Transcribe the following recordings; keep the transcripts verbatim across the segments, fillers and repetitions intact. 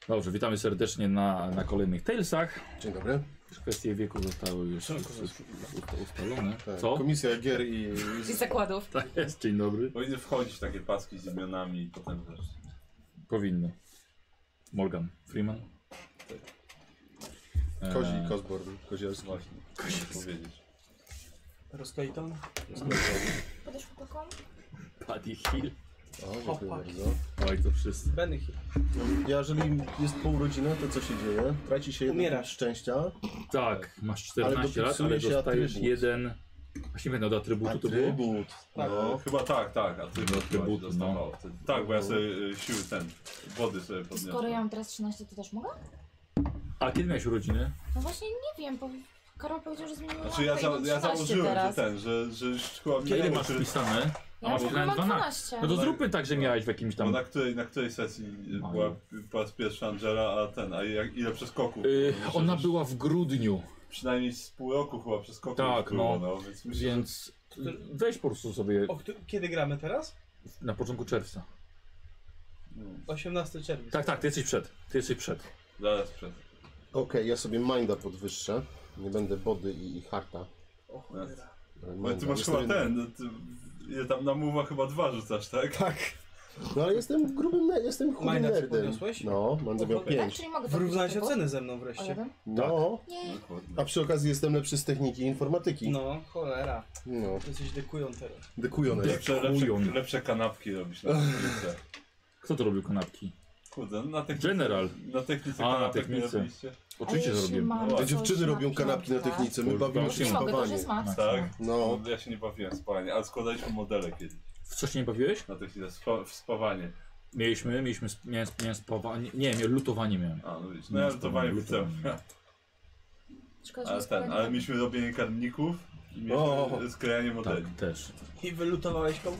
Dobrze, witamy serdecznie na, na kolejnych Talesach. Dzień dobry. Kwestie wieku zostały już, już, już ustalone. Tak, Co? Komisja gier i... I zakładów. Tak jest, dzień dobry. Powinny wchodzić takie paski z imionami i potem też. Powinno. Morgan Freeman. Tak. Kozi, Eee, Cosborn, Kozielski. Właśnie, muszę powiedzieć. Rozkleiton? Podasz chłopakom? Paddy Hill. O, dziękuję Chłopaki. bardzo. Oj, to wszyscy. Benny Hill. Ja, jeżeli jest po urodzinach, to co się dzieje? Traci się jeden Umierasz. szczęścia. Tak, masz czternaście lat, dopisuje ale się dostajesz atrybut. jeden... Właśnie będę do atrybutu to było? Atrybut. No, No. chyba tak, tak, a ty No, atrybuty, chyba dostawało wtedy. Tak, bo ja sobie y, siły ten, wody sobie To podniosłem. skoro ja mam teraz trzynaście, to też mogę? A kiedy miałeś urodziny? No właśnie nie wiem, bo Karol powiedział, że zmienił Znaczy ja, za, ja założyłem, teraz. że ten, że, że już chyba A ile minęło, masz czy- wpisane? Ja A masz mam wpisane mam dwanaście. dwanaście. No to zróbmy tak, że miałeś w jakimś Bo tam... na której, na której sesji y, Mają. była po raz pierwszy Angela, a ten, a jak, ile przeskoków? Yy, Myślę, ona że była w grudniu, Przynajmniej z pół roku chyba przeskoków Tak, już było, no. no, więc myślę, więc weź po prostu sobie O, któ- kiedy gramy teraz? na początku czerwca. że... No, osiemnastego czerwca. Tak, tak, ty jesteś przed. Ty jesteś przed. zaraz przed. Okej, ja sobie minda podwyższę. Nie będę body i, i harta. O cholera. Ale No, ty minda. masz chyba Jestem- ten, no, ty, ile tam na muwa chyba dwa rzucasz, tak? Tak. No ale jestem grubym, ne- jestem chudym Minda ci nerdem. podniosłeś? No, będę miał O, Tak, pięć. czyli mogę to Wyrównałeś wpisać, ocenę ze mną O wreszcie. jeden? No. Nie. Dokładnie. A przy okazji jestem lepszy z techniki i informatyki. No, cholera. No. Jesteś dekują teraz. Dekujones. Lepsze, lepsze, Chujon. lepsze kanapki robisz na technice. Kto to robił kanapki? Kurde, no na technice. General. Na technice A, na kanapek nie technice. robiliście? Oczywiście, że robiłem. No, A a dziewczyny robią kanapki na technice, my Bo- bawimy bo- się w Nie mogę, to spawanie. już jest max. Tak? No. No, ja się nie bawiłem w spawanie, ale składaliśmy modele kiedyś. W coś nie bawiłeś? Na technice, spa, w spawanie. Mieliśmy, mieliśmy, sp- miałem, miałem spawanie, nie, miałem lutowanie miałem. A, no widzisz, no ja lutowanie Lutowanie. widzę. Szkoda, że Ale nie ten, sprawdziłam. ale mieliśmy robienie karmników i O. mieliśmy sklejanie modeli. Tak, też. I wylutowałeś komuś?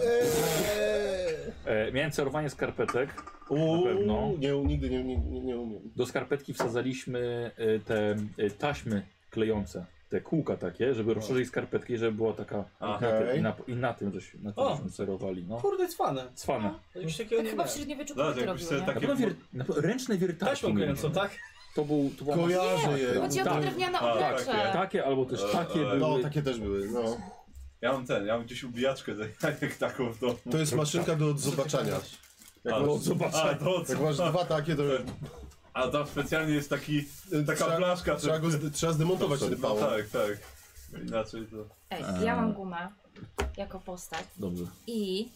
Eee. E, miałem cerowanie skarpetek. Uuu, Na pewno. Nie, nigdy nie, nie, nie, nie umiem. Do skarpetki wsadzaliśmy e, te e, taśmy klejące. Te kółka takie, żeby rozszerzyć skarpetki, żeby była taka Aha. na tym, Okej. i, na, i na tym, żeśmy, na tym O. żeśmy cerowali. No. Kurde, cwane. Cwane. To już takiego Tak nie chyba w miałem. średniowieczu Zaraz, kobiety jakbyś robiły, sobie nie? Na pewno, wier, na pewno ręczne wiertarki Taśmą mieliśmy. kręcą, tak? To był, to była Kojarzę je. Chodzi o te Tak. drewniane A, oblecze. takie. takie albo też E, takie e, były. No, takie też były, no. Ja mam ten, ja mam gdzieś ubijaczkę jak taką w domu. To jest maszynka do odzobaczania. Jak A, masz, zobacz. A, to jak masz dwa takie, to A tam specjalnie jest taki, taka Trzeba- blaszka. trzeba, go, z- trzeba zdemontować ten No pałą. tak, tak. Inaczej to... Ej, ja mam gumę jako postać Dobrze. i...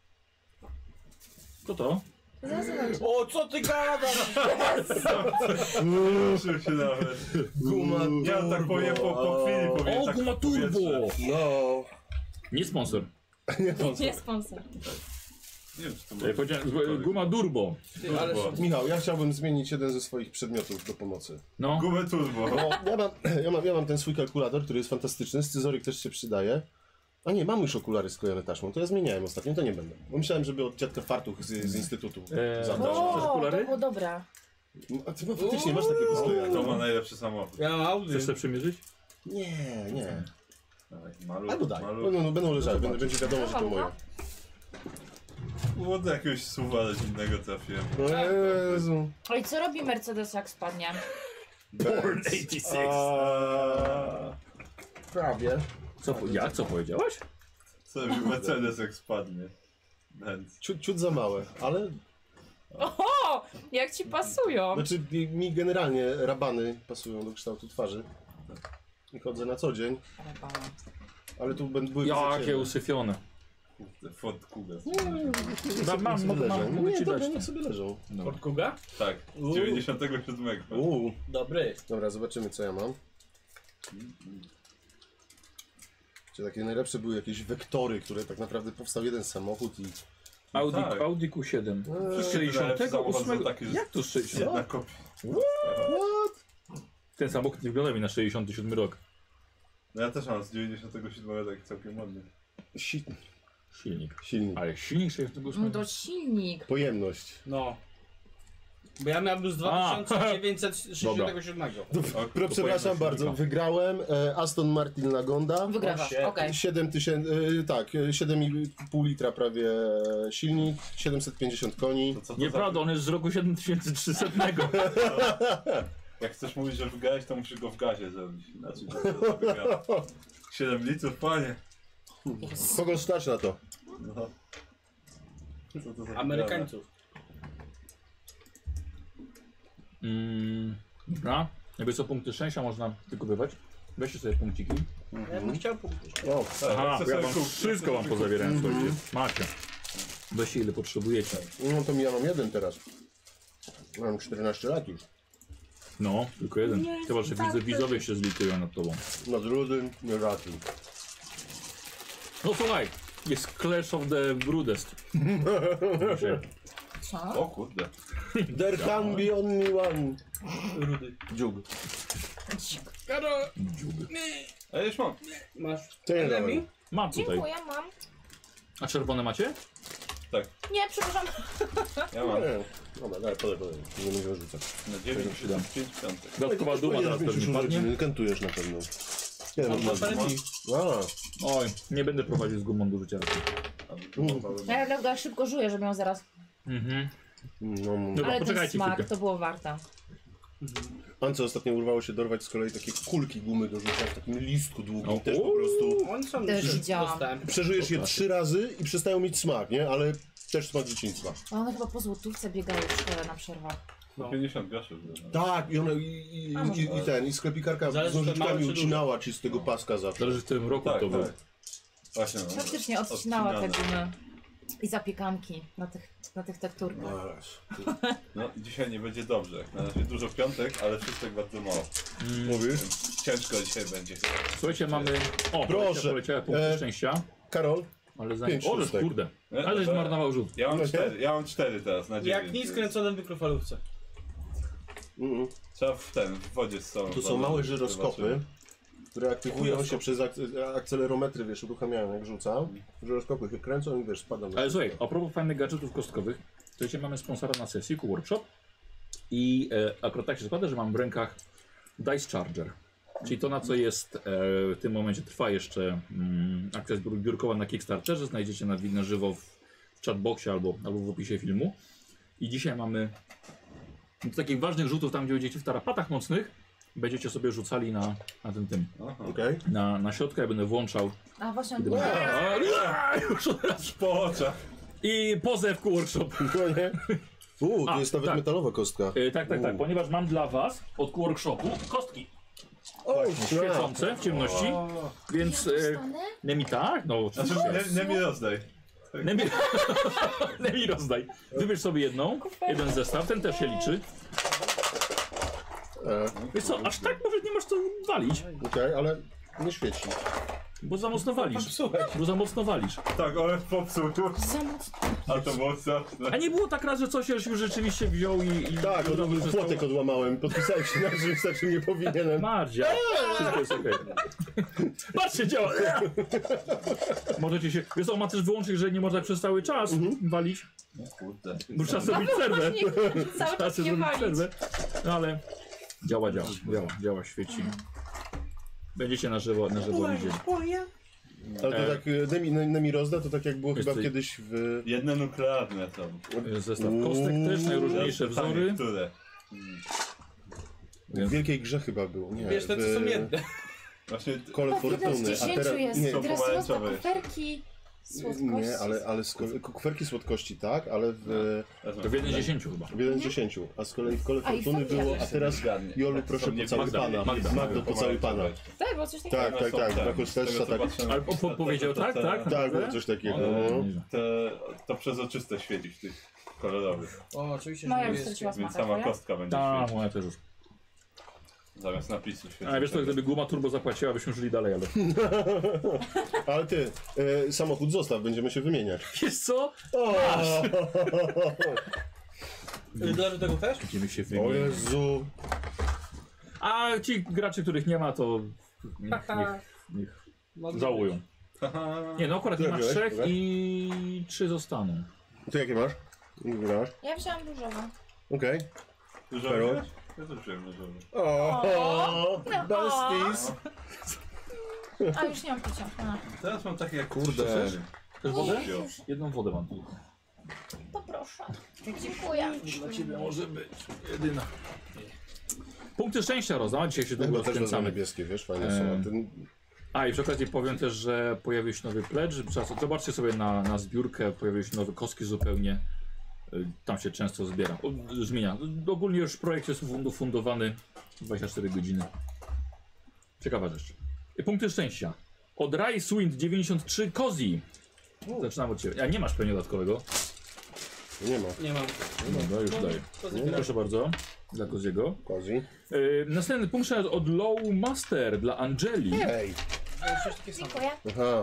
To to? Zaraz zobaczę. O, co ty gadasz? Ruszył się nawet. Guma Ja tak turbo. powiem po, po chwili powiem O, tak guma w powietrze. turbo! No. Nie sponsor. Nie sponsor. Nie wiem, czy to Ja może powiedziałem, być z- guma turbo. Ty, ale Turbo. Michał, ja chciałbym zmienić jeden ze swoich przedmiotów do pomocy. No. Gumę turbo. Bo ja mam, ja, mam, ja mam ten swój kalkulator, który jest fantastyczny, scyzoryk też się przydaje. A nie, mam już okulary sklejone taśmą, to ja zmieniałem ostatnio, to nie będę. Bo myślałem, żeby od dziadka Fartuch z, z instytutu Eee, zabrać. Chcesz O, okulary? to było dobre. A ty ma, faktycznie masz takie posklejane? To ma najlepszy samochód. ja mam Audi. Chcesz sobie przymierzyć? Nie, nie. Dawaj, Maluch, Albo daj, maluch. będą, będą leżały, będzie, będzie wiadomo, że to moje. Było do jakiegoś suwa innego trafiłem. O Jezu. Oj, co robi Mercedes jak spadnie? Born osiemdziesiąt sześć. A, prawie. Co, po- jak? Co powiedziałaś? Co robi Mercedes jak spadnie? Więc. Ciut, ciut za małe, ale... Oho! Jak ci pasują! Znaczy mi- mi generalnie rabany pasują do kształtu twarzy. I chodzę na co dzień, ale tu będą były Jakie wycięte. usyfione. Ford Kuga. Mam, mam, Niech mogę, sobie mam, leżą. mogę Nie, ci dobra, dać. niech sobie leżą. Ford Kuga? Tak, Uuu. z dziewięćdziesiątego siódmego. Uuu. Dobry. Dobra, zobaczymy co ja mam. Czy takie najlepsze były jakieś wektory, które tak naprawdę powstał jeden samochód i... Audi, Tak. Audi Q siedem. Eee, Z sześćdziesiątego samochód ósmego. był taki, że- Jak to z sześćdziesiątego? Jedna kopia. What? Ten samochód nie wygląda mi na sześćdziesiąty siódmy rok. No ja też mam z dziewięćdziesiątego siódmego taki całkiem ładny. Si Silnik. silnik. Ale silnik sześćdziesiątego No ósmego? to silnik. Pojemność. No. Bo ja miałem już z dwa tysiące dziewięćset sześćdziesiątego siódmego. Pro, przepraszam pojemność bardzo, silnika. wygrałem e, Aston Martin Lagonda. Wygrywasz, się- okej. siedem tysięcy, e, tak, e, siedem i pół litra prawie silnik, siedemset pięćdziesiąt koni. To co to Nieprawda, on jest z roku siedem tysięcy trzysta. za... Jak chcesz mówić, że wygrałeś, to musisz go w gazie zrobić. Inaczej to co wygrałem. siedem litrów, panie. Kogo stać na to? No. Co to za Amerykańców. Mm, dobra. Jakby co punkty szczęścia można wykupywać. Weźcie sobie punkciki. Ja bym chciał powiedzieć. O, Tak, Aha, chcę bo ja sobie wam kupić, wszystko wam chcę sobie pozabierałem, Mhm. słuchajcie. Macie. Weźcie ile potrzebujecie. no to ja mam jeden teraz. Mam czternaście lat już. No, tylko jeden. Nie, Chyba, że tak, widzę, tak. widzowie się zlitują nad tobą. Na drugim nie raczej. No słuchaj, jest Clash of the Brudest. Co? O kurde. There can be only one. Rudy. Dziób. A już mam. Masz To nie enemy? dałem. Mam tutaj. Dziękuję, mam. A czerwone macie? Nie, przepraszam. Ja mam. Nie, dobra, daj, podaj, podaj. Nie będziemy rzucać. Na dziewięćdziesiąt pięć piątek. Dodatkowa duma teraz pewnie padnie. Kantujesz na pewno. Nie Mam wiem, na może. parę dni. A, Oj, nie będę prowadził z gumą do życia. Ja Lewga szybko żuję, żeby ją zaraz... Mhm. no, no. Dobra, Ale ten poczekajcie smak chwilkę. to było warte. Ance ostatnio urwało się dorwać z kolei takie kulki gumy do rzucia w takim listku długim. O, Też po uuu. prostu Oni są Też już widziałam. dostałem. przeżyjesz je trzy razy i przestają mieć smak, nie? Ale też smak dzieciństwa. A one chyba po złotówce biegały w szkole na przerwach. No pięćdziesiąt groszy było. Tak, i one i, i, A, może i, i ten, i sklepikarka Zależy, z czy małe, nożyczkami czy ucinała ci z tego paska zawsze. Zależy w którym roku Tak, to było. tak. Właśnie no. Faktycznie odcinała te Odcinane. gumy. I zapiekanki na tych, na tych tekturkach. No dzisiaj nie będzie dobrze. Na razie dużo piątek, ale wszystko bardzo mało. Mm, Mówisz? Więc ciężko dzisiaj będzie. słuchajcie, mamy... O, Proszę. poleciały punkty E, szczęścia. Karol, Ale zanim... pięć O, żeż szóstek. kurde. E, Ale żeś to- zmarnował rzut. Ja mam Okej. cztery, ja mam cztery teraz na dziewięć. Jak nic kręcone w mikrofalówce. mm, Trzeba w ten, w wodzie z sobą. to są małe żyroskopy, które aktywują się Chujoskop. przez ak akcelerometry, wiesz, uruchamiają jak rzucam. Żyroskopy się kręcą i wiesz, spadam. na Ale słuchaj, wszystko. a propos fajnych gadżetów kostkowych, to dzisiaj mamy sponsora na sesji, Q-Workshop. I e, akurat tak się składa, że mam w rękach Dice Charger. Czyli to, na co jest e, w tym momencie trwa jeszcze mm, akcja zbiórkowa na Kickstarterze. Znajdziecie na, na żywo w, w chatboxie albo, albo w opisie filmu. I dzisiaj mamy do takich ważnych rzutów, tam gdzie będziecie w tarapatach mocnych, będziecie sobie rzucali na, na tym tym, Aha. Okej? na, na środkę, ja będę włączał. A właśnie... Gdy będę... A, już od razu. Po oczach. I pozew Q-Workshop. No nie? Uuu, to A, jest nawet tak. metalowa kostka. E, tak, tak, tak, U. ponieważ mam dla was od Q-Workshopu kostki O, świecące w ciemności, więc... E, Nemi tak, no Znaczy, oczywiście. nie, nie mi rozdaj. Nemi, Nemi rozdaj. Wybierz sobie jedną, jeden zestaw, ten też się liczy. E, Wiesz co, aż tak może nie masz co walić, Okej, ale nie świeci. bo za mocno walisz. Słuchaj. Bo za mocno walisz. Tak, ale popsuł tu. Za mocno. A to było straszne. A nie było tak raz, że coś już rzeczywiście wziął i... i Tak, i od, robił, że płotek stał- odłamałem. Podpisałem się na czymś, za czym nie powinienem. Mardzia, wszystko jest okej. Patrzcie, działa! Możecie się... Wiesz co, ma też wyłączyć, że nie można przez cały czas walić, No kurde. bo trzeba zrobić przerwę. Właśnie, cały Trzeba czas sobie nie zrobić walić. przerwę. No ale działa, działa, działa, działa, świeci. Będziecie na żywo, na żywo widzieli. Ale to E. tak, e, Nemi, Nemi rozda, to tak jak było Wiesz chyba co- kiedyś w... Jedne nuklearne są. Zestaw kostek też, najróżniejsze wzory. Które? w Wielkiej Grze chyba był. Nie, Wiesz, te co są w jedne. Właśnie Kole Chyba jeden z Fortuny. A dziesięciu teraz... jest. Nie, Są Teraz rozda pomarańczowe jeszcze. kuferki słodkości. nie, ale, ale z kolei, kwerki słodkości tak, ale w, To w jeden z dziesięciu chyba. w jeden z dziesięciu. A z kolei w Kole A i Fortuny fajnie. było, a teraz Zgadnie. Jolu, Tak, proszę są nie- pocałuj Magda, pana. Magda, Magdo, pocałuj pana. Tak, było coś takiego. Tak, tak, tak. Są Dla ten, Kostesza z tego, tak. co patrzę na Ale po- po- powiedział tak, te- tak? Tak, było coś takiego. Ale No. nieźle. Te, to przezroczyste świeci w tych kolorowych, O, oczywiście, Moja że już jest. straciła więc smaka, sama twoja? kostka będzie Ta, świecić. moja też już. Zamiast napisu świeci. A wiesz co, gdyby guma turbo zapłaciła, byśmy żyli dalej, ale... Ale ty, e, samochód zostaw, będziemy się wymieniać. Wiesz co? O, Dla tego też? Będziemy się o wymieniać. Jezu. A ci gracze, których nie ma, to niech, niech, niech Mogę żałują. Nie, no akurat nie ma Wziąłeś, trzech dobra. i trzy zostaną. Ty jakie masz? Nie wygrasz? Ja wziąłam różowe. Okej. Dużo Karol? wziąłeś? Ja też wziąłem dużo. O, No, besties! A już nie mam picia. A, Teraz mam takie jak Kurde. cztery. Chcesz wodę? Wziął. Jedną wodę mam tu. to proszę. Dziękuję. Dla ciebie może być jedyna. Punkty szczęścia rozdam, dzisiaj się Chyba długo też wezmę wkręcamy. niebieskie, wiesz, fajne Eee. są. A ten... A i przy okazji powiem też, że pojawił się nowy pledge. Zobaczcie sobie na, na zbiórkę, pojawiły się nowe kostki zupełnie. Y, Tam się często zbiera. O, zmienia. Ogólnie już projekt jest fund- fundowany dwadzieścia cztery godziny. Ciekawa rzecz. I punkty szczęścia. Od Rice Wind dziewięćdziesiąt trzy Kozi. Zaczynam od ciebie. A nie masz pewnie dodatkowego? Nie ma. Nie mam. Dobra, już daję. To Nie zabieram. Proszę bardzo. Dla Koziego. Kozi. Y, następny punkt szczęścia od Low Master dla Angeli. Hej! Ja coś takie samo. Dziękuję. Aha.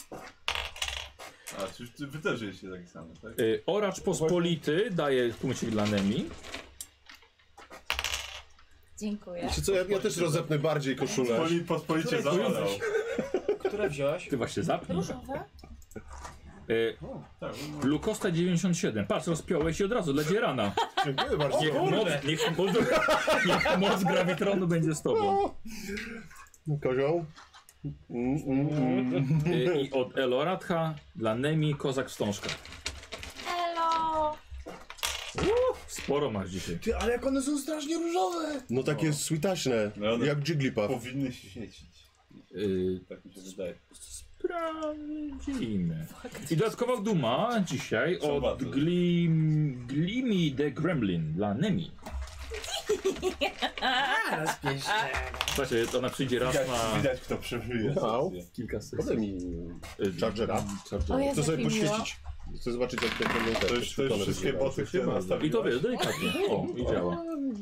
A, czy ty- wy też jesteście taki samy, tak? Y, Oracz Pospolity daje punkcik dla Nemi. Dziękuję. Czy co, ja, ja też rozepnę bardziej koszulę. Poli, pospolicie Które zapadał. Które wziąłeś? Ty właśnie zapnij. Różowe? Tak, Y, no, Lukosta dziewięćdziesiąt siedem. Patrz, rozpiąłeś i od razu dla Dzierana. Dziękuję bardzo. Niech moc, niech, moc, niech moc grawitronu będzie z tobą. Kozioł. Mm, mm, mm. Y, I od Eloratha dla Nemi Kozak Wstążka. Elo! Sporo masz dzisiaj. Ty, ale jak one są strasznie różowe! No takie sweetaśne, No, one- jak Jigglypuff. powinny świecić. Y, Tak mi się wydaje. Sprawdzimy. I dodatkowa duma dzisiaj Są od bardzo. Glim, Glimy the Gremlin dla Nemi. Raz pierwsze. Słuchajcie, ona przyjdzie raz Widać, na widać kto przeżyje. Michał? sesję. kilka sesji. Podaj mi Y, Chargera. Chargera. O Jezu, Chcę sobie jak mi miło. poświecić. Chcę zobaczyć, jak jak będą te To już, to już świetlone wszystkie wyglądają. boty, które nastawiłeś. I to wiesz, delikatnie. O, i działa.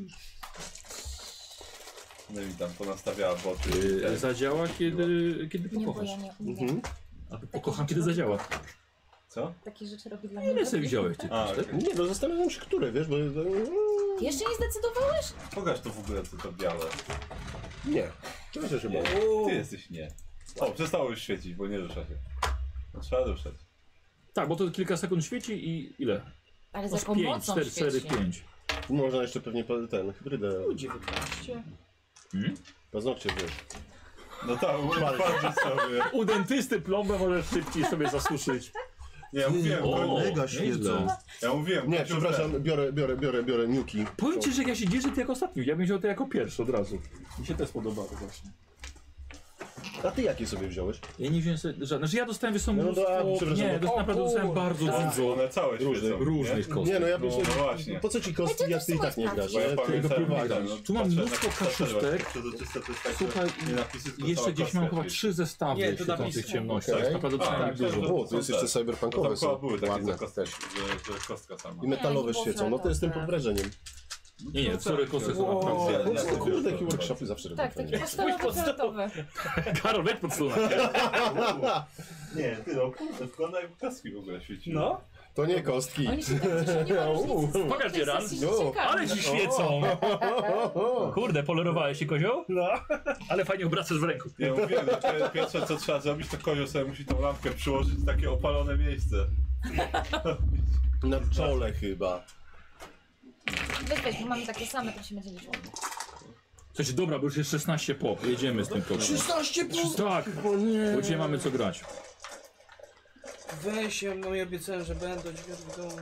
No i tam ponastawiała boty. Y, Te- zadziała, kiedy, kiedy Nie, bo pokochasz. ja nie umiem. Mhm. A pokocham, kiedy zadziała. Co? Takie rzeczy robi dla mnie. Ile sobie wziąłeś ty? A, Cztery? okej. Nie, no zastanawiam się, które, wiesz, bo... Ty jeszcze nie zdecydowałeś? Pokaż to w ogóle, co to białe. Nie. Cześć się Nie, boję. ty jesteś nie. O, przestało już świecić, bo nie rusza się. No, trzeba ruszać. Tak, bo to kilka sekund świeci i ile? Ale z No, jaką pięć, mocą cztery, cztery, świeci. pięć. Można jeszcze pewnie pa- ten, hybrydę. dziewiętnaście. Hmm? Paznokcie, wiesz. No tak, patrzeć sobie. U dentysty plombę możesz szybciej sobie zasuszyć. Nie, ja mówiłem, O, mega nieźle. świecą. ja mówiłem. Nie, Kościół przepraszam, biorę, biorę, biorę, biorę niuki. Powiem ci, że jak ja się dzieję, że ty jako ostatni. Ja bym wziął to jako pierwszy od razu. Mi się też podobało właśnie. A ty jakie sobie wziąłeś? Ja nie wziąłem sobie żadne. Znaczy ja dostałem wiesz, co, No mnóstwo... dobra, przepraszam, nie, bo- to o, naprawdę dostałem kurde, bardzo Tak, dużo one całe Różnych, świecą. różnych nie? kostek. Nie, no ja no, myślę, no właśnie. po co ci kostki, Ale jak to ty i też tak nie są grasz, Bo ja nie? Ty go pamiętałem, prowadzisz. no, Tu mam patrzę mnóstwo na kostce, kaszusztek. przezroczyste to jest tak, że Słuchaj, nie napisy, tylko jeszcze cała gdzieś mam kostka chyba świeci. trzy zestawy Nie, to świecących napisy. ciemności. Okej. Naprawdę A, dostałem myślałem, dużo. że- O, to jest jeszcze Bo tam cyberpunkowe chyba są. były takie Ładne. zakostki, że, że kostka sama. I metalowe Nie, nie świecą, było no to jestem pod fioletowe. wrażeniem. Nie, nie, sorry, kostek są O, naprawdę. Ja- ja- kurde, takie workshopy zawsze robię. Tak, takie fajnie. podstawowe. Karol, wejdź pod stronę. Nie, ty no kurde, wygląda jak kostki w ogóle świeciły. No. To nie kostki. Oni się tak cieszą, nie ma różnicy. Pokaż, To jest Dzieran. dosyć No, ciekawe. Ale ci świecą! Kurde, polerowałeś się, kozioł? No. Ale fajnie obracasz w ręku. Ja mówiłem, że pi- pierwsze co trzeba zrobić, to kozioł sobie musi tą lampkę przyłożyć w takie opalone miejsce. Na czole chyba. Weź, weź, bo mamy takie same, to się będzie liczyło. Słuchajcie, dobra, bo już jest szesnaście po. Jedziemy z tym programem. szesnaście plus! Tak, O nie! bo dzisiaj mamy co grać. Weź, ja no i obiecałem, że będę dźwięk w domu.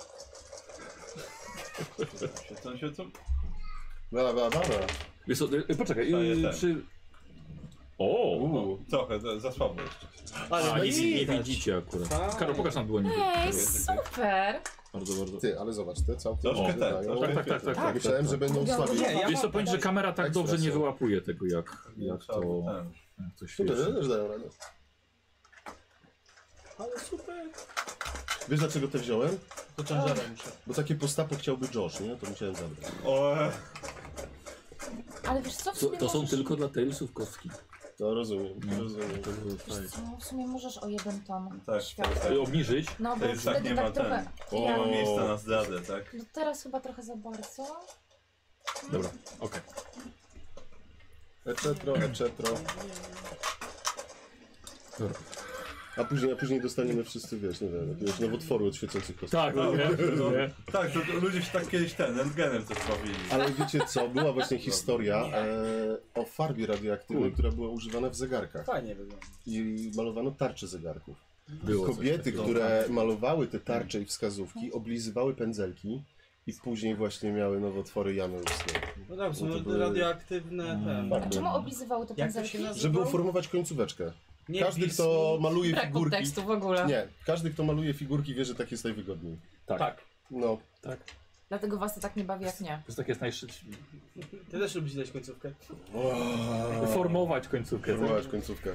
Świecą, świecą? Dobra, dobra, dobra. Wiesz co, y, poczekaj, Daję y, ten. przy... O! No, trochę, za- za słabo jeszcze. A, nie, nie widać. widzicie akurat. Fajnie. Karol, pokaż nam dłonie. Ej, super! Bardzo, bardzo. Ty, ale zobacz, te całkiem Troszkę się ten, wydają. troszkę Tak, tak, tak, tak. Myślałem, że będą Ja- słabiej. Nie, ja Wiesz co, mam powiem, że kamera tak Ekstra dobrze nie są. wyłapuje tego, jak, jak Trzeba to, by ten. jak to Tu świeci. też, też dają radę. Ale super. Wiesz dlaczego te wziąłem? To ciężarem muszę. Bo takie postapy chciałby Josh, nie? To musiałem zabrać. O, e, Ale wiesz co, w To, sumie to są możesz... tylko dla Talesów kostki. To rozumiem, No. rozumiem. To było Wiesz fajne. co, w sumie możesz o jeden ton Tak, światła. Y, Obniżyć? No To bo już tak wtedy nie tak ma trochę... ten. Ja... O. miejsca na zdradę, tak? No teraz chyba trochę za bardzo. Dobra, okej. Eczetro, eczetro. Dobra. A później, a później dostaniemy wszyscy, wiesz, nie wiem, jakiegoś nowotworu od świecących kostek. Tak, no, nie? No, nie? tak, to ludzie się tak kiedyś ten, rentgenem też bawili. Ale wiecie co, była właśnie historia e, o farbie radioaktywnej, która była używana w zegarkach. Fajnie wygląda. I malowano tarcze zegarków. Było coś Kobiety, takiego. które malowały te tarcze i wskazówki, oblizywały pędzelki i później właśnie miały nowotwory jamy ustnej. No tak, są No to były- radioaktywne ten. Tak. A czemu oblizywały te Jak to się pędzelki? nazywa? Żeby uformować końcóweczkę. Nie Każdy, pismo. kto maluje Brak figurki... kontekstu w ogóle. Nie, każdy, kto maluje figurki, wie, że tak jest najwygodniej. Tak. tak. No. tak. Dlatego was to tak nie bawi jak nie. To tak jest najszybciej. Ty też lubisz dać końcówkę? Formować końcówkę. Formować końcówkę.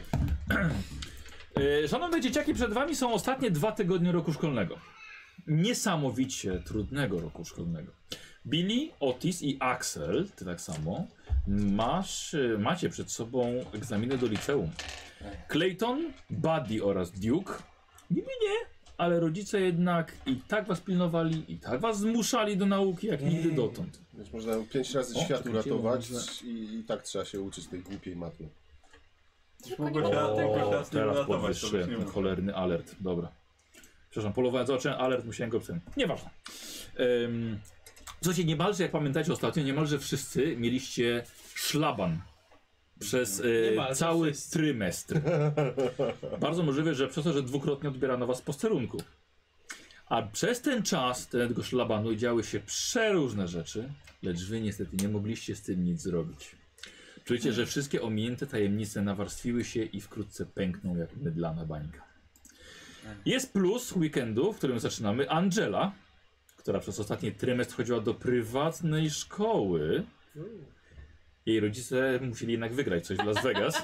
E, Szanowne dzieciaki, przed wami są ostatnie dwa tygodnie roku szkolnego. Niesamowicie trudnego roku szkolnego. Billy, Otis i Axel, ty tak samo, masz, e, macie przed sobą egzaminy do liceum. Clayton, Buddy oraz Duke, niby nie, ale rodzice jednak i tak was pilnowali, i tak was zmuszali do nauki jak nigdy dotąd. Więc można pięć razy O, świat czekajcie, uratować może- i, i tak trzeba się uczyć tej głupiej matmy. Mógłby się tylko się nas nie teraz uratować, to podwyższyłem byś nie ten mógł. cholerny alert. Dobra. Przepraszam, polowałem, zobaczyłem alert, musiałem go psem. Nieważne. Um, Słuchajcie, niemalże, jak pamiętacie ostatnio, niemalże wszyscy mieliście szlaban przez e, Niemalże cały wszyscy. trymestr. Bardzo możliwe, że przez to, że dwukrotnie odbierano was z posterunku. A przez ten czas tego szlabanu działy się przeróżne rzeczy, lecz wy niestety nie mogliście z tym nic zrobić. Czujecie, że wszystkie ominięte tajemnice nawarstwiły się i wkrótce pękną jak mydlana bańka. Jest plus weekendu, w którym zaczynamy. Angela, która przez ostatni trymestr chodziła do prywatnej szkoły. Jej rodzice musieli jednak wygrać coś w Las Vegas.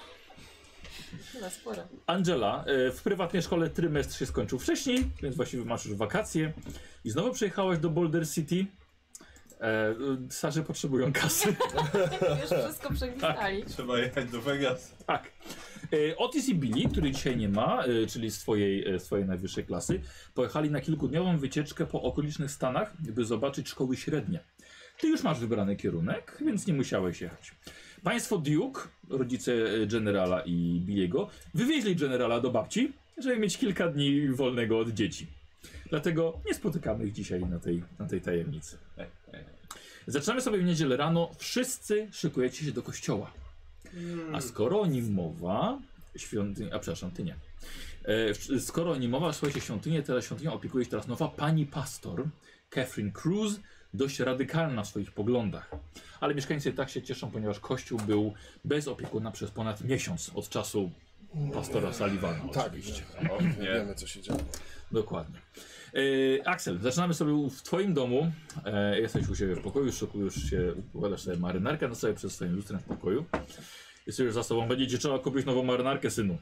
Chyba sporo. Angela, e, w prywatnej szkole trymestr się skończył wcześniej, więc właściwie masz już wakacje. I znowu przyjechałaś do Boulder City. E, starzy potrzebują kasy. Już wszystko przeglądali. Trzeba jechać do Vegas. Tak. E, Otis i Billy, który dzisiaj nie ma, e, czyli z twojej, e, swojej najwyższej klasy, pojechali na kilkudniową wycieczkę po okolicznych stanach, by zobaczyć szkoły średnie. Ty już masz wybrany kierunek, więc nie musiałeś jechać. Państwo Duke, rodzice e, Generala i Billiego, wywieźli Generala do babci, żeby mieć kilka dni wolnego od dzieci. Dlatego nie spotykamy ich dzisiaj na tej, na tej tajemnicy. Zaczynamy sobie w niedzielę rano. Wszyscy szykujecie się do kościoła. A skoro o nim mowa, świątynia, a przepraszam, ty nie. E, skoro o nim mowa, słuchajcie, świątynię, teraz świątynią opiekuje się teraz nowa pani pastor, Catherine Cruz, dość radykalna w swoich poglądach. Ale mieszkańcy tak się cieszą, ponieważ kościół był bez opiekuna przez ponad miesiąc od czasu pastora Sullivana. Tak, oczywiście. O, nie. wiemy co się dzieje. Dokładnie. E, Axel, zaczynamy sobie w twoim domu. E, jesteś u siebie w pokoju, szykujesz się, układasz sobie marynarkę na sobie przed swoim lustrem w pokoju. Jesteś już za sobą, będzie ci trzeba kupić nową marynarkę, synu.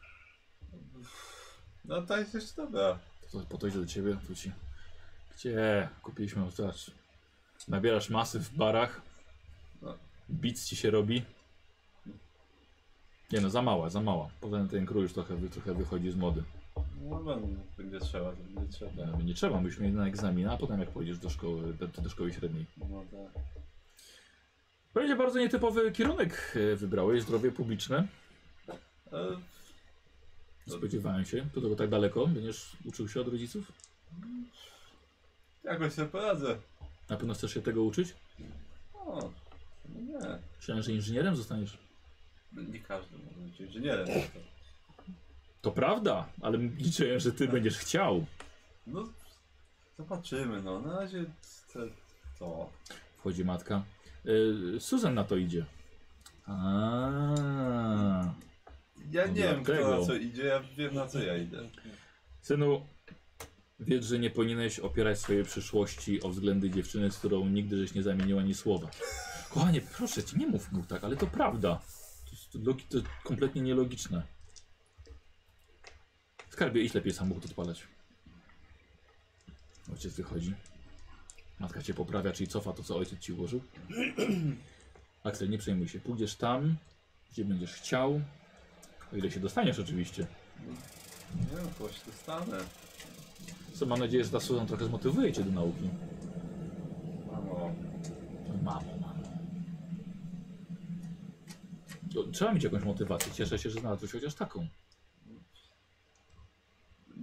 No to jest jeszcze dobra. To, po to idę do ciebie, tu ci. Gdzie? Kupiliśmy, zobacz. Nabierasz masy w barach. Bic ci się robi. Nie no, za mała, za mała. Potem ten król już trochę, trochę wychodzi z mody. No, no będzie trzeba, to będzie trzeba. No, nie trzeba, byśmy mieli na egzamin, a potem jak pójdziesz do szkoły, do, do szkoły średniej. No tak. Będzie bardzo nietypowy kierunek e, wybrałeś, zdrowie publiczne. E, Spodziewałem się. To tego tak daleko? Będziesz uczył się od rodziców? jakoś sobie poradzę. Na pewno chcesz się tego uczyć? O, no nie. Myślałem, że inżynierem zostaniesz. No, nie każdy może być inżynierem. No, to, To prawda, ale liczyłem, że ty będziesz chciał. no zobaczymy, no. Na razie to. to. Wchodzi matka. Y, Susan na to idzie. A, Ja No nie wiem, kto dlatego. na co idzie, ja wiem na co ja idę. synu, wiedz, że nie powinieneś opierać swojej przyszłości o względy dziewczyny, z którą nigdy żeś nie zamienił ani słowa. Kochanie, proszę cię, nie mów mu tak, ale to prawda. To jest, logi- to jest kompletnie nielogiczne. Skarbie, idź lepiej samochód odpalać. Ojciec wychodzi. Matka cię poprawia, czyli cofa to, co ojciec ci ułożył. Axel, nie przejmuj się. Pójdziesz tam, gdzie będziesz chciał. O ile się dostaniesz oczywiście. Nie wiem, kogoś dostanę. Co, mam nadzieję, że ta Susan trochę zmotywuje cię do nauki. Mamo. Mamo, mamo. To trzeba mieć jakąś motywację. Cieszę się, że znalazłeś chociaż taką.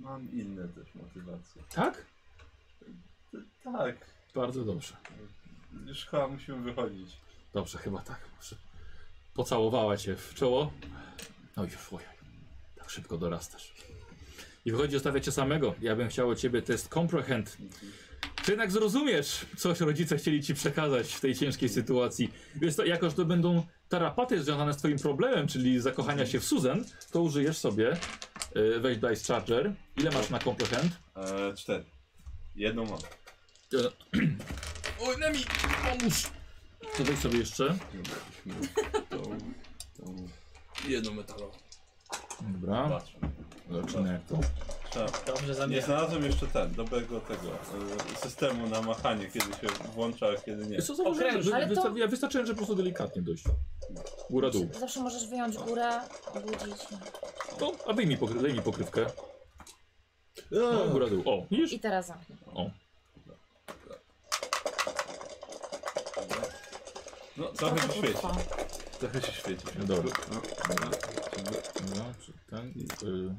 mam inne też motywacje. Tak? Tak. Bardzo dobrze. Już chyba musimy wychodzić. Dobrze, chyba tak. Może pocałowała cię w czoło. No już, ojej, tak szybko dorastasz. I wychodzi, zostawia cię samego. Ja bym chciał od ciebie test comprehend. Czy jednak zrozumiesz, coś rodzice chcieli ci przekazać w tej ciężkiej sytuacji? Wiesz to, jako że to będą tarapaty związane z twoim problemem, czyli zakochania się w Susan, to użyjesz sobie, yy, weź Dice Charger. Ile masz na comprehend? Eee, cztery. Jedną mam. Oj, Nemi, pomóż! To weź sobie jeszcze. Tą, tą... Jedną metalową. Dobra, Patrz. zobaczymy jak to. Trzeba. Dobrze Nie zamierzam. znalazłem jeszcze ten, dobrego tego e, systemu na machanie, kiedy się włącza, a kiedy nie. Wiesz co, założyłem, Okręż, że ale to- wysta- ja wystarczyłem, że po prostu delikatnie dojść. Góra dół. Zawsze możesz wyjąć górę, obudzić. To, a wyjmij pokry daj mi pokrywkę. No, A, góra dół. O, widzisz? I teraz zamknij. O. No, trochę się świeci. potrwa. Trochę się świeci. No dobra. No, no. Dobra, czy ten. Y,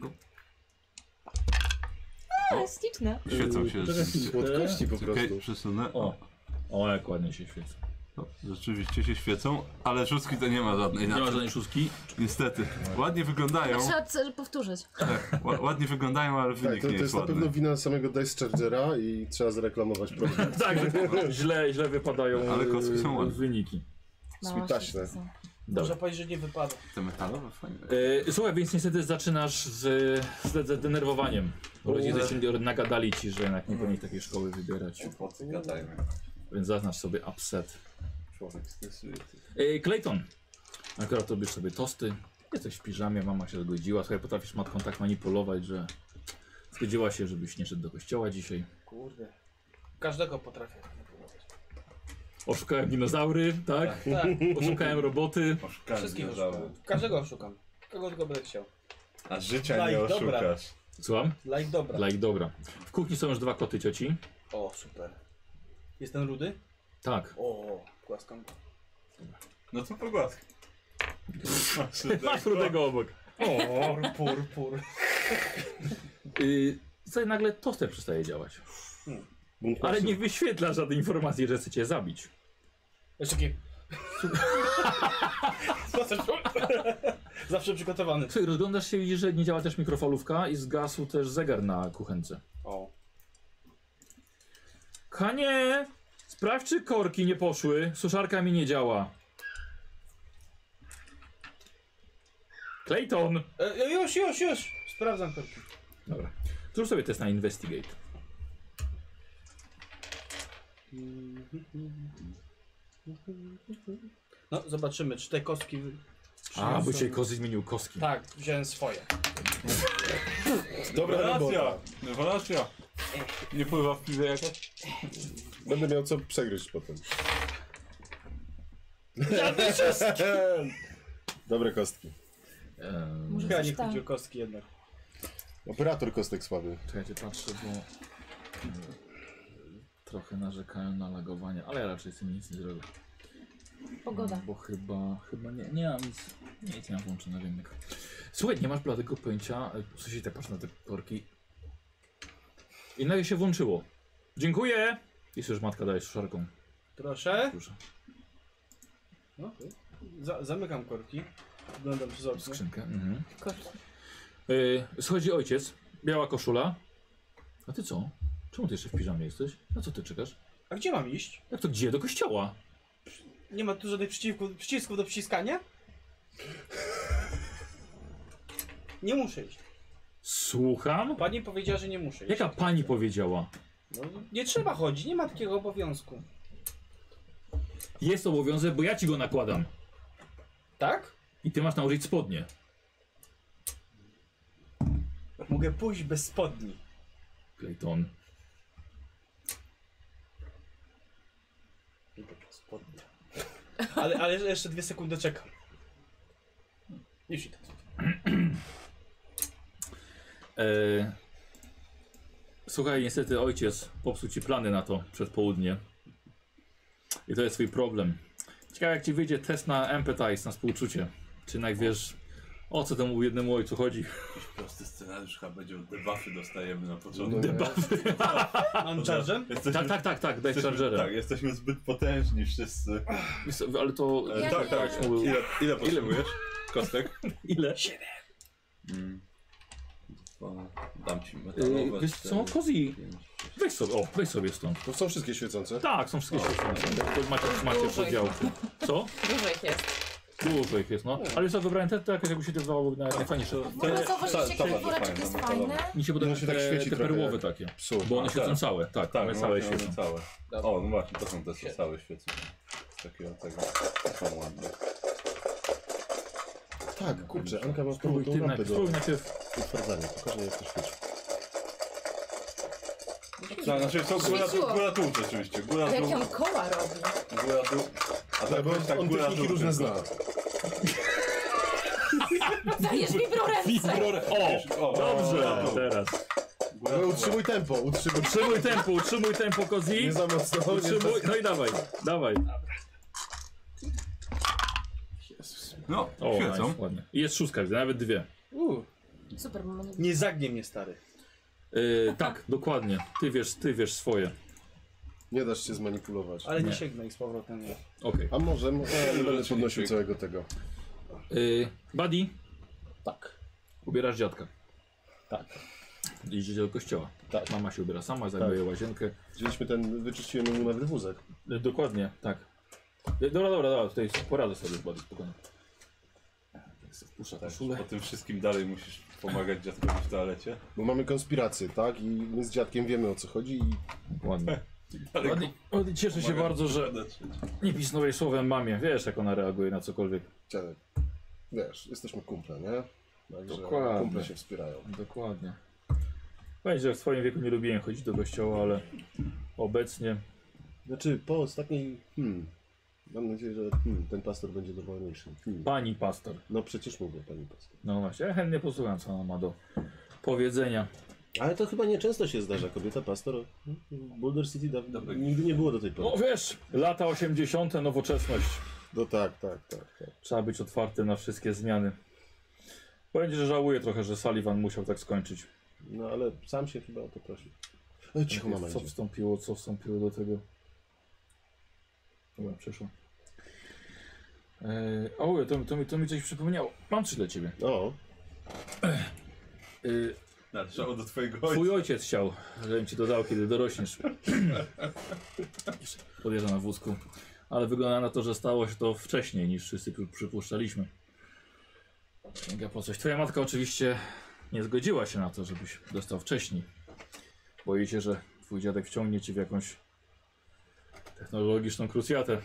A, jest śliczne. Świecą się Trochę rzeczywiście. słodkości po Czekaj, prostu. przesunę. o. O, jak ładnie się świecą. No, rzeczywiście się świecą, ale szóstki to nie ma żadnej. Nie na ma tym. żadnej szóstki. Niestety. Ładnie wyglądają, Trzeba c- powtórzyć. tak, ła- ładnie wyglądają, ale Tak, wynik to, nie to jest jest na ładny. pewno wina samego Dice Chargera i trzeba zareklamować produkt. Tak, że źle, źle wypadają Ale kostki są y, ładne. wyniki. No, Switaśne. wszystko są. Dobra. Można powiedzieć, że nie wypada. Te metalowe fajne. Y, słuchaj, więc niestety zaczynasz z, z, z denerwowaniem. Bo rodzice się nagadali ci, że jednak nie powinni takiej szkoły wybierać. Chłopacy gadają. Więc zaznacz sobie upset. Człowiek stresuje. Ej, Clayton, akurat robisz sobie tosty, jesteś w piżamie, mama się zgodziła, słuchaj, potrafisz matką tak manipulować, że zgodziła się, żebyś nie szedł do kościoła dzisiaj. Kurde. Każdego potrafię. Oszukałem dinozaury, tak? Tak, Oszukałem roboty. Oszukany wszystkich dinozaury. oszukam. Każdego oszukam. Kogo tylko będę chciał. A życia Dla nie ich dobra. oszukasz. Słucham? Dla ich dobra. Dla ich dobra. W kuchni są już dwa koty cioci. O, super. Jest ten rudy? Tak. O, głaskam go. No to pogłaskaj. Masz rudego obok. Pur, pur, pur. Yy, słuchaj, nagle toster przestaje działać. Bunt Ale masy. nie wyświetla żadnej informacji, że chce cię zabić. Jeszcze taki... Zawsze przygotowany. Słuchaj, rozglądasz się, widzisz, że nie działa też mikrofalówka i zgasł też zegar na kuchence. O. Kochanie, sprawdź, czy korki nie poszły. Suszarka mi nie działa. Clayton! E, już, już, już. Sprawdzam korki. Dobra. Zrób sobie test na investigate. No, zobaczymy, czy te kostki... wy- A, bo przyniosą- dzisiaj kozy zmienił kostki. Tak, wziąłem swoje. Dobra Rewelacja! robota. Rewelacja! Nie pływa w piwie jakaś? Będę miał co przegryźć potem. Dobre kostki. Ehm, Może Chyba coś nie tam. chodzi o kostki jednak. Operator kostek słaby. czekajcie, patrzę, bo e, trochę narzekają na lagowanie, ale ja raczej z tym nic nie zrobię. Pogoda. Bo chyba, chyba nie, nie mam nic, nic nie mam włączonego innego. Słuchaj, nie masz bladego pojęcia, e, w sensie tak patrzę na te korki. I nagle się włączyło. Dziękuję! I już matka daje suszarką. Proszę. Proszę. No, okej. Za zamykam korki. Oglądam przez okno. Skrzynkę. Mhm. Korki. Yy, schodzi ojciec, biała koszula. A ty co? Czemu ty jeszcze w piżamie jesteś? Na co ty czekasz? A gdzie mam iść? Jak to gdzie? Do kościoła. Nie ma tu żadnych przycisków, przycisków do przyciskania? Nie muszę iść. Słucham? Pani powiedziała, że nie muszę iść. Jaka pani powiedziała? No, nie trzeba chodzić, nie ma takiego obowiązku. Jest obowiązek, bo ja ci go nakładam. Tak? I ty masz nałożyć spodnie. Mogę pójść bez spodni. Clayton. Spodnie. Ale, ale jeszcze dwie sekundy czekam. Już idę. Eee, słuchaj, niestety ojciec popsuł ci plany na to przed południe. I to jest twój problem. Ciekawe jak ci wyjdzie test na empathize, na współczucie. Czy jednak wiesz, O co temu jednemu ojcu chodzi? Jakiś prosty scenariusz chyba będzie, od debuffy dostajemy na No początku. nie. Mam charger? Jesteśmy, Tak, tak, tak, tak, daj jesteśmy, chargerem. tak, jesteśmy zbyt potężni wszyscy. Wiesz co, ale to... E, Ja tak, nie. tak. Ile, ile potrzebujesz? Kostek? Ile? Mm. Dwa, dam ci Yy, metalowe. wiesz co, cztery, Kozi, pięć, weź sobie, o, weź sobie stąd. To są wszystkie świecące? Tak, są wszystkie świecące. To macie, macie Dużo ich podziałki. Co? Dużo ich jest. Dużo ich jest, no. Ale wiesz co, wybrałem te, te jakoś jakby się to zdawało najfajniejsze. W ogóle ta- zauważyliście, ta- jaki ta- woreczek fajna, jest metalowa. fajny? Mi się podobają No się tak te, świeci te trochę perłowe jak takie. Psu. Bo one A, świecą tak. całe, tak, Tak, one no całe właśnie, świecą. one całe. O, no właśnie, to są te co całe świece. Z takiego tego. Są ładne. Tak, kurczę, Anka ma Spróbuj tą ty lampę najpierw, do spróbuj najpierw. utwardzania. Pokażę jak to świeci. No, znaczy są góra, tu, Świeciło. góra dół rzeczywiście. Góra Jak dół, ją koła robi. góra dół. A Tak, bo weź tak on góra techniki dół różne tylko. zna. Dajesz wibroręce. O, O, dobrze, o, teraz. góra No, dół. utrzymuj tempo, utrzymuj. Utrzymuj tempo, utrzymuj tempo, Kozi. Nie za mocno. nie Utrzymuj, za- no i dawaj, dawaj. No, O, świecą. nice, ładnie. I jest szóstka, widzę, nawet dwie. U, Super, bo nie... Nie zagnie mnie, stary. Yy, tak, dokładnie. Ty wiesz, ty wiesz swoje. Nie dasz się zmanipulować. Ale nie, Nie. sięgnę ich z powrotem. Nie. Okej. A może, może nie będę Czy podnosił nie całego tego. Yy, Buddy, Tak. ubierasz dziadka. Tak. Idziecie do kościoła. Tak. Mama się ubiera sama, zajmuje łazienkę. Wzięliśmy ten, wyczyściłem mu nawet wózek. Yy, dokładnie, tak. Yy, dobra, dobra, dobra, tutaj poradzę sobie z Buddy, spokojnie. Puszcza Tak, koszulę. po tym wszystkim dalej musisz pomagać dziadkowi w toalecie. Bo mamy konspirację, tak? I my z dziadkiem wiemy o co chodzi i Ładnie. Dalej Ładnie. Ładnie. Cieszę się pomagać bardzo, że patrzeć. nie pisnąłeś słowem mamie. Wiesz, jak ona reaguje na cokolwiek. dziadek, wiesz, jesteśmy kumple, nie? Także Dokładnie. kumple się wspierają. Dokładnie. Powiem, że w swoim wieku nie lubiłem chodzić do kościoła, ale obecnie Znaczy, po ostatniej, hmm, mam nadzieję, że hmm, ten pastor będzie normalniejszy. Hmm. pani pastor. No przecież mówię, pani pastor. No właśnie, ja chętnie posłucham, co ona ma do powiedzenia. Ale to chyba nieczęsto się zdarza, kobieta pastor. W Boulder City da, Dobra. nigdy nie było do tej No pory. wiesz, lata osiemdziesiąte, nowoczesność. No tak, tak, tak, tak. Trzeba być otwartym na wszystkie zmiany. Powiem ci, że żałuję trochę, że Sullivan musiał tak skończyć. No ale sam się chyba o to prosił. E, cicho, mama Co idzie. wstąpiło, co wstąpiło do tego? Dobra, przeszło. Eee, o, to, to, mi, to mi coś przypomniało. Mam coś dla ciebie. O, Eee, Należało do twojego ojca. twój ojciec chciał, żebym ci dodał, kiedy dorośniesz. Podjeżdża na wózku. Ale wygląda na to, że stało się to wcześniej niż wszyscy przy- przypuszczaliśmy. Sięga po coś. Twoja matka oczywiście nie zgodziła się na to, żebyś dostał wcześniej. Boi się, że twój dziadek wciągnie cię w jakąś technologiczną krucjatę.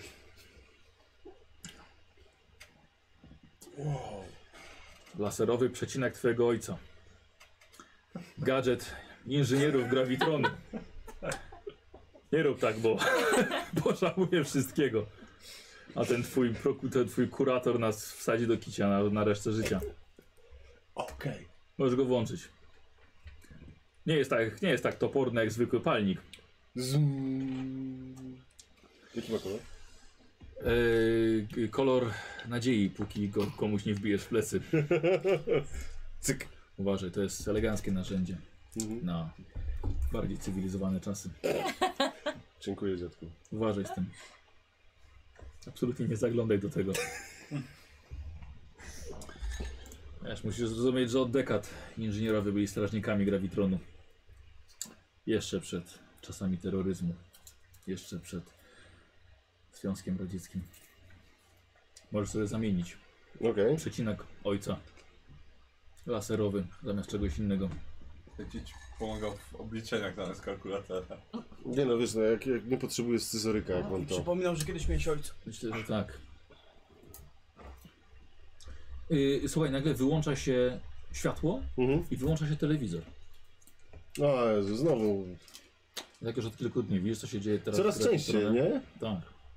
Laserowy przecinek twojego ojca. Gadżet inżynierów grawitronu. Nie rób tak, bo, bo żałuję wszystkiego. A ten twój, proku- ten twój kurator nas wsadzi do kicia na, na resztę życia. okej. Możesz go włączyć. Nie jest tak, nie jest tak toporny jak zwykły palnik. Zoom. Jaki ma kolor? Yy, kolor nadziei, póki go komuś nie wbijesz w plecy. Cyk. Uważaj, to jest eleganckie narzędzie Mhm. na bardziej cywilizowane czasy. Dziękuję, dziadku. Uważaj z tym. Absolutnie nie zaglądaj do tego. Wiesz, musisz zrozumieć, że od dekad inżynierowie byli strażnikami grawitronu. Jeszcze przed czasami terroryzmu. Jeszcze przed Związkiem Radzieckim. Możesz sobie zamienić Okej. przecinek ojca laserowy zamiast czegoś innego. Będzie ci pomagał w obliczeniach zamiast kalkulatora. Nie no, wiesz, no, jak, jak nie potrzebuję scyzoryka, jak mam to. Przypominam, że kiedyś miałeś ojca. Myślę, że tak. Yy, słuchaj, nagle wyłącza się światło Mhm. i wyłącza się telewizor. O Jezu, znowu. Tak już od kilku dni. Widzisz, co się dzieje teraz? Coraz w grach częściej, strony? nie? Tak.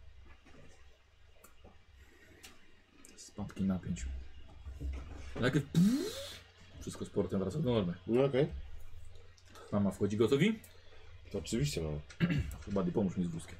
Spadki napięć. Najpierw wszystko z portem wraca do normy. No okej. Mama wchodzi, gotowi? To oczywiście mam. Buddy, pomóż mi z wózkiem.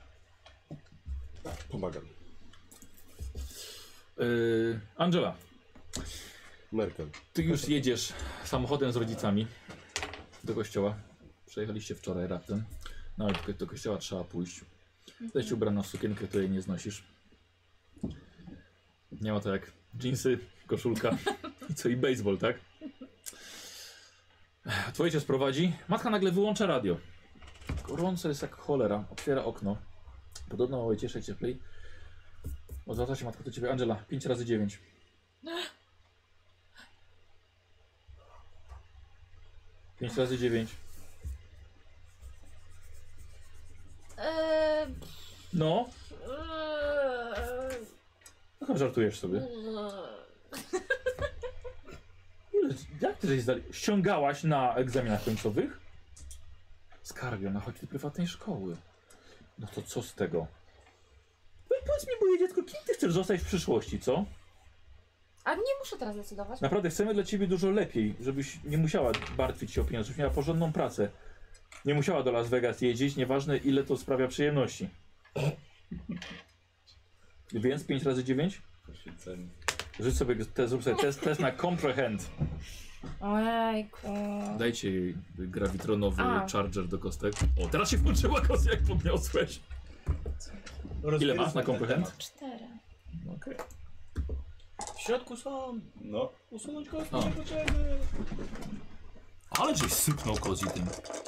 Pomagam. Yy, Angela. Merkel. Ty już jedziesz samochodem z rodzicami do kościoła. Przejechaliście wczoraj raptem. No ale do, do kościoła trzeba pójść. Jesteś ubrana w sukienkę, której nie znosisz. Nie ma to jak dżinsy, koszulka i co i baseball, tak? Twoje cię sprowadzi. Matka nagle wyłącza radio. Gorąco jest jak cholera. Otwiera okno. Podobno małe cieszę cieplej. Odwraca się matka do ciebie. Angela, pięć razy dziewięć. pięć razy dziewięć. Eee, No, eee, no żartujesz sobie. Ile, jak ty żeś zdali? Ściągałaś na egzaminach końcowych? Skarbie, ona chodzi do prywatnej szkoły. No to co z tego? No i powiedz mi, moje dziecko, kim ty chcesz zostać w przyszłości, co? A nie muszę teraz decydować. Naprawdę chcemy dla ciebie dużo lepiej, żebyś nie musiała martwić się o pieniądze, żebyś miała porządną pracę. Nie musiała do Las Vegas jeździć, nieważne ile to sprawia przyjemności. Więc pięć razy dziewięć? Poświęcenie. Rzuć sobie, te, zrób sobie test, test na comprehend. Ojejku. Dajcie jej gravitronowy A. charger do kostek. O, teraz się włączyła kostka, jak podniosłeś. Ile masz na comprehend? Cztery. Okej. W środku są. No, Usunąć kostki O. niepotrzebne. Ale żeś sypnął kozi tym.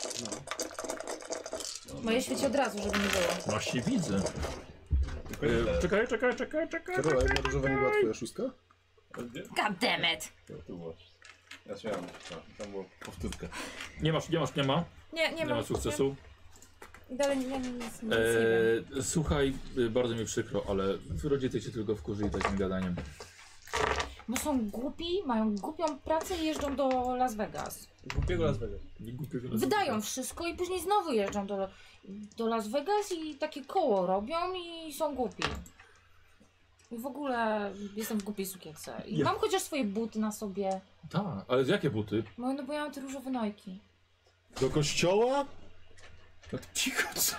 Moje świeci od razu, żeby nie było. Właśnie widzę. tylko nie E, czekaj, czekaj, czekaj, czekaj. Karola, jak na różowa nie była twoja szóstka? Nie? God damn it. To tu właśnie. Ja śmiałem, no, tam była powtórka. Nie masz, nie masz, nie ma. Nie, nie, Nie mam ma sukcesu. Nie, dalej nie, nie, nic, nic nie wiem. E, słuchaj, e, bardzo mi przykro, ale rodzice cię tylko wkurzyli takim gadaniem. Bo są głupi, mają głupią pracę i jeżdżą do Las Vegas. Głupiego Las Vegas. Nie głupiego Wydają wszystko i później znowu jeżdżą do, do Las Vegas i takie koło robią i są głupi. I w ogóle jestem w głupiej sukience. I Ja. mam chociaż swoje buty na sobie. Tak, ale jakie buty? No, no bo ja mam te różowe Nike. Do kościoła? No to cicho, co?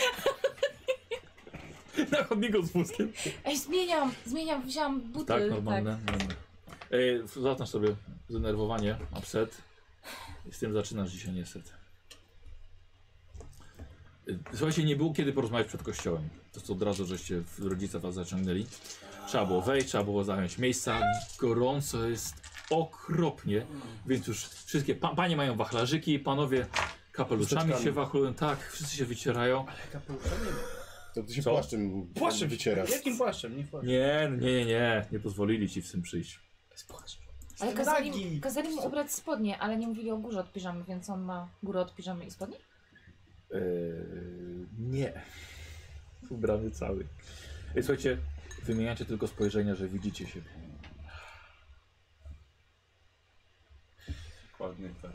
Na chodniku z wózkiem. Ej, zmieniam, zmieniam, wziąłam buty. Tak, normalne. normalne. Ej, zaznasz sobie zdenerwowanie, upset. I z tym zaczynasz dzisiaj niestety. Y, Słuchajcie, nie było kiedy porozmawiać przed kościołem. To co od razu żeście rodzice was zaciągnęli. Trzeba było wejść, trzeba było zająć miejsca. Gorąco jest okropnie, więc już wszystkie pa panie mają wachlarzyki, panowie kapeluszami Chusteczkami. się wachlują. Tak, wszyscy się wycierają. Kapelusza nie ma. To ty się Co? płaszczem, Płaszczem wycierasz. Jakim płaszczem? Nie płaszczem. Nie, nie, nie, nie, nie pozwolili ci w tym przyjść. Bez płaszczu. Ale Jestem kazali, nagi. kazali mu ubrać spodnie, ale nie mówili o górze od piżamy, więc on ma górę od piżamy i spodnie? Eee, nie. Ubrany cały. Ej, słuchajcie, wymieniacie tylko spojrzenia, że widzicie siebie. Dokładnie tak.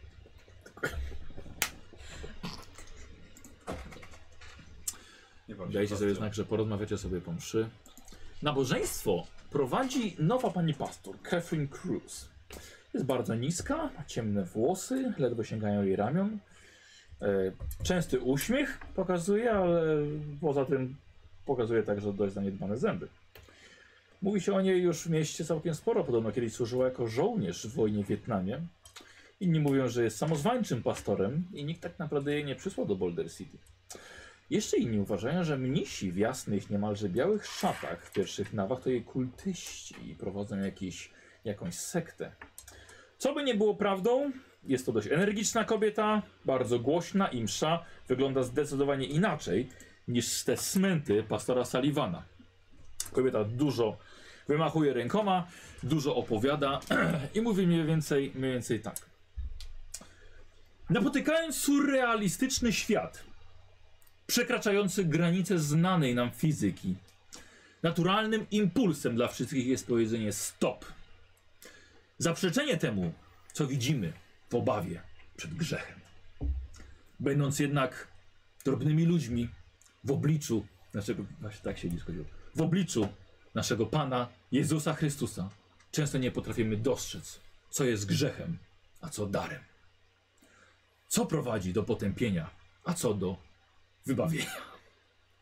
Nie bądź Dajcie sobie prostym. znak, że porozmawiacie sobie po mszy. Nabożeństwo prowadzi nowa pani pastor, Catherine Cruz. Jest bardzo niska, ma ciemne włosy, ledwo sięgają jej ramion. E, częsty uśmiech pokazuje, ale poza tym pokazuje także dość zaniedbane zęby. Mówi się o niej już w mieście całkiem sporo, podobno kiedyś służyła jako żołnierz w wojnie w Wietnamie. Inni mówią, że jest samozwańczym pastorem i nikt tak naprawdę jej nie przysłał do Boulder City. Jeszcze inni uważają, że mnisi w jasnych, niemalże białych szatach w pierwszych nawach to jej kultyści i prowadzą jakiś, jakąś sektę. Co by nie było prawdą, jest to dość energiczna kobieta, bardzo głośna i msza wygląda zdecydowanie inaczej niż te smęty pastora Sullivana. Kobieta dużo wymachuje rękoma, dużo opowiada i mówi mniej więcej, mniej więcej tak. Napotykając surrealistyczny świat, przekraczający granice znanej nam fizyki, naturalnym impulsem dla wszystkich jest powiedzenie stop. Zaprzeczenie temu, co widzimy w obawie przed grzechem. Będąc jednak drobnymi ludźmi w obliczu naszego, właśnie tak się nie skończyło, w obliczu naszego Pana Jezusa Chrystusa, często nie potrafimy dostrzec, co jest grzechem, a co darem. Co prowadzi do potępienia, a co do wybawienia.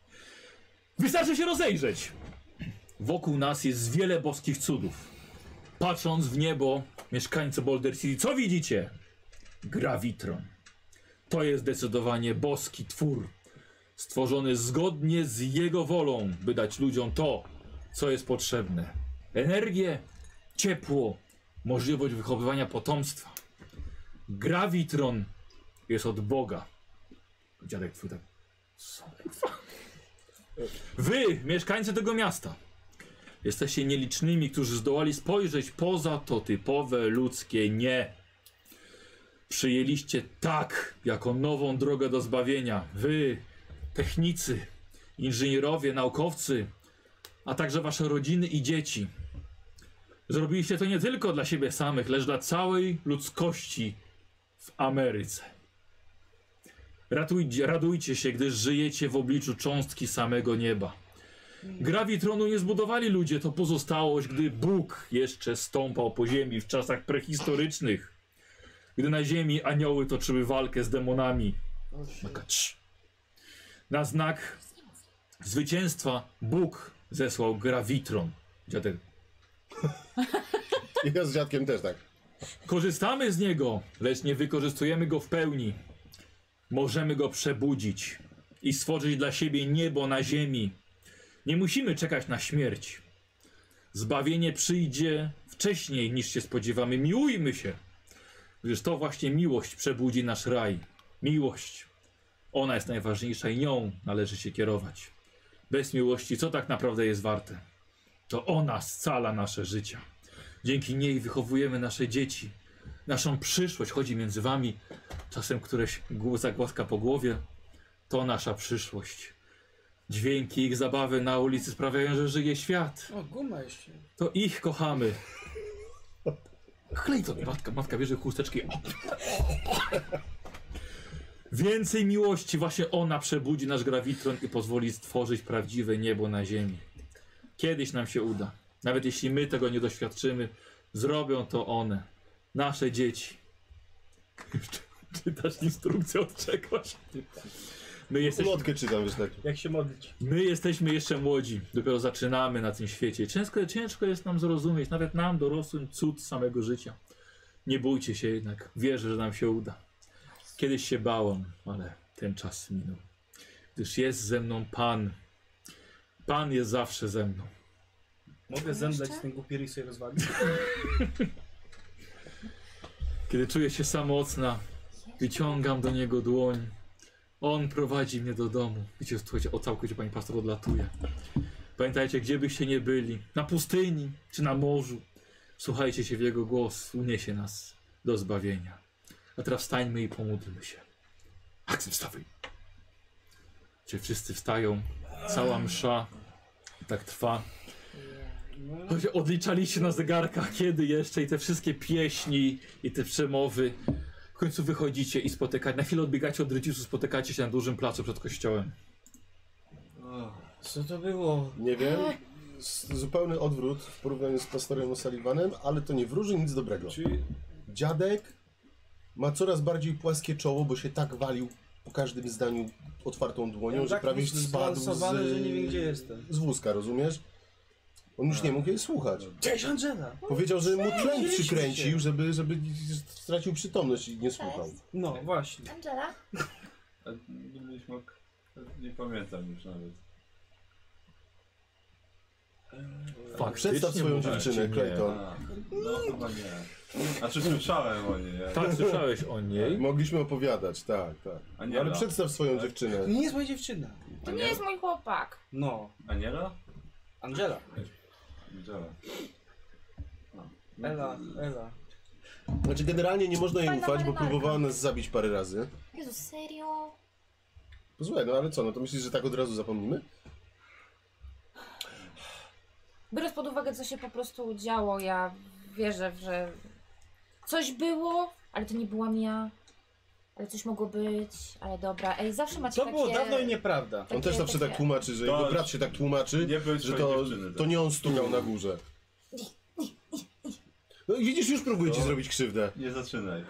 Wystarczy się rozejrzeć. Wokół nas jest wiele boskich cudów. Patrząc w niebo, mieszkańcy Boulder City, co widzicie? Gravitron. To jest zdecydowanie boski twór, stworzony zgodnie z jego wolą, by dać ludziom to, co jest potrzebne. Energię, ciepło, możliwość wychowywania potomstwa. Gravitron jest od Boga. Dziadek twój tak... Co? Wy, mieszkańcy tego miasta, jesteście nielicznymi, którzy zdołali spojrzeć poza to typowe ludzkie nie. Przyjęliście tak, jako nową drogę do zbawienia. Wy, technicy, inżynierowie, naukowcy, a także wasze rodziny i dzieci. Zrobiliście to nie tylko dla siebie samych, lecz dla całej ludzkości w Ameryce. Ratujcie, radujcie się, gdyż żyjecie w obliczu cząstki samego nieba. Gravitronu nie zbudowali ludzie, to pozostałość, gdy Bóg jeszcze stąpał po ziemi w czasach prehistorycznych. Gdy na ziemi anioły toczyły walkę z demonami. Na znak zwycięstwa Bóg zesłał Gravitron. Dziadek. I ja z dziadkiem też tak. Korzystamy z niego, lecz nie wykorzystujemy go w pełni. Możemy go przebudzić i stworzyć dla siebie niebo na ziemi. Nie musimy czekać na śmierć. Zbawienie przyjdzie wcześniej niż się spodziewamy. Miłujmy się, gdyż to właśnie miłość przebudzi nasz raj. Miłość. Ona jest najważniejsza i nią należy się kierować. Bez miłości co tak naprawdę jest warte? To ona scala nasze życia. Dzięki niej wychowujemy nasze dzieci. Naszą przyszłość chodzi między wami. Czasem któreś zagłaska po głowie. To nasza przyszłość. Dźwięki ich zabawy na ulicy sprawiają, że żyje świat. O, guma jeszcze. To ich kochamy. Chlej to. Matka, matka bierze chusteczki. Więcej miłości. Właśnie ona przebudzi nasz Gravitron i pozwoli stworzyć prawdziwe niebo na ziemi. Kiedyś nam się uda. Nawet jeśli my tego nie doświadczymy, zrobią to one. Nasze dzieci. Czytasz instrukcję, odczekłaś. My jesteśmy, Ulotkę czytam, wiesz tak. Jak się modlić? my jesteśmy jeszcze młodzi. Dopiero zaczynamy na tym świecie. Ciężko, ciężko jest nam zrozumieć, nawet nam dorosłym, cud samego życia. Nie bójcie się jednak. Wierzę, że nam się uda. Kiedyś się bałem, ale ten czas minął. Gdyż jest ze mną Pan. Pan jest zawsze ze mną. Mogę zemdleć z ten głupi ryj sobie rozwalić? Kiedy czuję się samotna, wyciągam do niego dłoń. On prowadzi mnie do domu. Wiecie, słuchajcie, o całkowicie pani pastor odlatuje. Pamiętajcie, gdzie byście nie byli, na pustyni czy na morzu, słuchajcie się w jego głos, uniesie nas do zbawienia. A teraz wstańmy i pomódlmy się. Akcje, wstawaj. Czy wszyscy wstają? Cała msza tak trwa. Słuchajcie, odliczaliście na zegarkach, kiedy jeszcze i te wszystkie pieśni i te przemowy. W końcu wychodzicie i spotykacie, na chwilę odbiegacie od rodziców, spotykacie się na dużym placu przed kościołem. Co to było? Nie wiem. Z- Zupełny odwrót w porównaniu z pastorem O'Sullivanem, ale to nie wróży nic dobrego. Czyli Dziadek ma coraz bardziej płaskie czoło, bo się tak walił po każdym zdaniu otwartą dłonią, Ja że tak prawie spadł zbalansowany, z, że nie wiem, gdzie jestem. z wózka, rozumiesz? On już nie mógł jej słuchać. Cześć, Angela! Powiedział, że mu tlen Widzieliśmy przykręcił, się. żeby, żeby stracił przytomność i nie słuchał. No, właśnie. Angela? a byliśmy ok... Nie pamiętam już nawet. Przedstaw swoją mówicie, dziewczynę, nie. Clayton. A, no chyba nie. Znaczy słyszałem o niej. jak- Tak, słyszałeś o niej? Mogliśmy opowiadać, tak, tak. Aniela. Ale przedstaw swoją dziewczynę. To nie jest moja dziewczyna. To nie jest mój chłopak. No, Aniela? Angela. Angela. Ela, Ela. Znaczy generalnie nie można jej Fajna ufać, bo marynarka. próbowała nas zabić parę razy. Jezu, serio? Posłuchaj, no ale co, no to myślisz, że tak od razu zapomnimy? Biorąc pod uwagę, co się po prostu działo, ja wierzę, że coś było, ale to nie byłam ja. Ale coś mogło być, ale dobra. Ej, zawsze macie To takie... było dawno i nieprawda. On Takie- też zawsze tak takie- tłumaczy, że To jego już brat się tak tłumaczy, nie byłem że swojej to, dziewczyny, to tak. nie on stukał na górze. No i widzisz, już próbuje ci To- zrobić krzywdę. Nie zaczynaj.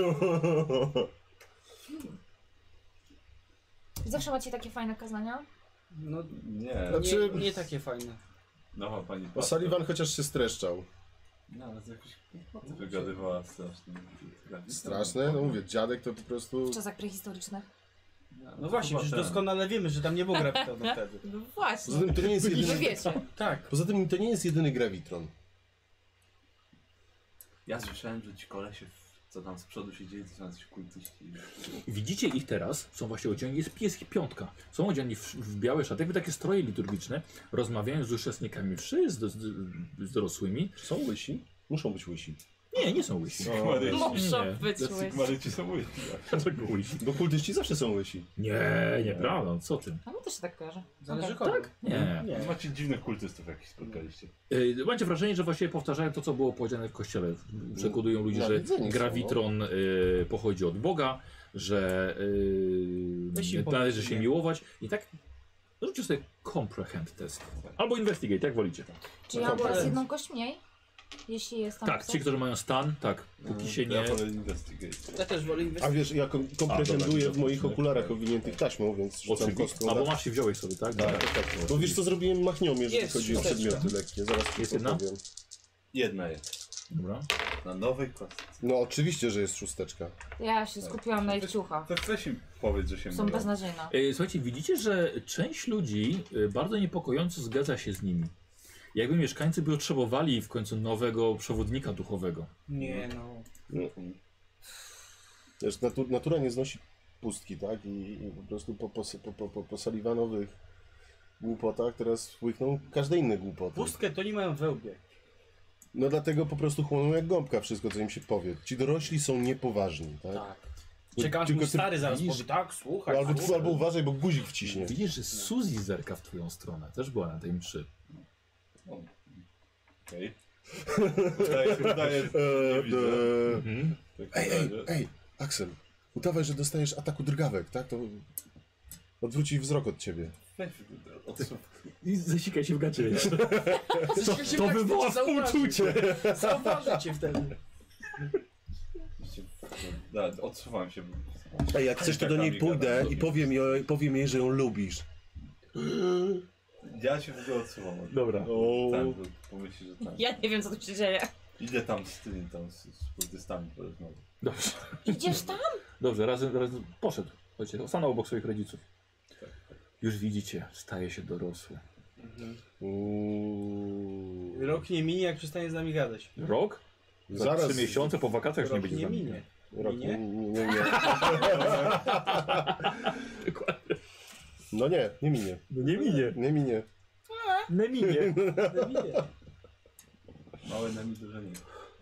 Zawsze macie takie fajne kazania? No, Nie. Znaczy- nie, nie takie fajne. Nowa pani Bo Sullivan chociaż się streszczał. No, ale to jakoś głupoty wygadywała strasznie. Straszne, no mówię, dziadek to po prostu... W czasach prehistorycznych. No właśnie, chyba przecież ten. doskonale wiemy, że tam nie było grawitonu wtedy. No właśnie. Poza tym to nie jest Wy jedyny... wiecie. Tak. Poza tym to nie jest jedyny grawitron. Ja słyszałem, że ci kolesie, co tam z przodu siedzieli, to są jacyś kultyści. Widzicie ich teraz, są właśnie odziani, jest pieski piątka. Są odziani w, w białe szaty, jakby takie stroje liturgiczne, rozmawiają z uczestnikami mszy, z, z, z dorosłymi. Są łysi? Muszą być łysi. Nie, nie są łysi. Muszą Nie. być łysi. Sigmaryci są łysi. Dlaczego łysi? Bo kultyści zawsze są łysi. Nie, nieprawda, co ty? A mi też się tak kojarzy. Zależy Okej. kogo. Nie. Nie. Macie dziwnych kultystów jakichś spotkaliście. Yy, Macie wrażenie, że właściwie powtarzają to, co było powiedziane w kościele. Przekonują ludzi, że Nawiedzeni są, grawitron yy, pochodzi od Boga, że Weź yy, im należy powiedz, się nie? miłować. I tak zróbcie sobie comprehend test. Albo investigate, jak wolicie. Czy ja mam teraz jedną kość mniej? Jeśli jest tam Tak, coś? ci, którzy mają stan, tak. Póki się nie... Ja wolę investigate. Ja też wolę A inwestować. wiesz, ja kom A, komprehenduję dobra, w moich widzę. okularach owiniętych taśmą, więc rzucam Oczywiście. kostką. A bo na- masz i wziąłeś sobie, tak? Tak, tak, tak. Bo wiesz co zrobiłem machniomie, jeżeli Jest, chodzi o szósteczka. przedmioty lekkie. Zaraz ci Jest jedna? powiem. Jedna jest. Dobra. Na nowej kostce. No oczywiście, że jest szósteczka. Ja się skupiłam na ich ciuchach. To weź im powiedz, że się Są mylą. beznadziejne. E, Słuchajcie, widzicie, że część ludzi e, bardzo niepokojąco zgadza się z nimi. Jakby mieszkańcy by potrzebowali w końcu nowego przewodnika duchowego. Nie no. Wiesz, natu natura nie znosi pustki, tak? I, i po prostu po, po, po, po, po, po Sullivanowych głupotach teraz łykną każde inne głupoty. Pustkę to nie mają we łbie. No dlatego po prostu chłoną jak gąbka wszystko, co im się powie. Ci dorośli są niepoważni, tak? Tak. No, Czekam, aż tylko mój ty stary zaraz widzisz- powie, tak, słuchaj, No, albo, słuchaj. albo uważaj, bo guzik wciśnie. Widzisz, że Suzy zerka w twoją stronę. Też była na tej mszy. Okej. Wydaje się, wydaje, nie widzę. Eee, Mhm. Tak Ej, ej, wydaje. ej, Axel, udawaj, że dostajesz ataku drgawek, tak? To odwróci wzrok od ciebie. Weź, odsuń. I zasikaj się w gacie jeszcze. Zasikaj się To w gacie, wywoła zauważy. współczucie. Zauważę cię wtedy. Da, odsuwam się. Ej, jak chcesz, to do niej pójdę i powiem jej, powiem jej, że ją lubisz. Ja się w ogóle odsuwam. od- Dobra. O, Tak, bo pomyśli, że tak. Ja nie wiem, co tu się dzieje. Idę tam z tymi, tam z, z kultystami porozmawiać. Dobrze. Idziesz tam? Dobrze, razem, razem poszedł. Chodźcie, stanął obok swoich rodziców. Już widzicie, staje się dorosły. Uuu. Rok nie minie, jak przestanie z nami gadać. Rok? Za Zaraz. trzy miesiące po wakacjach już nie Rok będzie z nie nami. minie. Rok, nie, Minie? nie, nie, nie. Dokładnie. No nie, nie minie. No nie minie. Nie minie. Nie minie. Nie minie. Małe na duże nie.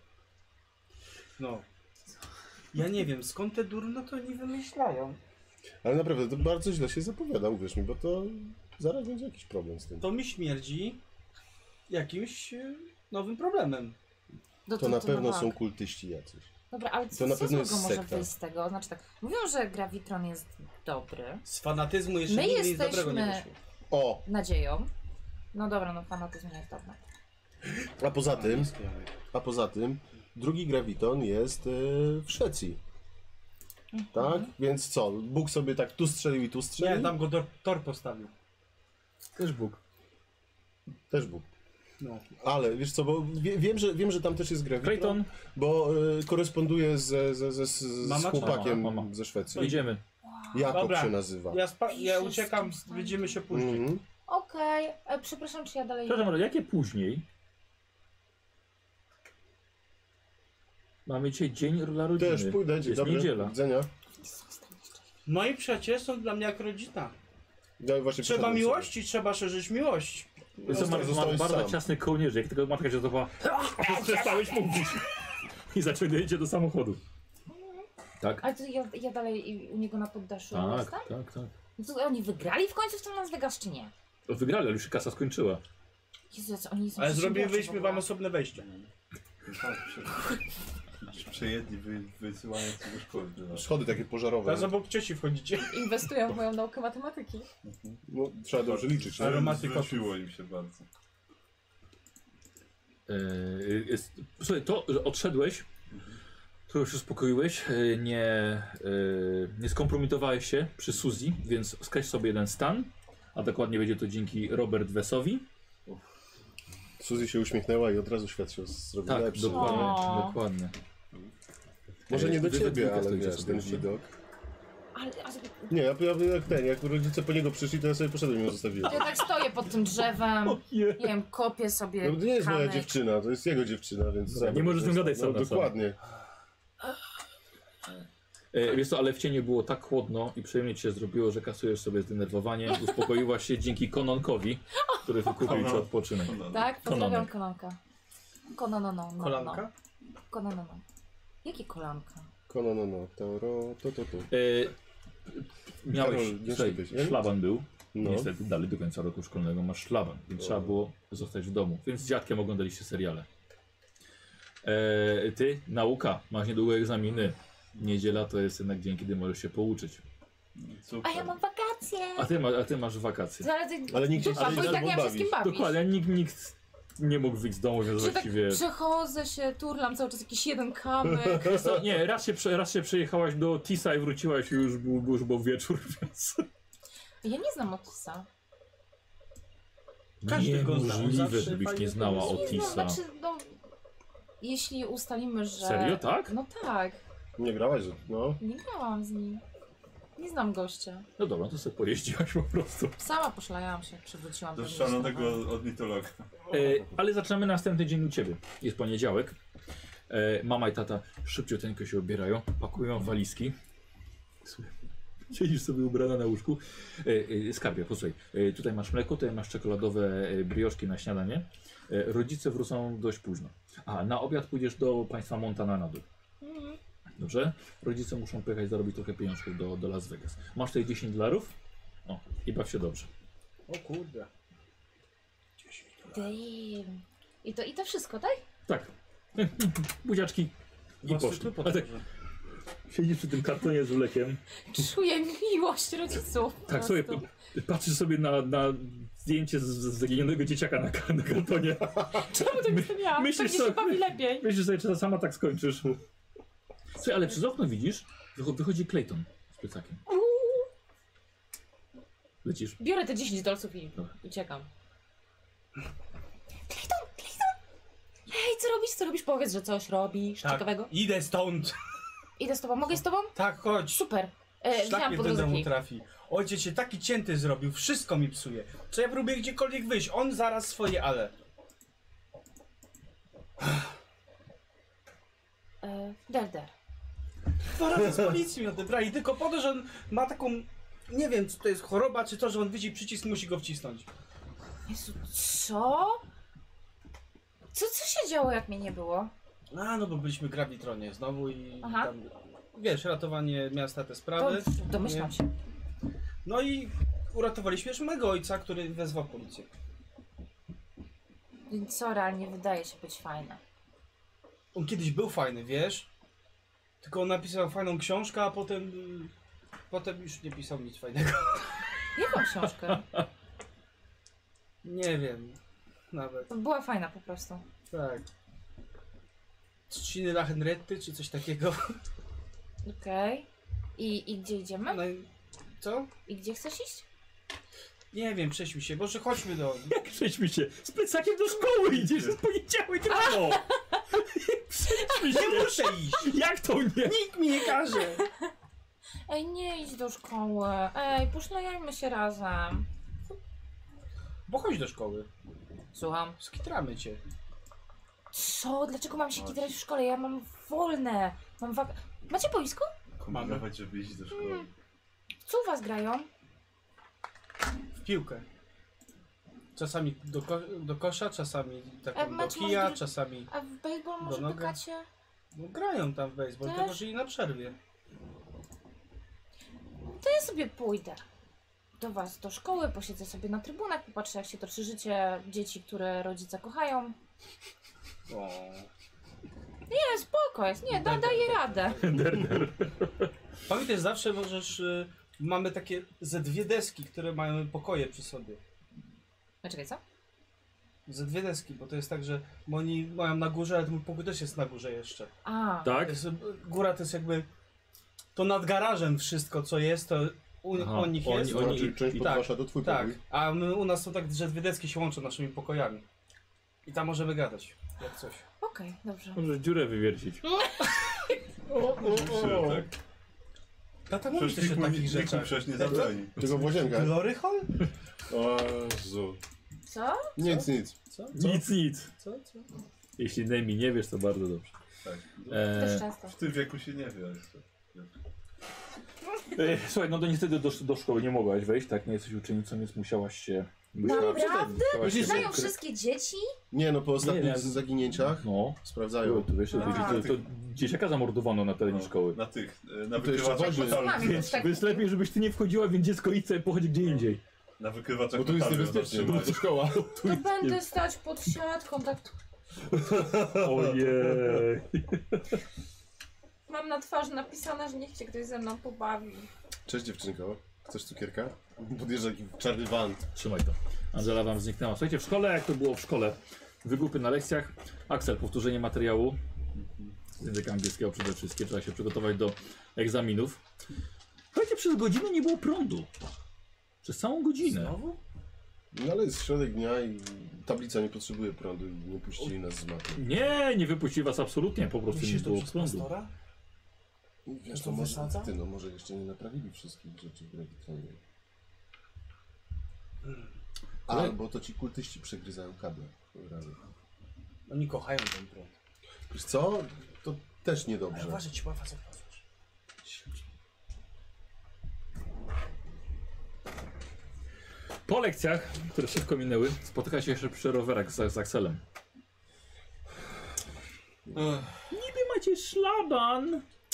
No. Ja nie wiem, skąd te durno to oni wymyślają. Ale naprawdę, to bardzo źle się zapowiada, uwierz mi, bo to zaraz będzie jakiś problem z tym. To mi śmierdzi jakimś e, nowym problemem. No To na pewno tak. są kultyści jacyś. Dobra, ale To co, na co pewno złego jest może sekta. wyjść z tego? Znaczy tak, mówią, że grawitron jest dobry, Z fanatyzmu jeszcze My nigdy nic dobrego nie jesteśmy- wyszło. O, nadzieją. No dobra, no fanatyzm nie jest dobry. a poza tym, a poza tym, drugi graviton jest e, w Szwecji. Tak? Więc co, Bóg sobie tak tu strzelił i tu strzelił? Nie, tam go Tor, tor postawił. Też Bóg. Też Bóg. No. Ale wiesz co, bo wie, wiem, że, wiem, że tam też jest grawitron, Clayton, bo e, koresponduje ze, ze, ze, z, Mama z czy chłopakiem mama? Mama. ze Szwecji. idziemy. Jakob Dobra. się nazywa. Ja, spa- ja Piszesz uciekam, czymś tam. widzimy się później. Mhm. Okej, e, przepraszam, czy ja dalej... Przepraszam, ale jakie później? Mamy dzisiaj dzień dla rodziny. Też pójdę, dzień Jest dobry, niedziela. do widzenia. Moi przyjaciele są dla mnie jak rodzina. Ja właśnie Trzeba przyszedłem miłości, trzeba szerzyć miłość. To Zostań- ma, ma zostałeś bardzo sam. ciasny kołnierzyk, jak tylko matka się zobaczyła, przestałeś mówić. I zaciągnęcie do samochodu. Tak? Ale to ja, ja dalej i- u niego na poddaszu Tak, jestem? tak, tak. No to oni wygrali w końcu w tym Las Vegas, czy nie? Wygrali, ale już się kasa skończyła. Jezu, jacy oni są Ale przedsiębiorczy w zrobiliśmy ogóle. wam osobne wejście. Tak, prze- Przejedli wy, wysyłając się do szkoły. sam. Schody takie pożarowe. Teraz obok cioci wchodzicie. Inwestują w moją naukę matematyki. No, trzeba dobrze liczyć. Nie? Aromaty kotów. Zwróciło im się bardzo. Yy, jest, słuchaj, to, że odszedłeś, trochę się uspokoiłeś, yy, nie, yy, nie skompromitowałeś się przy Suzy, więc skreś sobie jeden stan, a dokładnie będzie to dzięki Robert Wessowi. Suzy się uśmiechnęła i od razu świat się zrobił Tak, lepszy. dokładnie, O. dokładnie. Może nie do Wy we ciebie, dwójkę ale stoicie wiesz, sobie ten jeszcze. widok. Ale, ale Nie, ja, ja jak ten, jak rodzice po niego przyszli, to ja sobie poszedłem i ją zostawiłem. ja tak stoję pod tym drzewem, nie wiem, kopię sobie No to nie jest moja kamyk. dziewczyna, to jest jego dziewczyna, więc... Dobra, nie możesz z nią gadać no, sam na sam. dokładnie. E, wiesz co, ale w cieniu było tak chłodno i przyjemnie ci się zrobiło, że kasujesz sobie zdenerwowanie. Uspokoiłaś się dzięki Kononkowi, który wykupił ci odpoczynek. Tak? Pozdrawiam Kononek. Kononka. Kononono. No, Kolanka? No. Kononono. Jakie kolanka? Kono, no, no, to, ro, to, to, to. E, miałeś, Karol, nie słuchaj, szybieś, nie? szlaban był. No. Niestety dalej do końca roku szkolnego masz szlaban, więc trzeba było zostać w domu. Więc z dziadkiem oglądaliście seriale. E, ty, nauka, masz niedługo egzaminy. Niedziela to jest jednak dzień, kiedy możesz się pouczyć. Super. A ja mam wakacje! A ty, ma, a ty masz wakacje. Ale, ty, Ale nikt się dupa, nie bo i tak nie mam się z kim bawić. bawić. Dokładnie, nikt, nikt nie mógł wyjść z domu, więc Że tak właściwie... przechodzę się, turlam cały czas jakiś jeden kamyk. Co, nie, raz się, prze- raz się przejechałaś do Tisa i wróciłaś i już był, już był wieczór, więc... Ja nie znam Otisa. Każdy go znał, Niemożliwe, zawsze żebyś fajnie nie znała było. Nie znam, Otisa. znaczy, no... Jeśli ustalimy, że... Serio, tak? No tak. Nie grałaś, że... no. Nie grałam z nim. Nie znam gościa. No dobra, to sobie pojeździłaś po prostu. Sama poszlajałam się, jak przewróciłam. Do pewnie szalonego znowu. ornitologa. E, ale zaczynamy następny dzień u ciebie. Jest poniedziałek. E, mama i tata szybciuteńko się ubierają, pakują walizki. Słuchaj, siedzisz sobie ubrana na łóżku. E, e, skarbie, posłuchaj, e, tutaj masz mleko, tutaj masz czekoladowe e, brioszki na śniadanie. E, rodzice wrócą dość późno. A na obiad pójdziesz do państwa Montana na dół. Mhm. Dobrze? Rodzice muszą pojechać zarobić trochę pieniążków do, do Las Vegas. Masz tutaj dziesięć dolarów? O, i baw się dobrze. O kurde. Damn. I to, I to wszystko, tak? Tak. Buziaczki. I Dwa poszli. stypy A tak potem, siedzisz przy tym kartonie z mlekiem. Czuję miłość rodziców. po Tak sobie prostu. patrzysz sobie na, na zdjęcie z, z zaginionego dzieciaka na, ka- na kartonie. Czemu tak My, miałam? myślisz Pewnie się sobie- bawi lepiej. Myślisz sobie, czy to sama tak skończysz. Słuchaj, ale przez okno widzisz, wycho- wychodzi Clayton z plecakiem. Uuu. Lecisz. Biorę te dziesięć dolców i Dobra. uciekam. Clayton, Clayton! Hej, co robisz? Co robisz? Powiedz, że coś robisz Tak, ciekawego. idę stąd. Idę z tobą, mogę z tobą? Tak, chodź. Super. E, Szlak wziąłam mnie pod do domu rozrywki. trafi. Ojciec się taki cięty zrobił, wszystko mi psuje. Co ja próbuję gdziekolwiek wyjść, on zaraz swoje ale. E, der, der. Dwa razy z policji mnie odebrali, tylko po to, że on ma taką, nie wiem czy to jest choroba, czy to, że on widzi przycisk, musi go wcisnąć. Jezu, co? Co, co się działo, jak mnie nie było? A, no bo byliśmy w Gravitronie znowu i Aha. tam, wiesz, ratowanie miasta, te To sprawy. domyślam Nie. się. No i uratowaliśmy już mojego ojca, który wezwał policję. Więc co, realnie wydaje się być fajne. On kiedyś był fajny, wiesz? Tylko on napisał fajną książkę, a potem... y, Potem już nie pisał nic fajnego. Jaką książkę? Nie wiem. Nawet. To była fajna po prostu. Tak. Trzciny La Henretty, czy coś takiego. Okej. I, I gdzie idziemy? No i co? I gdzie chcesz iść? Nie wiem, przejdźmy się, może chodźmy do... Jak przejdźmy się? Z plecakiem do szkoły idziesz, jest poniedziałek rano. Przejdźmy się. Nie muszę iść! Jak to nie? Nikt mi nie każe! Ej, nie idź do szkoły. Ej, poszlajajmy się razem. Bo chodź do szkoły. Słucham. Skitramy cię. Co? Dlaczego mam się kitrać w szkole? Ja mam wolne. Mam wak... Macie boisko? Kombinować, żeby iść do szkoły. Co u was grają? W piłkę. Czasami do, ko do kosza, czasami A taką do macie kija, może- czasami... A w baseball może noga? pykacie? No, grają tam w baseball, Też? tylko że i na przerwie. To ja sobie pójdę do was, do szkoły, posiedzę sobie na trybunach, popatrzę jak się toczy życie dzieci, które rodzice kochają. O. Nie, spoko jest, nie, da, daję radę. Pamiętaj, zawsze możesz... Y, mamy takie ze dwie deski, które mają pokoje przy sobie. A czekaj, co? Ze dwie deski, bo to jest tak, że bo oni mają na górze, ale ten pokój też jest na górze jeszcze. A, Tak? To jest, y, góra to jest jakby... To nad garażem wszystko, co jest, to u, Aha, u nich oni- jest. To znaczy część tak, podwasza do twój tak. pokój. A my, u nas to tak, że dwie deski się łączą naszymi pokojami. I tam możemy gadać, jak coś. Okej, dobrze. Możesz dziurę wywiercić. O, Tak? Tata mówi Przecież też o nikt mu- takich nikt mu rzeczach. przecież nie zabroni. Tylko w łazienkach. Glory hall? O Jezu. Co? Nic, nic. Co? Nic, nic. Co? Co? Jeśli Nemi nie wiesz, to bardzo dobrze. Tak. Też E, często. W tym wieku się nie wie jeszcze. e, słuchaj, no to niestety do, do szkoły nie mogłaś wejść, tak? Nie jesteś uczennicą, więc musiałaś się... musiałaś- Naprawdę? musiałaś się Znają ukry- wszystkie dzieci? Nie no, po ostatnich Nie, nie. zaginięciach No, sprawdzają. to, wiesz, to, A. to, to dzieciaka zamordowano na terenie No, szkoły. na tych, e, na To jeszcze wykrywaczach woźny. metalu. Mamy Więc, też tak. więc lepiej, żebyś ty nie wchodziła, więc dziecko idź sobie pochodzi gdzie indziej. Na wykrywaczach Bo tu jest metalu niebezpiecznie, bo zatrzymać. to szkoła. To będę stać pod siatką, tak. Ojej. Mam na twarzy napisane, że niech się ktoś ze mną pobawi. Cześć dziewczynko. Chcesz cukierka? Podjeżdża taki czarny van. Trzymaj to. Angela wam zniknęła. Słuchajcie, w szkole, jak to było w szkole? Wygłupy na lekcjach. Axel, powtórzenie materiału. Z języka angielskiego przede wszystkim. Trzeba się przygotować do egzaminów. Słuchajcie, przez godzinę nie było prądu. Przez całą godzinę. Znowu? No ale jest środek dnia i tablica nie potrzebuje prądu i nie puścili nas z mapy. Nie, nie wypuścili was absolutnie, po prostu nie Myślisz, to było przez prądu. pastora? Wiesz, To to może, wysadza? ty, no może jeszcze nie naprawili wszystkich rzeczy w Gravitonie. Albo to ci kultyści przegryzają kable. Razy. Oni kochają ten prąd. Wiesz co? To też Ale niedobrze. uważaj, ci łapać, uważaj. Po lekcjach, które szybko minęły, spotyka się jeszcze przy rowerach z, z Axelem. Niby macie szlaban.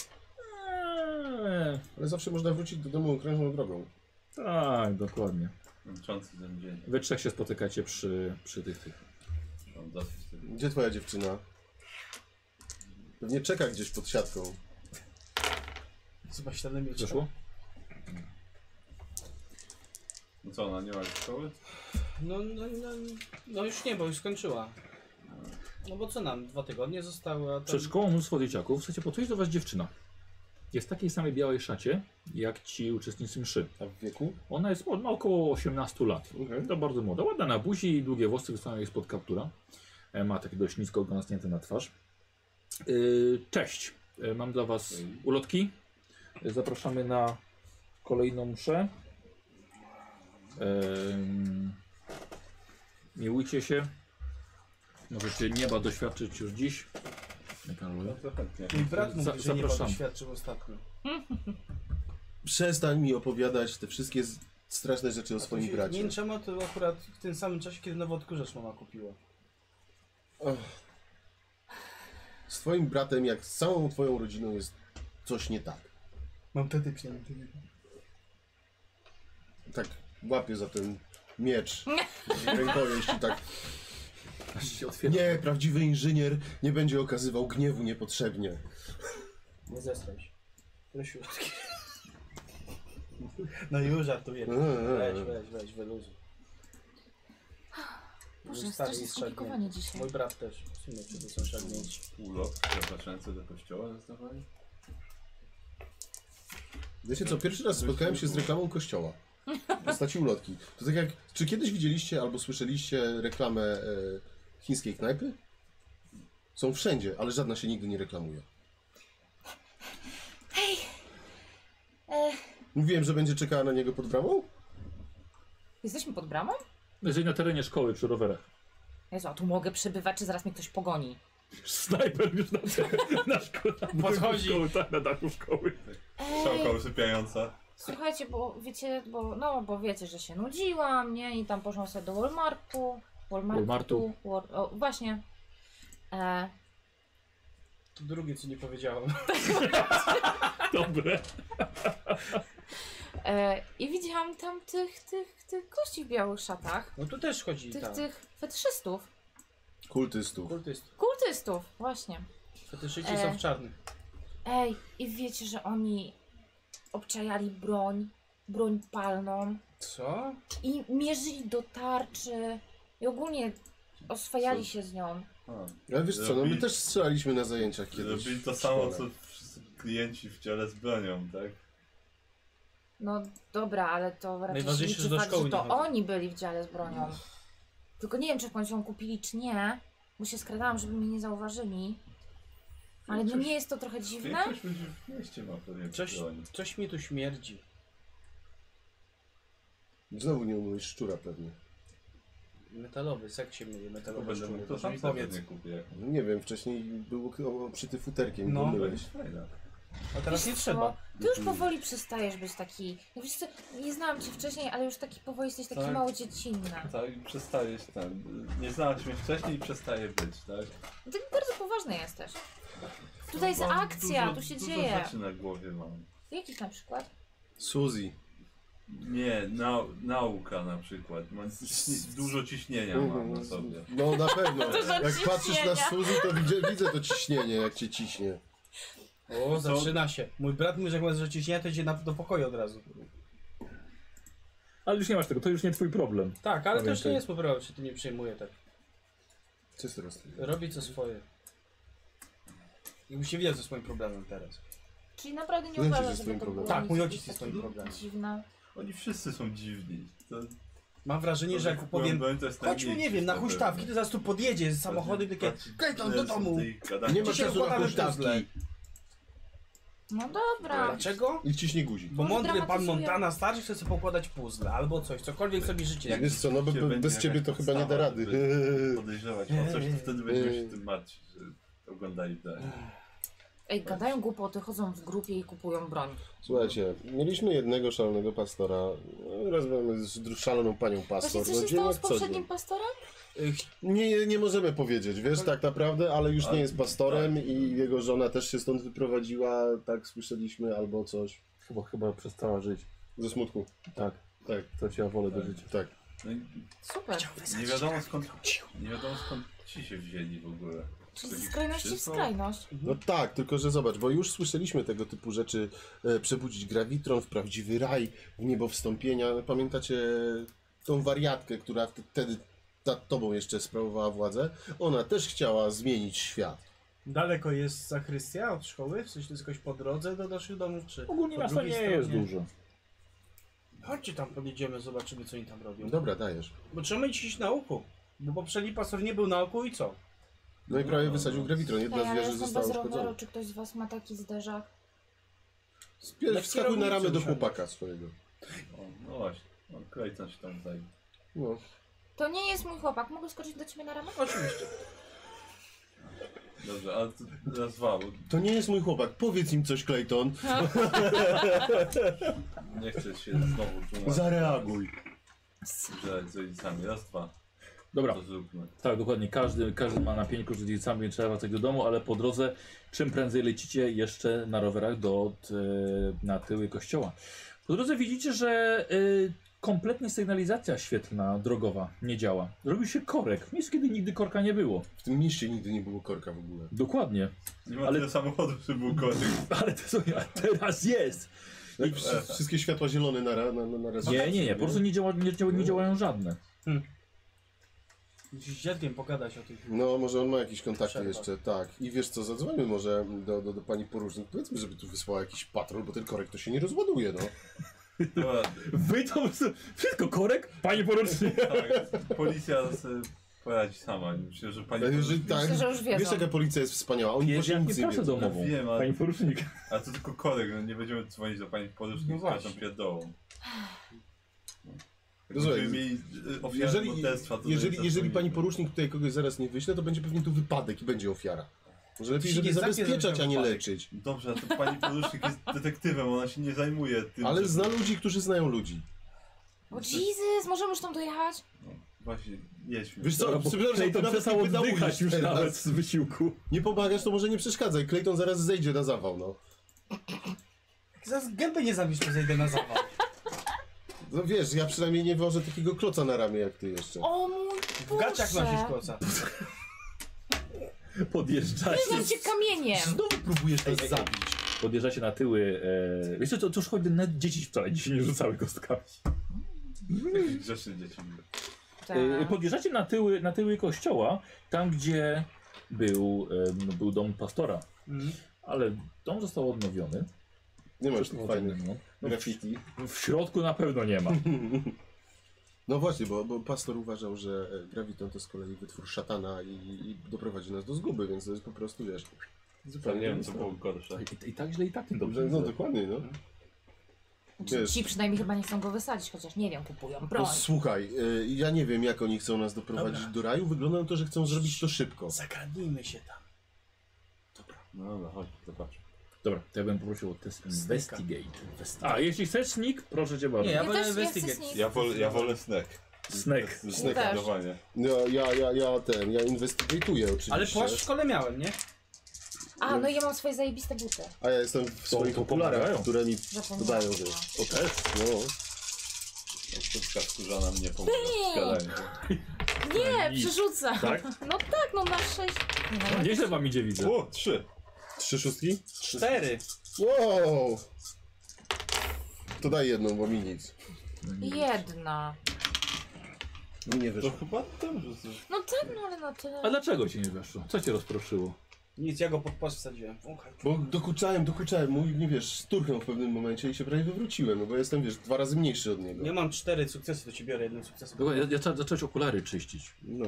Eee, Ale zawsze można wrócić do domu okrężną drogą. tak, dokładnie. Męczący ten dzień. We trzech się spotykacie przy, przy tych tych. Mam dosyć tego. Gdzie twoja dziewczyna? Pewnie czeka gdzieś pod siatką. Chyba ślady miecza. Zeszło? No co, ona nie ma szkoły? No, no, no, no już nie, bo już skończyła. No bo co nam, dwa tygodnie zostały, a tam... Przed szkołą mnóstwo dzieciaków. Słuchajcie, podchodzi do was dziewczyna. Jest w takiej samej białej szacie, jak ci uczestnicy mszy. A w wieku? Ona jest ma około osiemnastu lat. Okej. To bardzo młoda. Ładna na buzi i długie włosy wystają jej spod kaptura. E, Ma taki dość nisko ogonasnięty na twarz. Yy, cześć. E, Mam dla was ulotki. E, Zapraszamy na kolejną mszę. Em, Miłujcie się. Możecie nieba doświadczyć już dziś. No to chętnie. Mój brat mówi, Za- że nie zapraszam. doświadczył ostatnio. Przestań mi opowiadać te wszystkie z- straszne rzeczy o swoim Nie bracie. wiem czemu, to akurat w tym samym czasie, kiedy nowy odkurzacz mama kupiła. Och. Z twoim bratem, jak z całą twoją rodziną jest coś nie tak. Mam wtedy przynajmniej. Tak łapię za ten miecz rękojeść i tak. Aż się otwiera. Nie, prawdziwy inżynier nie będzie okazywał gniewu niepotrzebnie. Nie zestraj się. Prosiutki. No już żartuję. Weź, weź, weź, wyluzuj. Boże, Mój jest stary strasznie jest skomplikowanie szarpnięty. dzisiaj. Mój brat też. W sumie wszyscy są szarpnięci. Ulot, zapraszający do kościoła zdawali? Wiecie co, pierwszy raz spotkałem się z reklamą kościoła. W postaci ulotki. To tak jak, czy kiedyś widzieliście albo słyszeliście reklamę e, chińskiej knajpy? Są wszędzie, ale żadna się nigdy nie reklamuje. Hej! E, Mówiłem, że będzie czekała na niego pod bramą? jesteśmy pod bramą? Jesteś na terenie szkoły przy rowerach. Jezu, a tu mogę przebywać, czy zaraz mnie ktoś pogoni? Snajper już na, na, szko- na Podchodzi. szkoły, tak, na dachu szkoły. Strzałka usypiająca. Słuchajcie, bo wiecie, bo, no, bo wiecie, że się nudziłam, nie? I tam poszłam sobie do Walmartu. Walmartu. Walmartu. Wal, o, właśnie. E, To drugie, co nie powiedziałem. Dobre. e, I widziałam tam tych, tych, tych gości w białych szatach. No tu też chodzi Tych, tak. tych fetyszystów. Kultystów. Kultyst. Kultystów, właśnie. Fetyszyści E. są w czarnych. Ej, i wiecie, że oni obczajali broń, broń palną Co? i mierzyli do tarczy i ogólnie oswajali Co? się z nią. A, Ale wiesz co, no my też strzelaliśmy na zajęciach kiedyś. Robili to w samo, szkole. co wszyscy klienci w ciele z bronią, tak? No dobra, ale to raczej się Najważniejsze, liczy że do fakt, szkoły że to nie chodzą. oni byli w dziale z bronią. Tylko nie wiem, czy w końcu ją kupili, czy nie. Bo się skradałam, żeby mnie nie zauważyli. Ale no nie jest to trochę dziwne? Większość ludzi w mieście ma pewnie Coś, broń. coś mi tu śmierdzi. Znowu nie umyłeś szczura pewnie. Metalowy, jak się myje Tylko metalowy będę szczur? mógł, to To sam mi sobie powiedz. nie kupię. No nie wiem, wcześniej był przyty futerkiem, No. no. To myłeś. jest fajne. A teraz nie Wiesz trzeba. co? Ty już powoli przestajesz być taki... No wiesz co, nie znałam cię wcześniej, ale już taki powoli jesteś taki Tak. mało dziecinny. Tak, i przestajesz ten. Nie znałeś mnie wcześniej i przestaje być, tak? No ty bardzo poważny jesteś. Tutaj jest Mam akcja, dużo, tu się dużo dzieje. rzeczy na głowie mam. Jakich na przykład? Suzy. Nie, nau nauka na przykład. Mam ciśnie, dużo ciśnienia mam na sobie. No na pewno. Dużo Jak patrzysz na ciśnienia. Suzy, to widzę, widzę to ciśnienie, jak cię ciśnie. O, zaczyna się. Mój brat mówi, że jak masz że ciśnienia, to idzie na, do pokoju od razu. Ale już nie masz tego, to już nie twój problem. Tak, ale to już Pamiętaj. nie jest poprawne, się tu nie przejmuje tak. Co jest teraz? Robi co swoje. Jakbyście wiedział, co jest moim problemem teraz. Czyli naprawdę nie Ojciec uważasz, jest żeby twoim to było problemem. Tak, mój nic ojciec jest takiego moim problemem. dziwne. Oni wszyscy są dziwni. To, Mam wrażenie, to, że jak kupują powiem, broń, to jest chodźmy, nie najmniejszy wiem, na problem. huśtawki, to zaraz tu podjedzie z samochodem takie, Clayton, do domu. Nie ma Dzisiaj czasu na układamy huśtawki. puzzle. No dobra. Dlaczego? I wciśnij guzik. Bo Może mądry pan dramatyzują. Montana starszy chce sobie pokładać puzzle albo coś, cokolwiek sobie życie. Jak Wiesz co, no be, Cię be, będzie bez ciebie to jakaś chyba nie da podstawa, rady. żeby podejrzewać o coś, to wtedy będziemy się tym martwić, że oglądali dalej. Ej, gadają głupoty, chodzą w grupie i kupują broń. Słuchajcie, mieliśmy jednego szalonego pastora, no, rozmawiamy z szaloną panią pastor. Właśnie co się dzień stało jak z co dzień. poprzednim pastorem? Nie, nie możemy powiedzieć, wiesz, tak naprawdę, ale już nie Ale- jest pastorem tak. i jego żona też się stąd wyprowadziła, tak słyszeliśmy, albo coś. Chyba, chyba przestała żyć. Ze smutku. Tak, Tak, straciła wolę do Tak. życia. tak. No i Super. nie wiadomo skąd, nie wiadomo skąd ci się wzięli w ogóle. Czyli z Taki skrajności w przysłał? skrajność. No tak, tylko że zobacz, bo już słyszeliśmy tego typu rzeczy, e, przebudzić grawitron w prawdziwy raj, w niebo wstąpienia. Pamiętacie tą wariatkę, która wtedy nad tobą jeszcze sprawowała władzę? Ona też chciała zmienić świat. Daleko jest zakrystia od szkoły? W sensie to jest jakoś po drodze do naszych domów, czy Ogólnie po miasta nie drugiej jest stronie? dużo. Chodźcie tam, podjedziemy, zobaczymy, co oni tam robią. Dobra, dajesz. Bo trzeba mieć iść na oku. Bo poprzedni pastor nie był na oku i co? No i prawie wysadził grawitron, Ej, jedna ale z wieży jestem została bez roweru, uszkodzona. czy ktoś z was ma taki zderzak? Spier- Na Wskakuj na ramę do kierownicy chłopaka swojego. O, no właśnie, no, Clayton się tam zajmie. No. To nie jest mój chłopak, mogę skoczyć do ciebie na ramę? Oczywiście. Dobrze, ale to raz dwa, bo To nie jest mój chłopak, powiedz im coś, Clayton. nie chcę się znowu tłumaczyć. Zareaguj. Że z rodzicami, raz dwa. Dobra, To zróbmy. tak, dokładnie. Każdy, każdy ma na pieńku z rodzicami, więc trzeba wracać do domu, ale po drodze czym prędzej lecicie jeszcze na rowerach do, e, na tyły kościoła. Po drodze widzicie, że e, kompletnie sygnalizacja świetlna drogowa nie działa. Robi się korek. W miejscu, kiedy nigdy korka nie było. W tym mieście nigdy nie było korka w ogóle. Dokładnie. Nie ma Ale- tyle samochodów, żeby był korek. Ale to, a teraz jest! I wszy- wszystkie światła zielone na, ra- na, na, na raz. Nie, nie, nie. Po prostu nie, działa, nie, działa, nie działają żadne. Musisz z dziadkiem pogadać o tych... No, może on ma jakieś kontakty Przerwa. jeszcze, tak. I wiesz co, zadzwonimy może do, do, do pani porucznik. Powiedzmy, żeby tu wysłała jakiś patrol, bo ten korek to się nie rozładuje, no. Dobra, Wy to po prostu... Wszystko korek? Panie porucznik! tak, policja sobie poradzi sama. Myślę, że pani... Ale jeżeli tak, Myślę, że już wiedzą. wiesz jaka policja jest wspaniała, oni Jedzie właśnie jak nic nie nie pracę wiedzą. domową. Ja wiem, ale- Panie porucznik. A to tylko korek, no nie będziemy dzwonić do pani porucznik No z każdą właśnie. pierdołą. No słuchaj, Jakbyśmy mieli e, ofiarę Jeżeli, morderstwa, to jeżeli, to jeżeli to pani nie- porucznik tutaj kogoś zaraz nie wyśle, to będzie pewnie tu wypadek i będzie ofiara. Może lepiej, Się żeby nie zamknie, zabezpieczać, żeby a nie wypadek. leczyć. Dobrze, a to pani porucznik jest detektywem, ona się nie zajmuje tym. Ale że- zna ludzi, którzy znają ludzi. O Jesus, możemy już tam dojechać? No, właśnie, jedźmy. Wiesz co, Dobra, bo przepraszam, ty Clayton nawet przestał nie wydałujesz oddychać już teraz. nawet z wysiłku. Nie pomagasz, to może nie przeszkadzaj. Clayton zaraz zejdzie na zawał, no. Jak zaraz gębę nie zawisz, to zejdę na zawał. No wiesz, ja przynajmniej nie wożę takiego kloca na ramię jak ty jeszcze. O mój W gaciach Boże! nosisz koca. Podjeżdżacie. Wyzwól cię kamieniem! Znowu próbujesz nas ej, ej. zabić. Podjeżdżacie na tyły. E... Wiesz co, to, to już chodzi, nawet dzieci wcale dzisiaj nie rzucały kostkami. Jakieś grzeczne dzieci. Tak. E, podjeżdżacie na tyły, na tyły kościoła, tam gdzie był, e, był dom pastora. Mhm. Ale dom został odnowiony. Nie masz Wszystko tych fajnych odnowione, no. No, w, graffiti. w środku na pewno nie ma. No właśnie, bo, bo pastor uważał, że e, graviton to z kolei wytwór szatana i, i doprowadzi nas do zguby, więc to jest po prostu, wiesz... Zupełnie nie wiem, co było gorsze. I, I tak źle, i tak nie dobrze. No dokładnie, no. Znaczy, Wiesz. ci przynajmniej chyba nie chcą go wysadzić, chociaż nie wiem, kupują broń. No słuchaj, e, ja nie wiem, jak oni chcą nas doprowadzić Dobra. do raju. Wygląda na to, że chcą zrobić to szybko. Zakradnijmy się tam. No dobra, chodź, zobacz. Dobra, to ja bym poprosił o test Snyka. Investigate. A, jeśli chcesz sneak, proszę cię bardzo. Nie, ja Ja wolę też nie chcę investigate. sneak. Ja, wol, ja wolę snack. Snack. Zdecydowanie. No, ja, ja, ja ten, ja inwestygatuję oczywiście. Ale płaszcz w szkole miałem, nie? A, no i ja mam swoje zajebiste buty. A ja jestem w swoich to okularach, pomagają. które mi Zapomniałam. dodają, wiesz. O, test. No. Sztuczka skórzana mnie pomoże w składaniu. Nie, Nic. przerzucam. Tak? No tak, no na sześć. Nie, no, No, nieźle wam idzie, widzę. O, trzy. Trzy szóstki? Cztery. Wow! To daj jedną, bo mi nic. Jedna. Mi nie To wyszło. chyba dobrze. No tak, no ale na tyle. A dlaczego ci nie weszło? Co cię rozproszyło? Nic, ja go pod płaszcz wsadziłem. Okay. Bo dokuczałem, dokuczałem, mój, nie wiesz, sturchnął w pewnym momencie i się prawie wywróciłem, no bo jestem, wiesz, dwa razy mniejszy od niego. Ja mam cztery sukcesy, to ci biorę jednym sukcesem. Dobra, ja, ja trzeba zacząć okulary czyścić. No.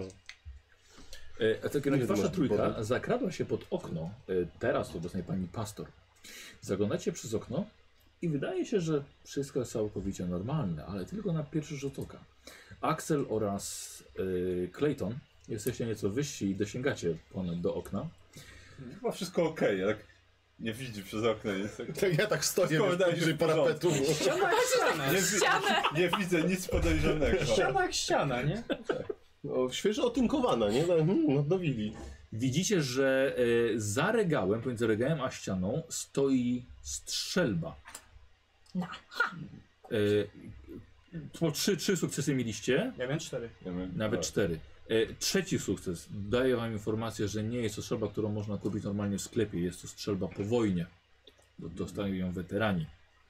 E, a tak Ile jak ty wasza masz trójka powodu? zakradła się pod okno, e, teraz obecnej pani pastor. Zaglądacie przez okno i wydaje się, że wszystko jest całkowicie normalne, ale tylko na pierwszy rzut oka. Axel oraz e, Clayton jesteście nieco wyżsi i dosięgacie ponad do okna. Chyba wszystko okej, jak nie widzi przez okno. Jest tak... Tak ja tak stoję, Wszystko wiesz, wydaje się poniżej w porządku. parapetu. Ściana jak ściana. Nie, wi- nie widzę nic podejrzanego. Ściana jak ściana, nie? No, świeżo otynkowana, nie? No, hmm, no dowili. Widzicie, że e, za regałem, pomiędzy regałem a ścianą stoi strzelba. No. E, po trzy, trzy sukcesy mieliście. Ja miałem cztery. Ja wiem, Nawet tak. cztery. E, trzeci sukces. Daję wam informację, że nie jest to strzelba, którą można kupić normalnie w sklepie. Jest to strzelba po wojnie. Do- Dostają ją weterani.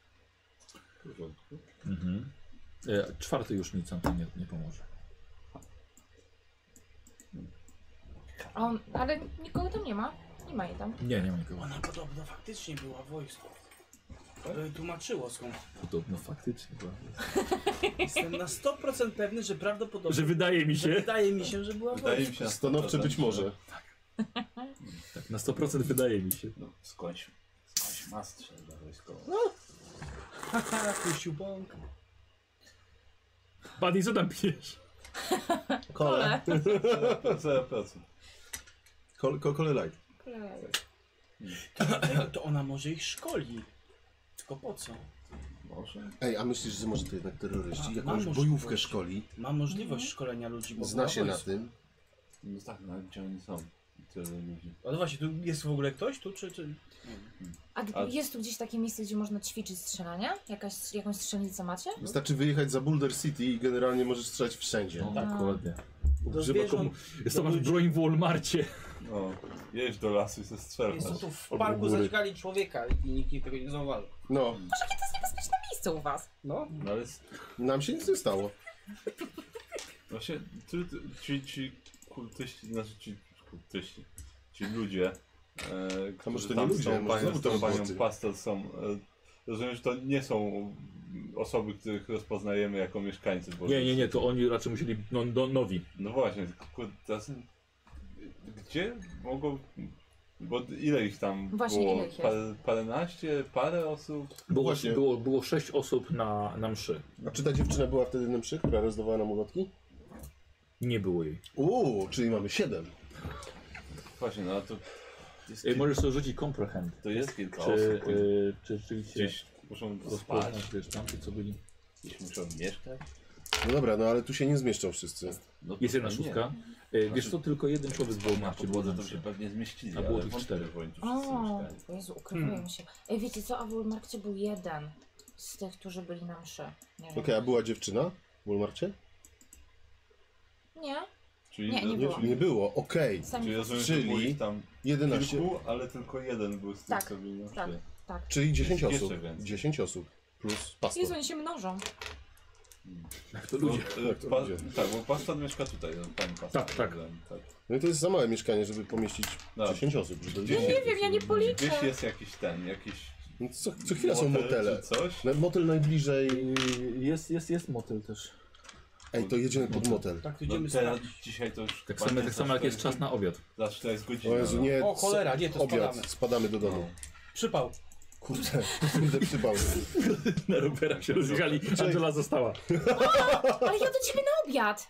W porządku. Mhm. E, czwarty już nic nam nie, nie pomoże. A on, ale nikogo tam nie ma. Nie ma jej tam. Nie, nie ma nikogo. Ona podobno faktycznie była w wojsku. E, Tłumaczyło skąd. Podobno faktycznie. Była. Jestem na sto procent pewny, że prawdopodobnie... Że wydaje mi że się. wydaje mi się, że była w Wydaje wojsku. mi się na Stanowcze być może. Tak, na sto procent wydaje mi się. No, skądś, skądś ma strzelbę wojskową. Haha, puścił bąk. Buddy, co tam pijesz? Kole. zero procent. Kole, kole, kole light. Ej, to ona może ich szkoli. Tylko po co? Może? Ej, a myślisz, że może to jednak terroryści? A, Jakąś mam bojówkę możliwość. szkoli? Ma możliwość szkolenia ludzi, bo Zna była się w na wojsku. tym. No tak, no gdzie oni są? Tyle ludzi. Ale właśnie, tu jest w ogóle ktoś tu, czy... czy... A g- A- jest tu gdzieś takie miejsce, gdzie można ćwiczyć strzelania? Jakaś, jakąś strzelnicę macie? Wystarczy wyjechać za Boulder City i generalnie możesz strzelać wszędzie. No, Tak. dokładnie. Do Używa zwierząt, komu... Jest to do masz ludzi. broń w Walmarcie. No, jedź do lasu i ze strzelbę. Jest to tu w Albo parku góry. zaćgali człowieka i nikt tego nie zauważył. No, Miejsce u was. No, No ale s- nam się nic nie stało. właśnie ty, ty, ci, ci kultyści, znaczy ci kultyści, ci ludzie, e, którzy może to tam nie ludzie, są, może panią, znowu to z tą panią roboty. pastor są, e, rozumiem, że to nie są osoby, których rozpoznajemy jako mieszkańcy. Bo Nie, nie, nie, to oni raczej musieli no, no, nowi. No właśnie, tylko kurde, teraz, gdzie mogą, bo ile ich tam Właśnie, było? ile ich jest? Parę, paręnaście, parę osób? Było, Właśnie. było, było sześć osób na, na mszy. A czy ta dziewczyna była wtedy na mszy, która rozdawała nam ulotki? Nie było jej. Uuu, czyli mamy siedem. Właśnie, no ale to jest, Ej, kil- możesz sobie rzucić comprehend. to jest kilka Czy, osób. y, czy rzeczywiście Gdzieś muszą spać, rozpoznać, wiesz, tam, ci co byli? gdzieś muszą mieszkać. No dobra, no ale tu się nie zmieszczą wszyscy. No, Jest jedna to szóstka. Y, Wiesz co, tylko jeden człowiek był Na na było podłodze na to się mszy. pewnie zmieścili, A było ale tych wątpię, cztery. że oni tu wszyscy O, mieszkali. Jezu, ukrywają Hmm. się. Ej, wiecie co, a w Walmarcie był jeden z tych, którzy byli na mszy. Nie wiem. Okej, a była dziewczyna w Walmarcie? Nie? Czyli, Nie, nie Nie, było. nie było, okej. Sami Czyli rozumiem, że Czyli było ich tam jedenaście, kilku, ale tylko jeden był z tych, Tak, co byli na tak. mszy. Tak. czyli dziesięć Jeszcze osób. więcej. dziesięć osób. Plus pastor. Jezu, oni się mnożą. Jak to Bo, ludzie. e, Jak to pa, ludzie? tak, bo pastor mieszka tutaj, no, pan pastor. Tak, tak. tak. No i to jest za małe mieszkanie, żeby pomieścić No. dziesięć osób. Żeby Gdzieś- Nie wiem, ja nie policzę. Gdzieś jest jakiś ten, jakiś No co, co chwila są motel motele. czy coś. Na- Motel najbliżej. Y, Jest, jest, jest motyl też. Ej, to jedziemy pod motel. Tak, to No, idziemy teraz, sprawdzić. dzisiaj to już... Tak samo, tak samo jak jest czas na obiad. Za cztery godziny. O Jezu, nie. O cholera, nie, to obiad. spadamy. Spadamy do domu. Przypał. Kurde, kurde przypał. Na rowerach się rozjechali, Angela została. Ale ja do ciebie na obiad!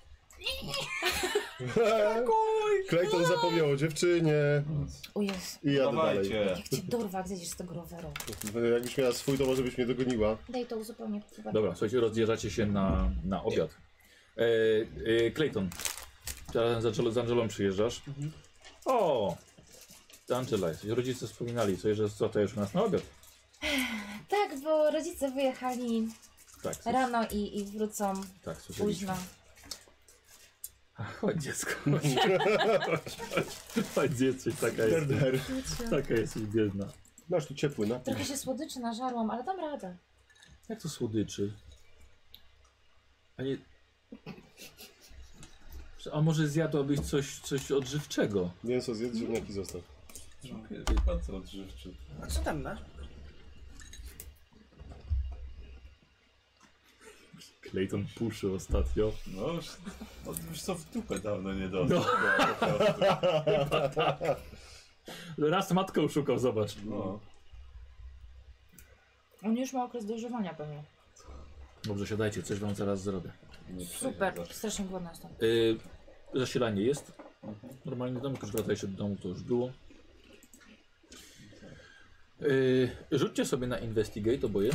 Clayton zapomniał o dziewczynie O Jezu, i jadę dalej. Dawajcie. jak cię dorwa, jak zejdziesz z tego roweru. Jakbyś miała swój, to może byś mnie dogoniła. Daj to uzupełnię. Dobra, słuchajcie, rozjeżdżacie się na, na obiad. E, e, Clayton, teraz z Angelą, z Angelą przyjeżdżasz. O! Angela, jesteś. Rodzice wspominali, co, że co to już u nas na obiad. Tak, bo rodzice wyjechali Tak, coś- rano i, i wrócą tak, słyszeliśmy. późno. Ach, chodź dziecko, chodź. chodź, chodź, chodź dziecko, taka jest, Der. taka jesteś biedna. Masz tu ciepły napój. Trochę się słodyczy nażarłam, ale dam radę. Jak to słodyczy? A nie... A może zjadłabyś coś, coś odżywczego? Mięso zjedz, ziemniaki zostaw. Bardzo odżywczy. A co tam masz? Clayton puszy ostatnio. No już, no, już co w dupę dawno nie dostał. No. Po prostu. Raz matką szukał, zobacz. No. On już ma okres dojrzewania pewnie. Dobrze, siadajcie, coś wam zaraz zrobię. Nie Super, przejdę. strasznie głodna jestem. Yy, zasilanie jest. Normalnie w domu, już wracajcie do domu, to już było. Yy, rzućcie sobie na investigate oboje.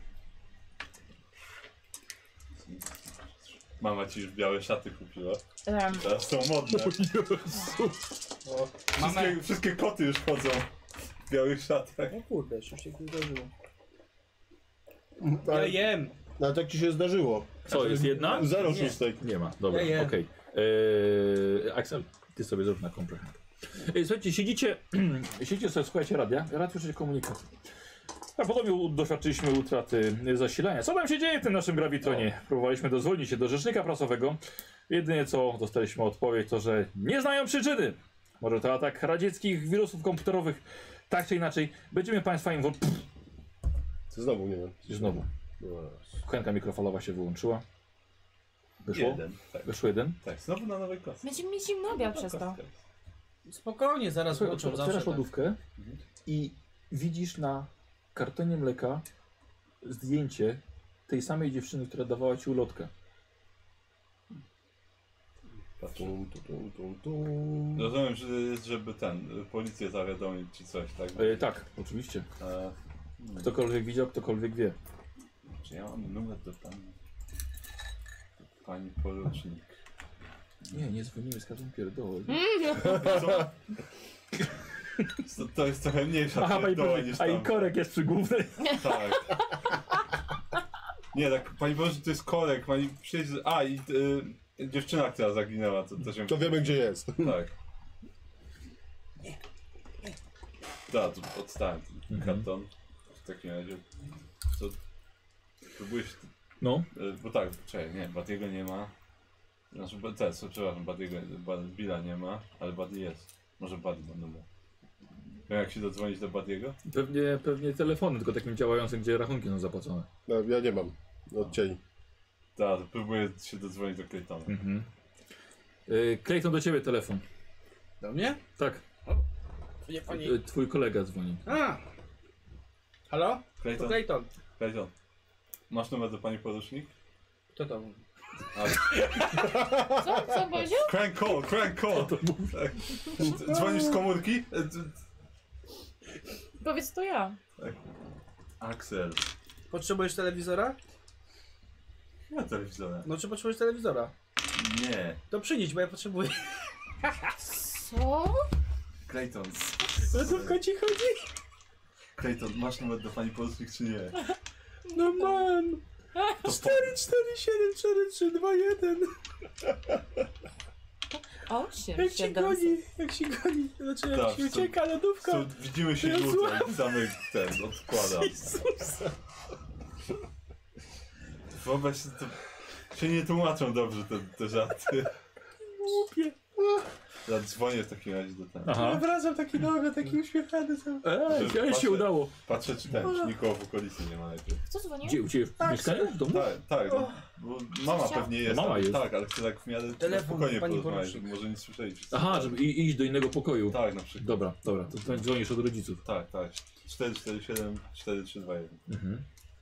Mama ci już białe szaty kupiła. Um, Teraz są modne. O, Wszystkie, wszystkie koty już chodzą w białych szatach. O kurde, już się nie zdarzyło. Ale, Ja jem. no tak ci się zdarzyło. Co, jest jedna? Zero Nie. szóstek. Nie ma, dobra, Ja jem. okej. Yy, Axel, ty sobie zrób na comprehend. Yy, słuchajcie, siedzicie, siedzicie sobie, słuchajcie radia, radio słyszeć komunikat. A potem u- doświadczyliśmy utraty zasilania. Co tam się dzieje w tym naszym gravitronie? Próbowaliśmy dozwolić się do rzecznika prasowego. Jedynie co dostaliśmy odpowiedź to, że nie znają przyczyny. Może to atak radzieckich wirusów komputerowych. Tak czy inaczej, będziemy państwa informować. To znowu nie wiem. Znowu. Kuchenka mikrofalowa się wyłączyła. Wyszło? Jeden. Tak, Wyszło jeden. tak. Znowu na nowej kostce. będziemy mieć zimny obiad przez to. Spokojnie, zaraz Słuchaj, włączą zawsze otwierasz tak. lodówkę i widzisz na kartonie mleka zdjęcie tej samej dziewczyny, która dawała ci ulotkę. Tum, tu, tum, tum, tum. Rozumiem, że jest, żeby ten, y, policję zawiadomić czy coś, tak? E, tak, oczywiście. E, Ktokolwiek widział, ktokolwiek wie. Czy ja mam numer do pani... do pani porucznik? Nie, nie dzwonimy z każdym pierdołem. Co? To, to jest trochę mniejsza Aha, pani pierdoła Boże, niż a i tam. korek jest przy głównej. Tak. Nie, tak, pani Boże, to jest korek, pani przyjedzie... A, i y, dziewczyna, która zaginęła, to też ją... To wiemy gdzie jest. Tak. Da, tu odstałem ten Mhm. karton. W takim razie... Co? Próbujesz... No, y, Bo tak, czekaj, nie, Badiego nie ma. Znaczy, ba- te, co, przepraszam, Badiego, Bad, Billa nie ma, ale Buddy jest. Może Buddy ma numer. Wiem jak się dodzwonić do Badiego? pewnie, pewnie telefony, tylko takim działającym, gdzie rachunki są zapłacone. No, ja nie mam. Odcień. Tak, próbuję się dodzwonić do Claytona. Mhm. E, Clayton, do ciebie telefon. Do mnie? Tak, To nie pani. e, twój kolega dzwoni. A! Halo? To Clayton, Clayton. Clayton, masz numer do pani porucznik? Kto to mówi? A, Co? Co powiedział? crank call, crank call! Tak. Dzwonisz z komórki? E, d- Powiedz to ja. Axel. Potrzebujesz telewizora? Nie ma telewizora. No czy potrzebujesz telewizora? Nie. To przynieść, bo ja potrzebuję. Co? Clayton. Lodówka ci chodzi? Clayton, masz numer do pani porucznik czy nie? No mam! To cztery cztery siedem cztery trzy dwa jeden. Osiem, Jak się siedem. goni, jak się goni. Znaczy jak Tak, się co- ucieka lodówka. Co, widzimy się Jezu. jutro i samych ten odkładam. Jezusa. Wyobraź sobie, to się nie tłumaczą dobrze te, te żarty. Głupie. Zadzwonię w takim razie do tam. Aha. Wracam taki nowy, taki uśmiechany sam. Eee, Że ale się patrzę- udało. Patrzę, czy ten, czy nikogo w okolicy nie ma najpierw. Co dzwonił? Gdzie, u Ciebie w mieszkaniu? W domu? Tak, tak, no, bo mama chciał? pewnie jest, Mama ale, jest. tak, ale chcę tak w miarę Telefon, spokojnie pani porozmawiać, porucznik. żeby może nie słyszeli wszyscy. Aha, żeby i- iść do innego pokoju. Tak, na przykład. Dobra, dobra, to to dzwonisz od rodziców. Tak, tak. cztery cztery siedem cztery trzy dwa jeden. Mhm.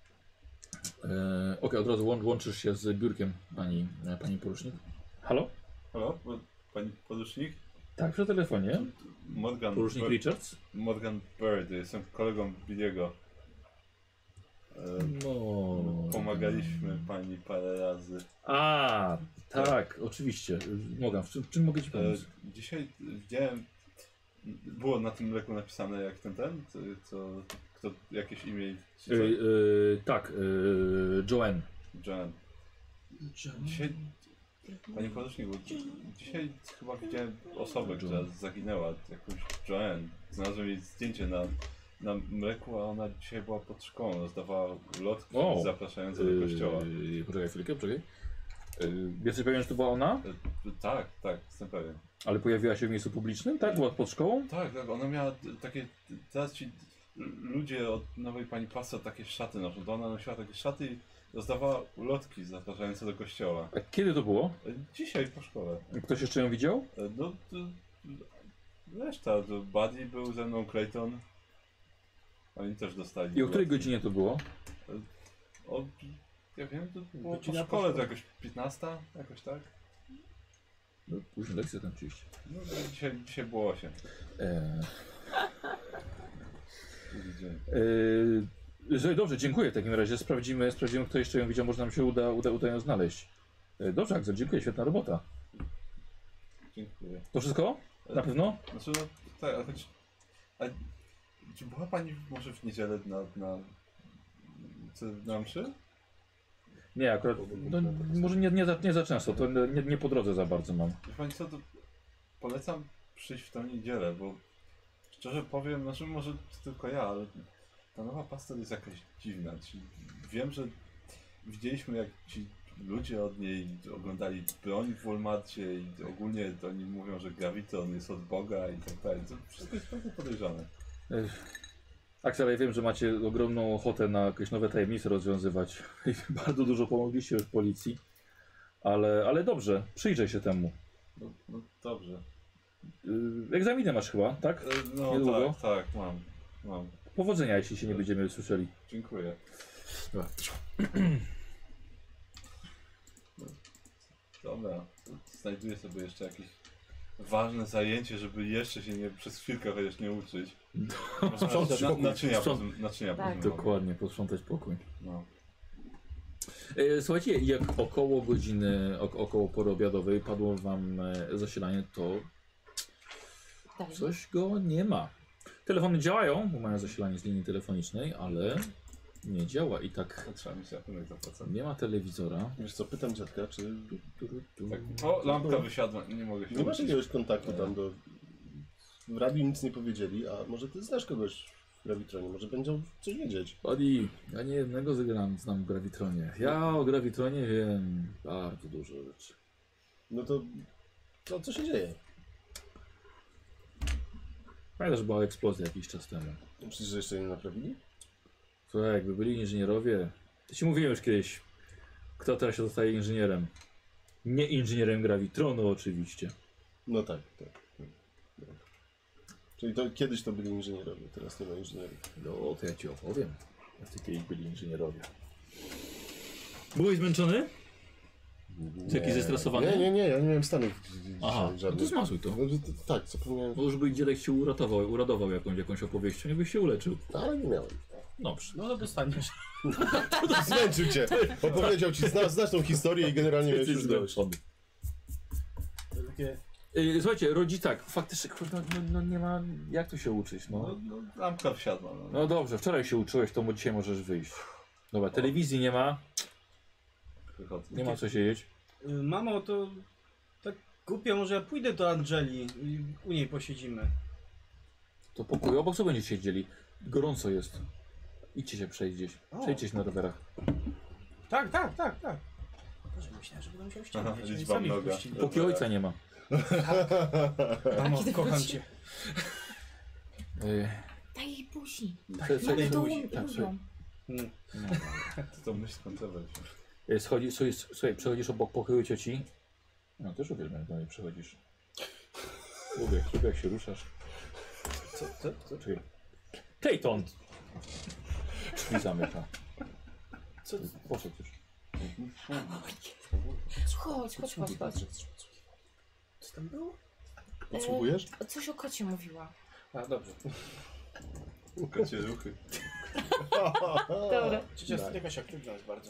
Eee, Okej, od razu łą- łączysz się z biurkiem pani, e, pani porucznik. Halo? Halo? Bo- Pani porucznik? Tak, przy telefonie. Morgan, Porucznik Bir- Richards. Morgan Bird, jestem kolegą Billiego. E, No. Pomagaliśmy pani parę razy. A, tak, oczywiście. Mogę. W czym, czym mogę ci E, pomóc? dzisiaj widziałem, było na tym leku napisane jak ten ten, co, co kto, jakieś imię, czy Yy, coś? yy, tak, yy, Joanne. Joanne. Dzisiaj, panie poruczniku, dzisiaj chyba widziałem osobę, która zaginęła, jakąś Joanne. Znalazłem jej zdjęcie na, na mleku, a ona dzisiaj była pod szkołą, rozdawała ulotki O! zapraszające do kościoła. Yy, poczekaj chwilkę, poczekaj. Yy, jesteś pewien, że to była ona? E, Tak, tak, jestem pewien. Ale pojawiła się w miejscu publicznym? Tak? Była pod szkołą? Tak, tak, ona miała t- takie, teraz ci ludzie od nowej pani pastor takie szaty noszą, to ona nosiła takie szaty i rozdawała ulotki zapraszające do kościoła. A kiedy to było? E, Dzisiaj po szkole. Ktoś jeszcze ją widział? E, No, to, reszta, to Buddy był ze mną, Clayton. Oni też dostali I o której ulotki. godzinie to było? O, ja wiem, to było po Godzina po szkole, to szkole. jakoś piętnasta, jakoś tak. No, później lekcja tam oczywiście. No, to dzisiaj, dzisiaj było osiem. Eee, Drugi dzień. Yy, że- dobrze, dziękuję w takim razie. Sprawdzimy, sprawdzimy kto jeszcze ją widział, może nam się uda, uda, uda ją znaleźć. Yy, dobrze, Axel, dziękuję, świetna robota. Dziękuję. To wszystko? Na pewno? Znaczy, no tak, ale choć... A, czy była pani może w niedzielę na... na... Co, na mszy? Nie, akurat, no, może nie, nie, za, nie za często, to nie, nie po drodze za bardzo mam. Wie pani co, to polecam przyjść w tę niedzielę, bo szczerze powiem, znaczy może tylko ja, ale ta nowa pastor jest jakaś dziwna. Ci, wiem, że widzieliśmy jak ci ludzie od niej oglądali broń w Walmarcie i ogólnie oni mówią, że Graviton jest od Boga i tak dalej. To wszystko jest bardzo podejrzane. Ech. Axel, ja wiem, że macie ogromną ochotę na jakieś nowe tajemnice rozwiązywać i bardzo dużo pomogliście już policji, ale, ale dobrze, przyjrzę się temu. No, no dobrze. Yy, egzaminy masz chyba, tak? E, No Niedługo? tak, tak, mam. Mam. Powodzenia, jeśli się nie będziemy słyszeli. Dziękuję. Dobra, to znajduję sobie jeszcze jakieś ważne zajęcie, żeby jeszcze się nie, przez chwilkę chociaż nie uczyć. Może Sprzątać na, pokój. naczynia, Sprząt- pozm- naczynia Tak. pozmywać. Dokładnie, posprzątać pokój. No. E, Słuchajcie, jak około godziny, ok, około pory obiadowej padło wam e, zasilanie, to Dalej. coś go nie ma. Telefony działają, bo mają zasilanie z linii telefonicznej, ale nie działa i tak To trzeba mieć rachunek za pracę. nie ma telewizora. Wiesz co, pytam dziadka, czy Tu, tu, tu. Tak. O, lampka wysiadła, nie mogę się nie masz uczyć. jakiegoś kontaktu tam do... W radiu nic nie powiedzieli, a może ty znasz kogoś w Gravitronie, może będą coś wiedzieć. Odi, ja nie jednego zagram, znam w Gravitronie. Ja o Gravitronie wiem bardzo dużo rzeczy. No to... To co się dzieje? Pamiętasz, że była eksplozja jakiś czas temu. Myślisz, że jeszcze nie naprawili? Słuchaj, jakby byli inżynierowie, to ci mówiłem już kiedyś, kto teraz się zostaje inżynierem. Nie inżynierem Gravitronu oczywiście. No tak, tak. tak. tak. Czyli to kiedyś to byli inżynierowie, teraz nie ma inżynierów. No, to ja ci opowiem, jacy kiedyś byli inżynierowie. Byłeś zmęczony? Czy jakiś zestresowany? Nie, nie, nie, ja nie miałem stanów dzisiaj Aha, no to żadnych. zmasuj to. No, to- to- tak, zapomniałem, Może by dziadek się uratował, uradował jakąś, jakąś opowieścią, jakbyś się uleczył. ale nie miałem. Dobrze. No to dostaniesz. Zmęczył cię, opowiedział ci, zna, znasz tą historię i generalnie miałeś już dość. Takie... Yy, słuchajcie, rodzic tak, faktycznie, kurde, no, no nie ma, jak tu się uczyć, no. No, no, lampka wsiadła. No. No dobrze, wczoraj się uczyłeś, to mo- dzisiaj możesz wyjść. Dobra, telewizji nie ma, Wychodzę. nie ma co siedzieć. Y, Mamo, to tak głupio, może ja pójdę do Angeli i u niej posiedzimy. To pokój, obok co będziecie siedzieli? Gorąco jest. Idźcie się przejść gdzieś, O. przejdźcie się na rowerach. Tak, tak, tak, tak. Boże, myślałem, że będę musiał Aha, ściągnąć. Oni liczba sami mnoga. wpuścili. Póki ojca nie ma. Mamo, Kiedy kocham wróci? cię. Yy, Daj jej buzi. słuchaj, Mamy słuchaj, to buzi, um- tak, lubią. Mm. To to myśl kontrowersji. yy, schodzi, słuchaj, słuchaj, przechodzisz obok pokoju cioci. No też uwielbiam, jak do niej przechodzisz. Lubię, lubię jak się ruszasz. Co, co, co? Czekaj. Clayton! Drzwi zamyka. Co? Poszedł już. Chodź, chodź, chodź, chodź. Co tam było? Podsłuchujesz? E, coś o kocie mówiła. A, dobrze. Kocie ruchy. Dobra. Ciocia jest jakaś aktywna jest bardzo.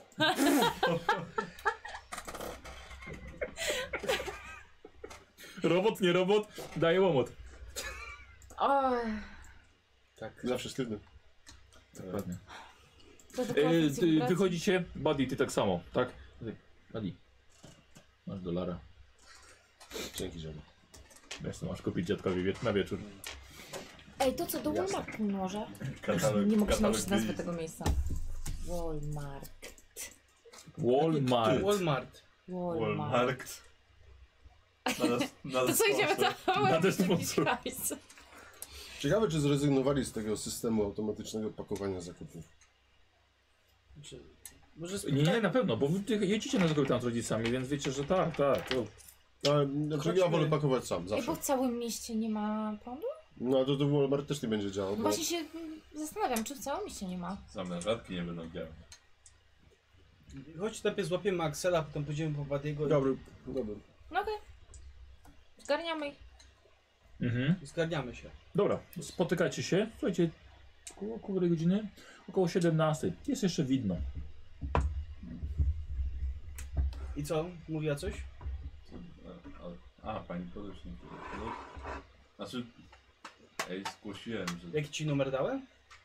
Robot, nie robot, daje łomot. Oj, Tak. Zawsze sztywny. Dokładnie. to do Yy, konferencji ty, wybracy. wychodzicie, Buddy, ty tak samo, tak? Buddy, masz dolara. Dzięki, ziom. Wiesz co masz kupić dziadkowi wie- na wieczór. Ej, to co, do Jasne. Walmartu może? Katalog, Nie mogę się katalog nauczyć nazwy dzielnicy. tego miejsca. Walmart. Walmart. Walmart. Walmart. Walmart. Na nas, na To nas co idziemy sponsor. tam? Na ten sponsor. Ciekawe, czy zrezygnowali z tego systemu automatycznego pakowania zakupów. Czy, może Nie, nie, na pewno, bo wy jedziecie na zakupy tam z rodzicami, więc wiecie, że tak, tak. To... Ale znaczy, ja Chodźmy. wolę pakować sam, Ej, zawsze. bo w całym mieście nie ma prądu? No a to, to Walmart też nie będzie działał, No bo... właśnie się mm, zastanawiam, czy w całym mieście nie ma. Zamrażarki nie będą działać. Chodź najpierw złapiemy Axela, potem pójdziemy po Badiego Dobry, dobry. No okej. Zgarniamy ich. Mhm. i zgarniamy się. Dobra, spotykacie się, słuchajcie, około której godziny? Około siedemnastej. Jest jeszcze widno. I co? Mówiła coś? A, a pani porucznik. Znaczy, ej, zgłosiłem, że... Jaki ci numer dałem?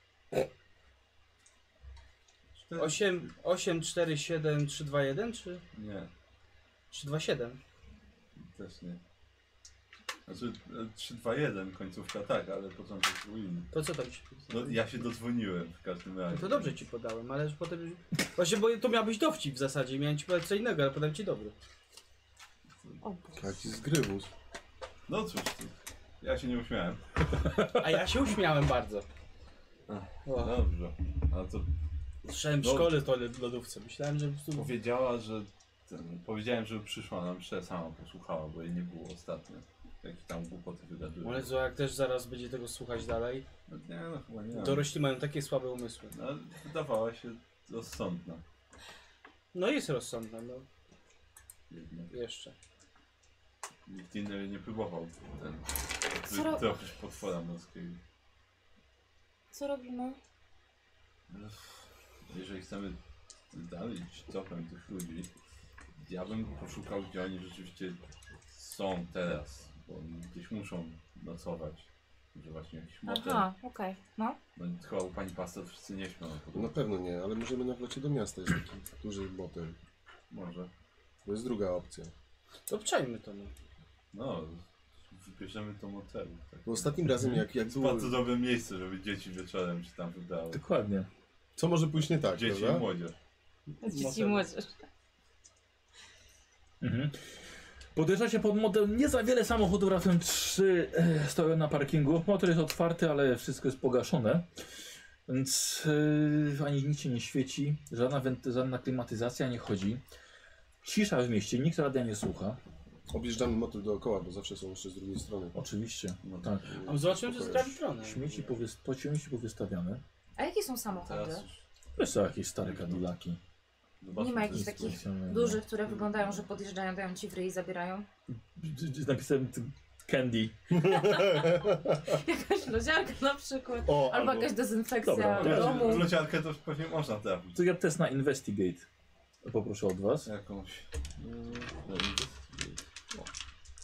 Cztery- osiem, osiem, cztery, siedem, trzy, dwa, jeden czy Nie, trzy, dwa, siedem? też nie. Znaczy, e, trzy dwa jeden końcówka tak, ale początek był inny. To co tam ci? No, ja się dodzwoniłem w każdym razie. No to dobrze ci podałem, ale że potem już... Właśnie, bo to miał być dowcip w zasadzie, miałem ci powiedzieć co innego, ale podam ci dobry. O Boże. Jaki zgrywus. No cóż, ty, ja się nie uśmiałem. A ja się uśmiałem bardzo. O, Dobrze, a to słyszałem w No. szkole to w lodówce, myślałem, że po prostu... powiedziała, że... Ten, powiedziałem, żeby przyszła na mszę, sama posłuchała, bo jej nie było ostatnio. Jakie tam głupoty wydarzyły. Ale co, jak też zaraz będzie tego słuchać dalej, No, nie, no chyba nie. dorośli mają takie słabe umysły. No, wydawała się rozsądna. No jest rozsądna, no Jednak. jeszcze. Nikt inny nie próbował ten... Co ro- Trochę potwora morskiego. Co robimy? Jeżeli chcemy dalej iść tropem tych ludzi, ja bym poszukał, gdzie oni rzeczywiście są teraz, bo oni gdzieś muszą nocować. Może właśnie jakiś motel. Aha, okej. No. No chyba u pani pastor wszyscy nie śpią. Na pewno nie, ale możemy na wlocie do miasta, jest taki duży motel. Może. To jest druga opcja. To obczajmy to, no. No, wybierzemy to motelu. Tak. Bo ostatnim razem jak, jak To było... bardzo dobre miejsce, żeby dzieci wieczorem się tam wydały. Dokładnie. Co może pójść nie tak, Dzieci i prawda? młodzież. Dzieci i Motel. młodzież. Mhm. Podjeżdżacie pod model, nie za wiele samochodów, razem trzy e, stoją na parkingu. Motor jest otwarty, ale wszystko jest pogaszone. Więc e, ani nic się nie świeci, żadna, wenty, żadna klimatyzacja nie chodzi. Cisza w mieście, nikt radia nie słucha. Objeżdżamy motel dookoła, bo zawsze są jeszcze z drugiej strony. Oczywiście, No tak. A zobaczymy, czy z gravitronem. Śmieci, powyst po śmieci powystawiane. A jakie są samochody? Teraz już Wiesz co, jakieś stare Cadillaki. zobaczmy, Nie ma co jakichś jest takich Specjalne. dużych, które wyglądają, że podjeżdżają, dają ci w ryj i zabierają? Z napisem t- Candy. Jakaś lodziarka na przykład. O, Albo jakaś dezynfekcja Dobra, w ja- domu. W lociarkę to pewnie można trafić. To ja test na Investigate. Poproszę od was. Jakąś... mm, no i- o.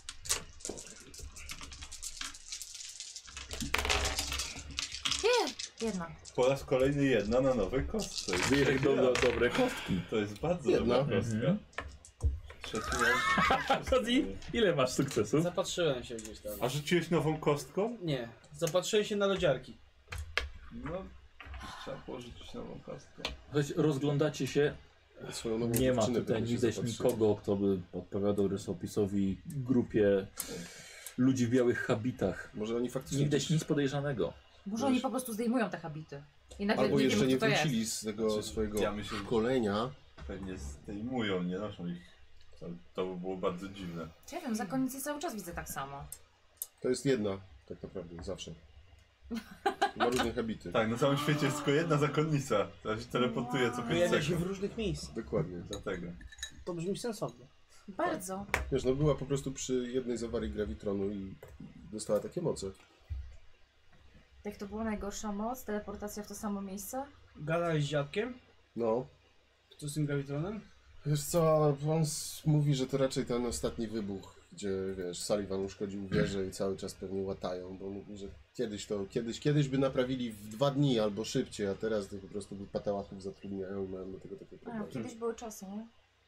Nie, jedna. Po raz kolejny jedna na nowej kostce. I Wiesz, jak trzeci do, do, raz. dobre kostki. To jest bardzo Jedna. dobra kostka. Mhm. Trzeci raz. Chodzi, ile masz sukcesów? Zapatrzyłem się gdzieś tam. A rzuciłeś nową kostką? Nie, zapatrzyłem się na lodziarki. No, trzeba było rzucić nową kostkę. Słuchajcie, rozglądacie się. swoją nową Nie ma dziewczynę tutaj pewnie się widać zapatrzył. nikogo, kto by odpowiadał rysopisowi grupie ludzi w białych habitach. Może oni faktycznie... Nie widać gdzieś- nic podejrzanego. Może oni po prostu zdejmują te habity. I nagle Albo nie jeszcze wiem, nie kto to jest. wrócili z tego Znaczy, swojego ja myślę, że- szkolenia. Pewnie zdejmują, nie noszą ich. To, to by było bardzo dziwne. Ja wiem, zakonnicy cały czas widzę tak samo. To jest jedna, tak naprawdę, zawsze. Ma różne habity. Tak, na całym świecie jest tylko jedna zakonnica, która się teleportuje co pięć Pojawia się w sekund. różnych miejscach. Dokładnie. Dlatego. To brzmi sensownie. Bardzo. Wiesz, no była po prostu przy jednej z awarii gravitronu i dostała takie moce. Jak to była najgorsza moc? Teleportacja w to samo miejsce? Gadałeś z dziadkiem? No. Co z tym gravitronem? Wiesz co, on s- mówi, że to raczej ten ostatni wybuch, gdzie wiesz, Sullivan uszkodził wieżę i cały czas pewnie łatają, bo mówi, że kiedyś to, kiedyś, kiedyś by naprawili w dwa dni albo szybciej, a teraz to po prostu patałachów zatrudniają i mają do tego takie A, problemy. kiedyś były czasy, nie?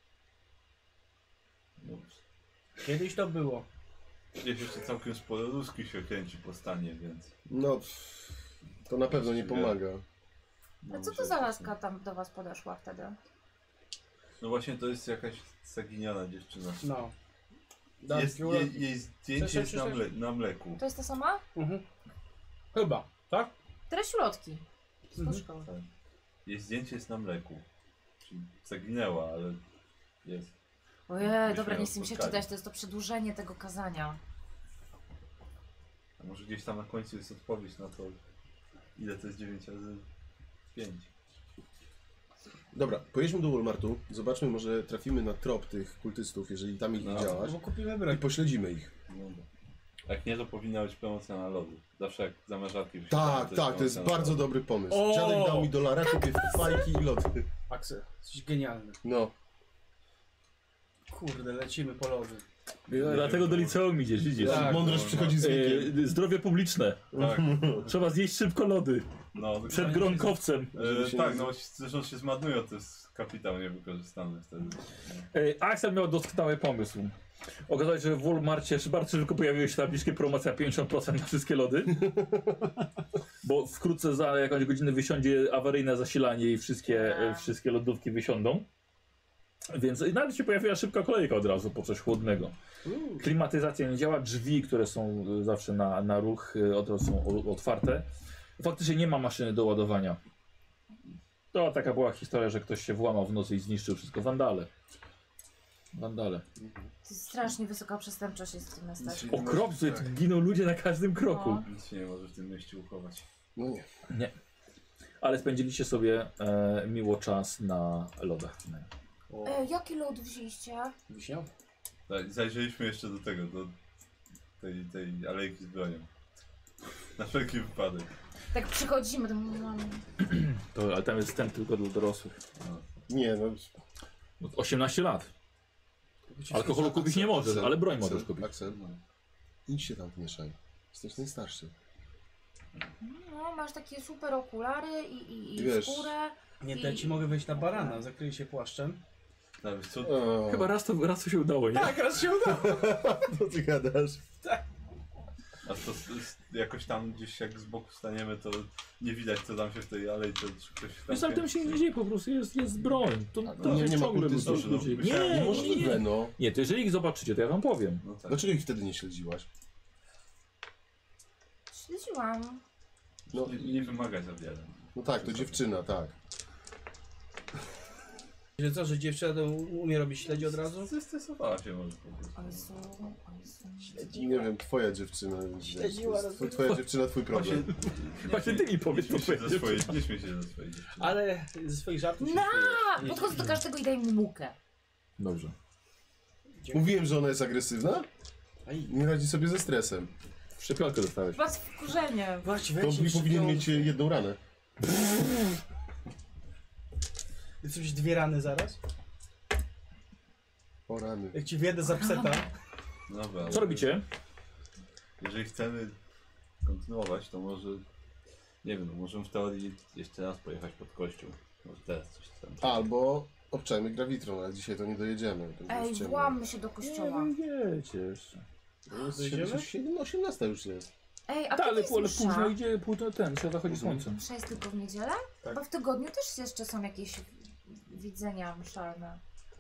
No, Kiedyś to było. gdzieś jeszcze całkiem sporo ruskich się kręci po stanie, więc... No, pff, to na pewno nie pomaga. No, A co to myślę, za że- laska tam do was podeszła wtedy? No właśnie to jest jakaś zaginiona dziewczyna. No. Jest, Dam- jej, jej zdjęcie Chcesz jest na, przeczytać? mle, na mleku. To jest ta sama? Mhm. Chyba, tak? Treściulotki. Z Mhm. szkoły. Tak. Jej zdjęcie jest na mleku. Czyli zaginęła, ale jest. Ojej, dobra, ją nie chcę mi się spotkali. czytać, to jest to przedłużenie tego kazania. A może gdzieś tam na końcu jest odpowiedź na to, ile to jest dziewięć razy pięć. Dobra, pojedźmy do Walmartu, zobaczmy, może trafimy na trop tych kultystów, jeżeli tam ich No. widziałaś, Bo kupimy i broń. pośledzimy ich. No, dobra. Jak nie, to powinna być promocja na lody. Zawsze jak zamrażarki Tak, tak, to jest promocja na bardzo lody. dobry pomysł. O! Dziadek dał mi dolara, kupię fajki i lody. Axel, jesteś genialny. No, Kurde, lecimy po lody. Dlatego do liceum idziesz, widzisz. Tak. mądrość przychodzi z wiekiem. E, zdrowie publiczne. Tak, Trzeba zjeść szybko lody. no, Przed dokładnie. gronkowcem. Żeby E, się tak, nie- no zresztą się zmarnują, to jest kapitał niewykorzystany wtedy. No. E, Axel miał doskonały pomysł. Okazało się, że w Walmarcie bardzo szybko pojawiły się tabliczki promocja pięćdziesiąt procent na wszystkie lody. Bo wkrótce za jakąś godzinę wysiądzie awaryjne zasilanie i wszystkie, e, wszystkie lodówki wysiądą. Więc i nawet się pojawiła szybka kolejka od razu po coś chłodnego. Klimatyzacja nie działa, drzwi, które są e, zawsze na, na ruch, e, od razu są o, otwarte. Faktycznie nie ma maszyny do ładowania. To taka była historia, że ktoś się włamał w nocy i zniszczył wszystko. Wandale. Wandale. To jest strasznie wysoka przestępczość jest w tym miasteczku. Okropcy, Tak. giną ludzie na każdym kroku. No. Nic się nie może w tym mieście uchować. No nie. Nie. Ale spędziliście sobie e, miło czas na lodach. E, jaki lód wzięliście? Wiśnia? Tak, zajrzeliśmy jeszcze do tego, do tej, tej alejki z bronią. Na wszelki wypadek. Tak przychodzimy, to mamy... To, ale tam jest ten tylko dla dorosłych. No. Nie, no. No, osiemnaście lat. Alkoholu kupić nie możesz, ale broń Axel, możesz kupić. Axel, idź się tam wmieszaj. Jesteś najstarszy. No, masz takie super okulary i, i, i Wiesz. skórę. Nie, to ja ci mogę wejść na barana, zakryję się płaszczem. Nawet co? O, Chyba raz to, raz to się udało, nie? Tak, raz się uda. co ty gadasz? A to s- s- jakoś tam gdzieś jak z boku staniemy, to nie widać co tam się w tej alejce, czy ktoś tam... Wiesz, ale tam się nie dzieje, po prostu jest, jest broń. To, A, to no, nie- jest nie ma ciągle kultystów, ludzie- ludzie. no. Nie, Myślałem, nie, Może nie, nie. Weno. Nie, to jeżeli ich zobaczycie, to ja wam powiem. No tak. Dlaczego ich wtedy nie śledziłaś? Śledziłam. No, Nie, nie wymaga za wiele. no tak, to dziewczyna, tak. Że co, że dziewczyna to umie robić śledzi od razu? Zestresowała się może po prostu. O Jezu, o Jezu. Nie wiem, twoja dziewczyna. Śledziła, Twój, twoja dziewczyna, twój problem. Właśnie ty mi powiedz, nie to śmiej się ze powiedzieć. swojej, nie śmiej się ze swojej dziewczyny. Ale ze swoich żartów się Na! śmieję. Podchodzę do każdego i daj mu mukę. Dobrze. Mówiłem, że ona jest agresywna? Aj. Nie radzi sobie ze stresem. W szczepionkę dostałeś. Was wkurzenie. Właśnie, To weź mi się powinien szczepią- mieć jedną ranę. Chcesz mieć dwie rany zaraz? O rany. Jak ci wjedę za pseta. Dobra, ale Co robicie? Jeżeli chcemy kontynuować, to może... Nie wiem, no możemy w teorii jeszcze raz pojechać pod kościół. Może teraz coś tam. Albo obczajmy grawitron, ale dzisiaj to nie dojedziemy. To Ej, jest ciemno. włammy się do kościoła. Nie wiecie jeszcze. To jest Dojedziemy? siedem- osiemnasta już jest. Ej, a Tak, kiedy ale, jest ale msza? późno idzie, późno ten, trzeba zachodzi Mhm. słońce. Msza jest tylko w niedzielę? Tak. Bo w tygodniu też jeszcze są jakieś widzenia mszalne.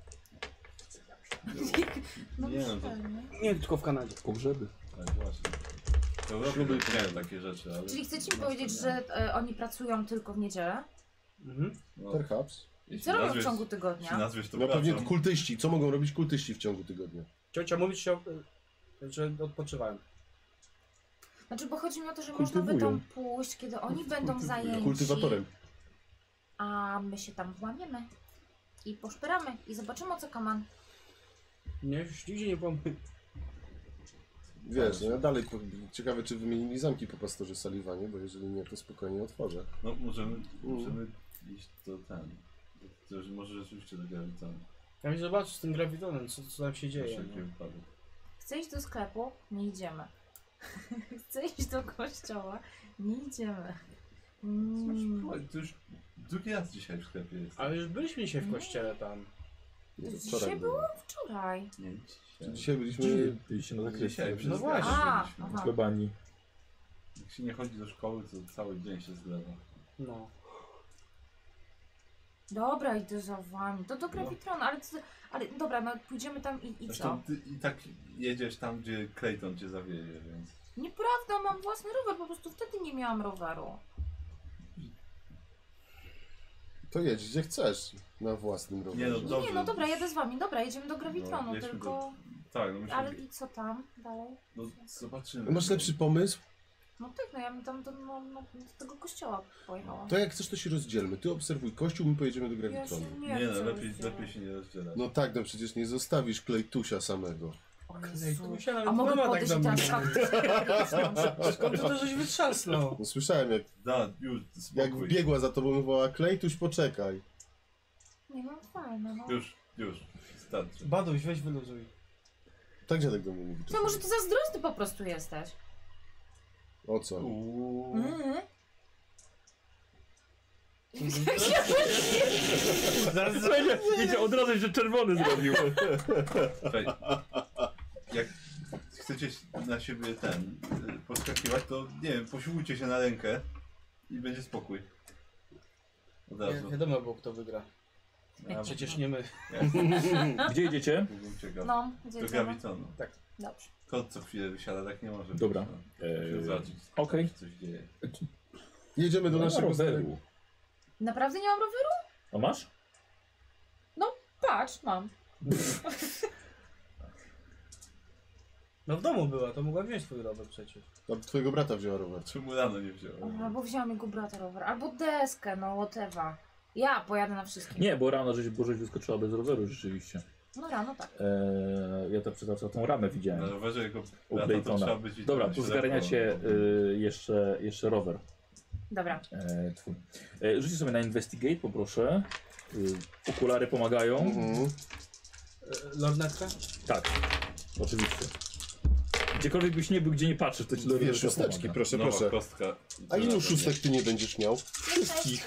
No Nie, no to- mszalne. Nie, tylko w Kanadzie. Pogrzeby. Tak, właśnie. W Europie Śluby nie takie rzeczy, ale... Czyli chcecie mi u nas powiedzieć, to że nie. e, oni pracują tylko w niedzielę? Mhm. No, Perhaps. jeśli Co robią w nazwiesz- ciągu Jeśli tygodnia? nazwiesz to No pewnie pracą, kultyści. Co mogą robić kultyści w ciągu tygodnia? Ciocia mówi, że, że odpoczywają. Znaczy, bo chodzi mi o to, że można by Kultywują. tam pójść, kiedy oni będą Kultywują. zajęci, Kultywatorem. a my się tam włamiemy i poszperamy i zobaczymy, o co kaman. Nie, już nigdzie nie byłam. Wiesz, no ja dalej po- ciekawe, czy wymienili zamki po pastorze Sullivanie, bo jeżeli nie, to spokojnie otworzę. no możemy, Mm. możemy iść do ten... To, że może rzeczywiście do Gravitonu. Ja mi zobaczyć z tym grawitonem, co, co tam się Na dzieje. wszelki No. wypadek. Chcę iść do sklepu? Nie idziemy. Chcę iść do kościoła? Nie idziemy. Mm. Słuchaj, to już drugi raz dzisiaj w sklepie jest. Ale już byliśmy dzisiaj w kościele tam. No to Dzisiaj wczoraj było? było. Wczoraj. Nie, Czy dzisiaj. Dzisiaj byliśmy... Dzisiaj byliście na zakresie. Dzisiaj, przez No no właśnie. A, byliśmy. aha. W plebanii. Jak się nie chodzi do szkoły, to cały dzień się zlewa. No. Dobra, idę za wami. To do Gravitronu, ale, co- ale dobra, no pójdziemy tam i, i co? Zresztą ty i tak jedziesz tam, gdzie Clayton cię zawieje, więc... Nieprawda, mam własny rower, po prostu wtedy nie miałam roweru. To jedź gdzie chcesz. Na własnym rowerze. Nie, no Nie, Dobrze. no dobra, jadę z wami, dobra, jedziemy do Gravitronu, No, jedźmy tylko... Tak, no myślę, Ale i co tam dalej? no zobaczymy. Masz lepszy pomysł? No tak, no ja bym tam do, no, no, do tego kościoła pojechałam. To jak chcesz, to się rozdzielmy. Ty obserwuj kościół, my pojedziemy do Ja się Gravitronu. nie, Nie, chcę no lepiej, rozdzielać. lepiej się nie rozdzielać. No tak, no przecież nie zostawisz Klejtusia samego. O Klej, Jezu. tu się nawet A mogę mama tak podejść do i mnie teraz mówi. Skąd ty to żeś wytrzasnął? No słyszałem, jak, Da, już, jak spokój. biegła za tobą, mówiła Klejtuś, poczekaj. Nie no, fajne, no. Już, już, starczy. Baduś, weź wyluzuj. Tak dziadek do mnie mówi. Co, może ty zazdrosny po prostu jesteś? O co? Uuu. Mm. Zaraz Słuchajcie, wiecie, od razu się czerwony zrobił. Słuchaj, jak chcecie na siebie ten, y, poskakiwać, to nie wiem, posiłujcie się na rękę i będzie spokój. Od Wi razu. wiadomo było, kto wygra. Ja Przecież nie my. Gdzie jedziecie? byłbym ciekaw. No, gdzie Do trzeba? Gravitonu. Dobrze. Kot co chwilę wysiada, tak nie może. Dobra. być, no. Musi Eee, zobaczyć, okej. czy coś dzieje. Jedziemy do No, na naszego starego. roweru. Naprawdę nie mam roweru? A masz? Patrz, mam. No w domu była, to mogła wziąć twój rower przecież. Tam twojego brata wzięła rower. Czemu rano nie wziąłem? Albo No, wzięłam jego brata rower, albo deskę, no whatever. Ja pojadę na wszystkim. Nie, bo rano żeś, bo żeś wyskoczyła bez roweru rzeczywiście. No rano tak. Eee, ja to przez tą ramę Na widziałem. rowerze jego U brata to Claytona. trzeba być i Dobra, tam tu ślepo, zgarniacie no. y, jeszcze, jeszcze rower. Dobra. E, twój. E, rzućcie sobie na investigate, poproszę. Y, okulary pomagają. Mhm. E, Lornetka? Tak, oczywiście. Gdziekolwiek byś nie był, gdzie nie patrzysz, to ci Dwie lornetka szósteczki, pomaga. proszę, Nowa proszę. kostka. A ilu szóstek ty nie będziesz miał? Wszystkich.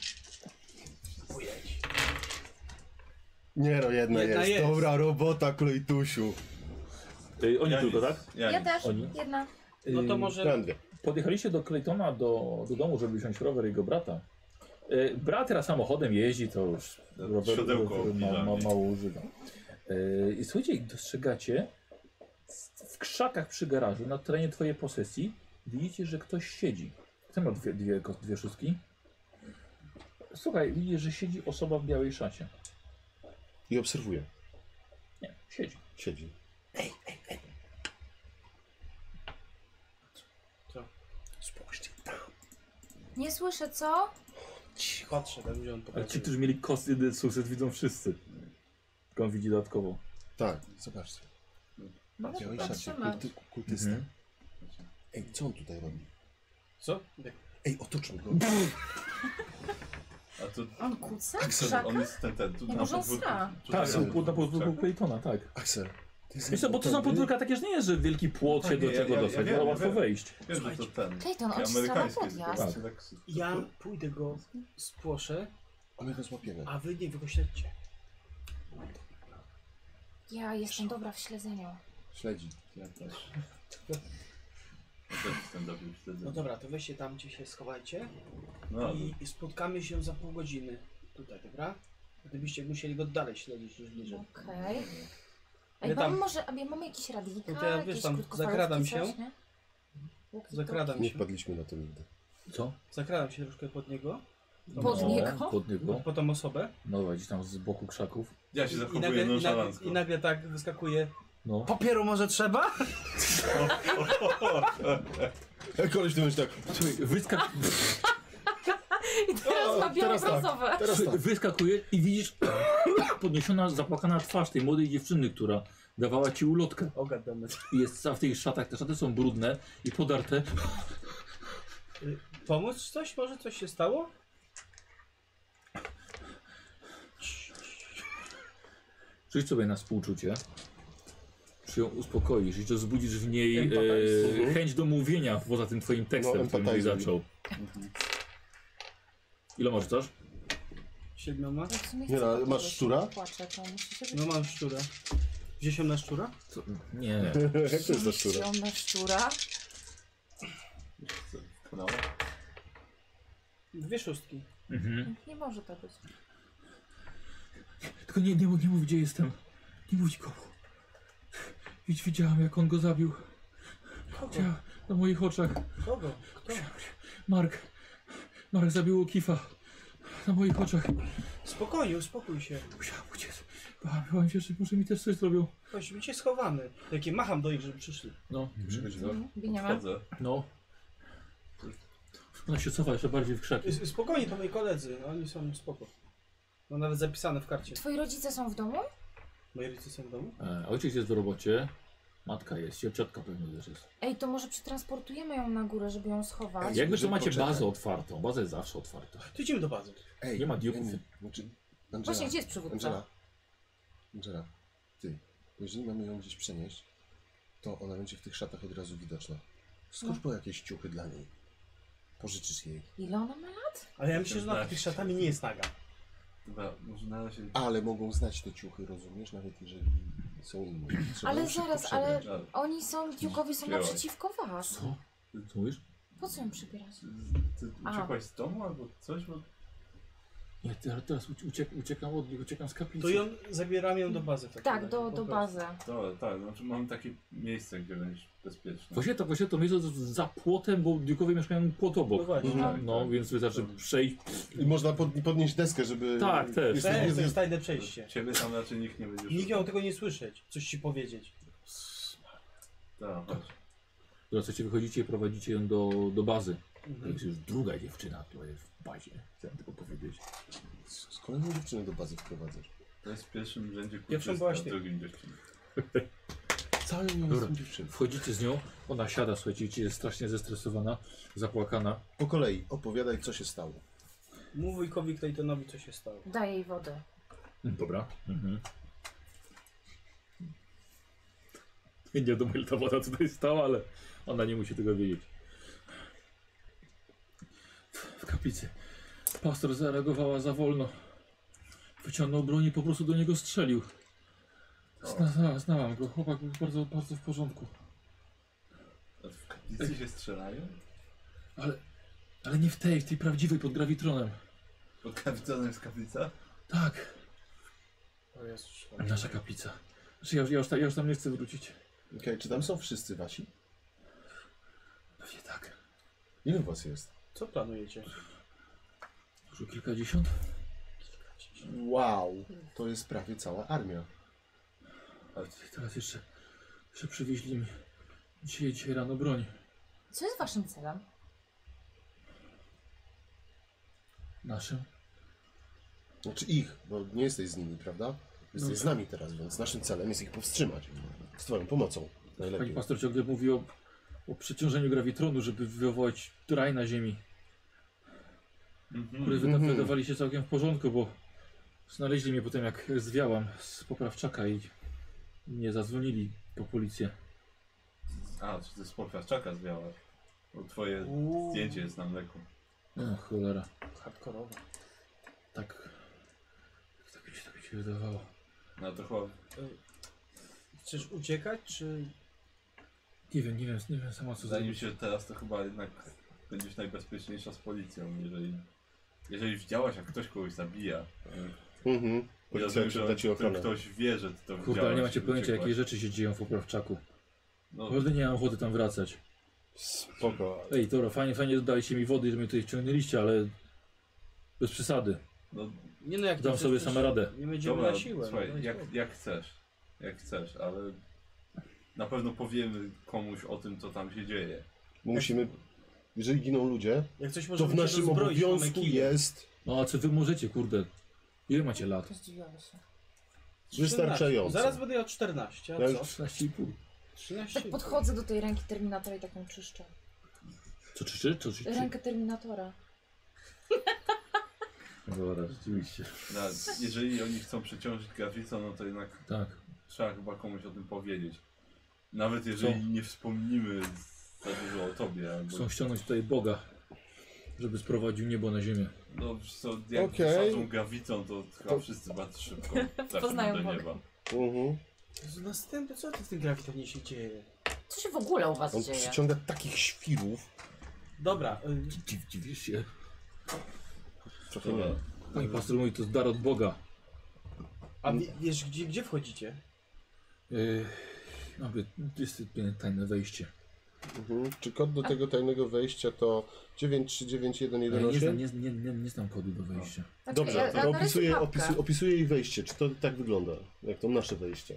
Nie no, jedna, Jedna jest. jest. Dobra robota, Klejtusiu. Y, oni Ja tylko, nic, tak? Ja, Ja nic. też, Oni? jedna. No to Y, może... Prędzej. Podjechaliście do Claytona, do, do domu, żeby wziąć rower jego brata. Y, brat teraz samochodem jeździ, to już rower, Siodełko rower ma, ma, obniżamy. mało używa. Y, I słuchajcie, dostrzegacie, w, w krzakach przy garażu, na terenie twojej posesji, widzicie, że ktoś siedzi. Kto miał dwie, dwie, dwie szóstki? Słuchaj, widzisz, że siedzi osoba w białej szacie. I obserwuję. Nie, siedzi. Siedzi. Co? Spójrzcie tam. Nie słyszę, co? Patrzę, tam gdzie on Ale ci, pokazuje. którzy mieli kosty jeden sukces, widzą wszyscy. Tylko on widzi dodatkowo. Tak, zobaczcie. No W białej to szacie, patrzymy. kulty, kultysta. Mhm. Ej, co on tutaj robi? Co? Ej, otoczmy go. A to On kuca? Axel, Krzaka? on jest ten, ten, tu Nie, na może on podwórku. sra. tutaj Tak, na są pod- na podwórku krzakach. Claytona, tak. Axel. Ty Wiesz co, bo to są podwórka. podwórka takie, że nie jest, że wielki płot Tak, się do nie, czego ja- ja dostać, wiem, ale ja łatwo wiem. wejść. Wiesz, że to ten. Clayton, on takie ci strzela amerykańskie podjazd. tylko, tak. Ja pójdę go spłoszę, A my go złapiemy. a wy nie wy go śledźcie. Ja jestem dobra w śledzeniu. Śledzi. Ja też. Ja też jestem dobry wtedy. No dobra, to weźcie tam, gdzie się schowajcie No, i, i spotkamy się za pół godziny. Tutaj, dobra? Gdybyście musieli go dalej śledzić niż bliżej. Okej. A Ja i tam- mamy może, a my mamy jakiś radika, No to ja, wiesz, jakieś tam krótkofalówki, zakradam coś, się. nie? Walkie-talkie. Zakradam Nie się. wpadliśmy na to nigdy. Co? Zakradam się troszkę pod niego. Pod no, niego? Pod niego. Po tą osobę. No gdzieś tam z boku krzaków. Ja się I zachowuję nagle, i, nagle, nonszalancko. I nagle tak wyskakuje. No. Papieru może trzeba? E, koleś, ty będziesz tak... Słuchaj, wyskak... I teraz O, ma teraz tak. biało-brązowe. Teraz Słuchaj, tak. wyskakuje i widzisz podniesiona, zapłakana twarz tej młodej dziewczyny, która dawała ci ulotkę. O, goddammit. I jest cała w tych szatach, te szaty są brudne i podarte. Y, Pomóc coś? Może coś się stało? Rzuć sobie na współczucie. Czy ją uspokoisz i czy wzbudzisz w niej Empathize. e, chęć do mówienia poza tym twoim tekstem, No, którym byś empathize. zaczął. Ile masz rzucasz? Siedmioma? Ja w sumie Nie chcę no, kogoś, masz szczura? jak Płaczę, to musi się No mam szczura. Wziąłem na szczura? Co? Nie. Jak to jest za szczura? na szczura. No. Dwie szóstki. Mhm. Nie może to być. Tylko nie, nie, mów- nie mów gdzie jestem. Nie mów nikomu. Widz, widziałam jak on go zabił. Kogo? Widziałam na moich oczach. Kogo? Kto? Mark. Mark zabił O'Keefe'a. Na moich oczach. Spokojnie, uspokój się. Musiałam uciec. Bałam, bałam się, że może mi też coś zrobią. Chodź, bycie schowany. Jakie macham do nich, żeby przyszli. No. Przychodzi do... Biniama. Chodzę. No. Ona się cofa jeszcze bardziej w krzaki. Y, Spokojnie, to moi koledzy. No, oni są spoko. No nawet zapisane w karcie. Twoi rodzice są w domu? Moi rodzice są w domu? E, ojciec jest w robocie. Matka jest, ciotka pewnie też jest. Ej, to może przetransportujemy ją na górę, żeby ją schować. Ej, Jakby to że macie poczekaj. bazę otwartą. Baza jest zawsze otwarta. To idziemy do bazy. Ej, Nie ma diopów. Emi, znaczy... Angela, Właśnie, gdzie jest przywódca? Angela. Angela, ty, bo jeżeli mamy ją gdzieś przenieść, to ona będzie w tych szatach od razu widoczna. Skocz No. po jakieś ciuchy dla niej. Pożyczysz jej. Ile ona ma lat? Ale ja myślę, że na tych szatami nie jest naga. Dobra, może na razie... Ale mogą znać te ciuchy, rozumiesz? Nawet jeżeli są inne. Trzeba Ale ją szybko zaraz, ale przebrać. oni są, Duke'owie są Przyjęłaś. naprzeciwko was. Co? Co mówisz? Po co ją przybierać? Ty A. uciekłaś z domu albo coś? Bo... Nie, ty- ale teraz ucie- uciek, uciekam od nich, uciekam z kaplicy. To ją zabieramy ją do bazy. w takim Tak, razie, do, po do prostu. bazy. Dobra, tak, znaczy mam takie miejsce, gdzie będziesz bezpieczny. Właśnie to, właśnie to miejsce jest za płotem, bo Duke'owie mieszkają płot obok. No właśnie. Mhm. No, więc wystarczy przejść. I można pod, podnieść deskę, żeby... Tak, też. Jest, Tak, jest, to jest, jest tajne przejście. Ciebie tam raczej nikt nie będzie Nikt szukał. miał tego nie słyszeć, coś ci powiedzieć. Tak, chodź. Teraz chcecie wychodzicie i prowadzicie ją do, do bazy. To Mhm. jest już druga dziewczyna, która jest w bazie. Chciałem tylko powiedzieć. Z kolejną dziewczynę do bazy wprowadzasz. To jest w pierwszym rzędzie Pierwszą kurczysta, byłaś w ty. drugim dziewczyną. Wcale nie Dobra. jestem dziewczyną. Wchodzicie z nią, ona siada, słuchajcie, widzicie, jest strasznie zestresowana, zapłakana. Po kolei, opowiadaj, co się stało. Mów wujkowi Claytonowi, co się stało. Daj jej wodę. Dobra. Mhm. Nie wiadomo ile ta woda tutaj stała, ale ona nie musi tego wiedzieć. W kaplicy. Pastor zareagowała za wolno. Wyciągnął broń i po prostu do niego strzelił. Zna, zna, znałam go, chłopak był bardzo, bardzo w porządku. A w kaplicy się strzelają? Ale, ale nie w tej, w tej prawdziwej pod grawitronem. Pod kapitanem jest kaplica? Tak, To jest nasza kaplica. Znaczy ja, już- ja, już, ta- ja już tam nie chcę wrócić. Okej, czy tam są wszyscy wasi? Pewnie tak. Ile was jest? Co planujecie? Może kilkadziesiąt? Wow, to jest prawie cała armia. Ale tutaj teraz jeszcze, jeszcze przywieźli mi dzisiaj, dzisiaj rano broń. Co jest waszym celem? Naszym. Znaczy ich, bo nie jesteś z nimi, prawda? Jesteś No. z nami teraz, więc naszym celem jest ich powstrzymać. Z twoją pomocą. Pani Najlepiej. pastor ciągle mówi o, o przeciążeniu grawitronu, żeby wywołać raj na ziemi, który wyda- Mhm. wydawali się całkiem w porządku, bo znaleźli mnie potem jak zwiałam z poprawczaka i nie zadzwonili po policję. A, czy ty z poprawczaka zwiałaś? Bo twoje Uuu. zdjęcie jest na mleku. No cholera, Hardkorowo. tak, tak mi się, tak mi się wydawało. No to chyba... Chcesz uciekać, czy... Nie wiem, nie wiem, nie wiem sama co Wydaje mi zrobić. się, że teraz to chyba jednak będziesz najbezpieczniejsza z policją, jeżeli... Jeżeli widziałaś, jak ktoś kogoś zabija, Mhm. I Policja rozumiem, że da ci on- ochronę. ktoś wie, że ty to Kurde, ale widziałeś nie i macie pojęcia, uciekłaś. jakie rzeczy się dzieją w Poprawczaku. No, Naprawdę nie mam ochoty tam wracać. Spoko. Ej, Toro, fajnie, fajnie dodaliście mi wody, że mnie tutaj wciągnęliście, ale bez przesady. no Nie no, jak Dam to sobie chcesz, same radę. Nie będziemy dobra, na siłę. słuchaj, no, jak, jak chcesz, jak chcesz, ale na pewno powiemy komuś o tym, co tam się dzieje. Musimy, jeżeli giną ludzie, Jak coś to możemy w się naszym rozbroić, mamy obowiązku kije. jest No a co wy możecie, kurde? Ile macie lat? To zdziwiamy się. wystarczająco. Zaraz będę miał czternaście, Ja a już co? trzynaście i pół. trzynaście. Tak podchodzę do tej ręki Terminatora i tak ją czyszczę. Co czyczy? Co czyczy? Rękę Terminatora. Dobra, rzeczywiście. No, jeżeli oni chcą przeciążyć grafitą, no to jednak Tak. trzeba chyba komuś o tym powiedzieć. Nawet jeżeli Co? nie wspomnimy za dużo o tobie, albo... Chcą ściągnąć tutaj Boga, żeby sprowadził niebo na ziemię. No, co, jak Okej. wysadzą grawicą, to chyba To- wszyscy bardzo szybko trafią Poznają do Boga. nieba. Mhm. Jezu, następny, co ty w tym grafitonie się dzieje? Co się w ogóle u was On dzieje? przyciąga takich świrów. Dobra, y, Dziw, dziwisz się? Trochę Dobra. nie. Pani pastor mówi, to jest dar od Boga. a wie, wiesz gdzie, gdzie wchodzicie? Yy, aby jest tajne wejście. Mhm. Czy kod do tego tajnego wejścia to dziewięć trzy dziewięć jeden Ale jeden nie, znam, osiem? nie, nie, nie, nie znam kodu do wejścia. Znaczy, Dobrze, ja- to ja narysuję opisuję, mapkę. opisu, opisuję jej wejście. Czy to tak wygląda? Jak to nasze wejście?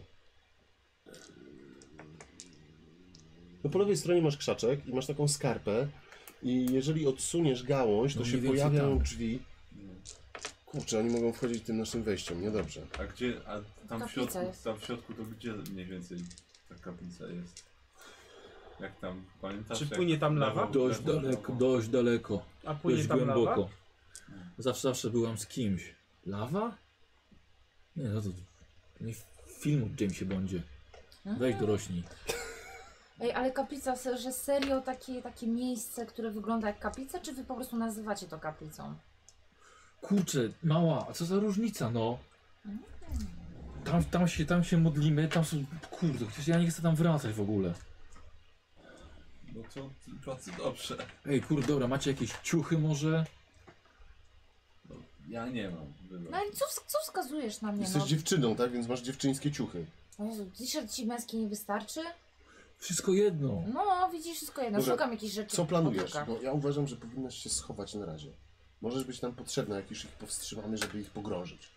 No po lewej stronie masz krzaczek i masz taką skarpę i jeżeli odsuniesz gałąź, to No się mniej więcej pojawiają tak. drzwi. Kurczę, oni mogą wchodzić tym naszym wejściem, niedobrze. A gdzie, a tam w, Kaplica środku, jest. tam w środku to gdzie mniej więcej ta kaplica jest? Jak tam, pamiętasz? Czy jak płynie tam lawa? lewo, Dość lewo, daleko, lewo. dość daleko. A płynie Dość tam głęboko. lawa? Zawsze, zawsze byłam z kimś. Lawa? Nie, no to nie film w Jamesie Bondzie. Weź dorośnij. Ej, ale kaplica, se- że serio takie, takie miejsce, które wygląda jak kaplica, czy wy po prostu nazywacie to kaplicą? Kurczę, mała, a co za różnica, no? Tam, tam, się, tam się modlimy, tam są... Kurde, przecież ja nie chcę tam wracać w ogóle. No to bardzo dobrze. Ej, kurde, dobra, macie jakieś ciuchy może? No, ja nie mam. wybacz. No i co, wsk- co wskazujesz na mnie? Jesteś No, dziewczyną, tak? Więc masz dziewczyńskie ciuchy. O Jezu, t-shirt ci męski nie wystarczy? Wszystko jedno. No, widzisz, wszystko jedno. Dobra, Szukam jakichś rzeczy. Co w planujesz? podróbkach. No, ja uważam, że powinnaś się schować na razie. Możesz być nam potrzebna, jak już ich powstrzymamy, żeby ich pogrążyć.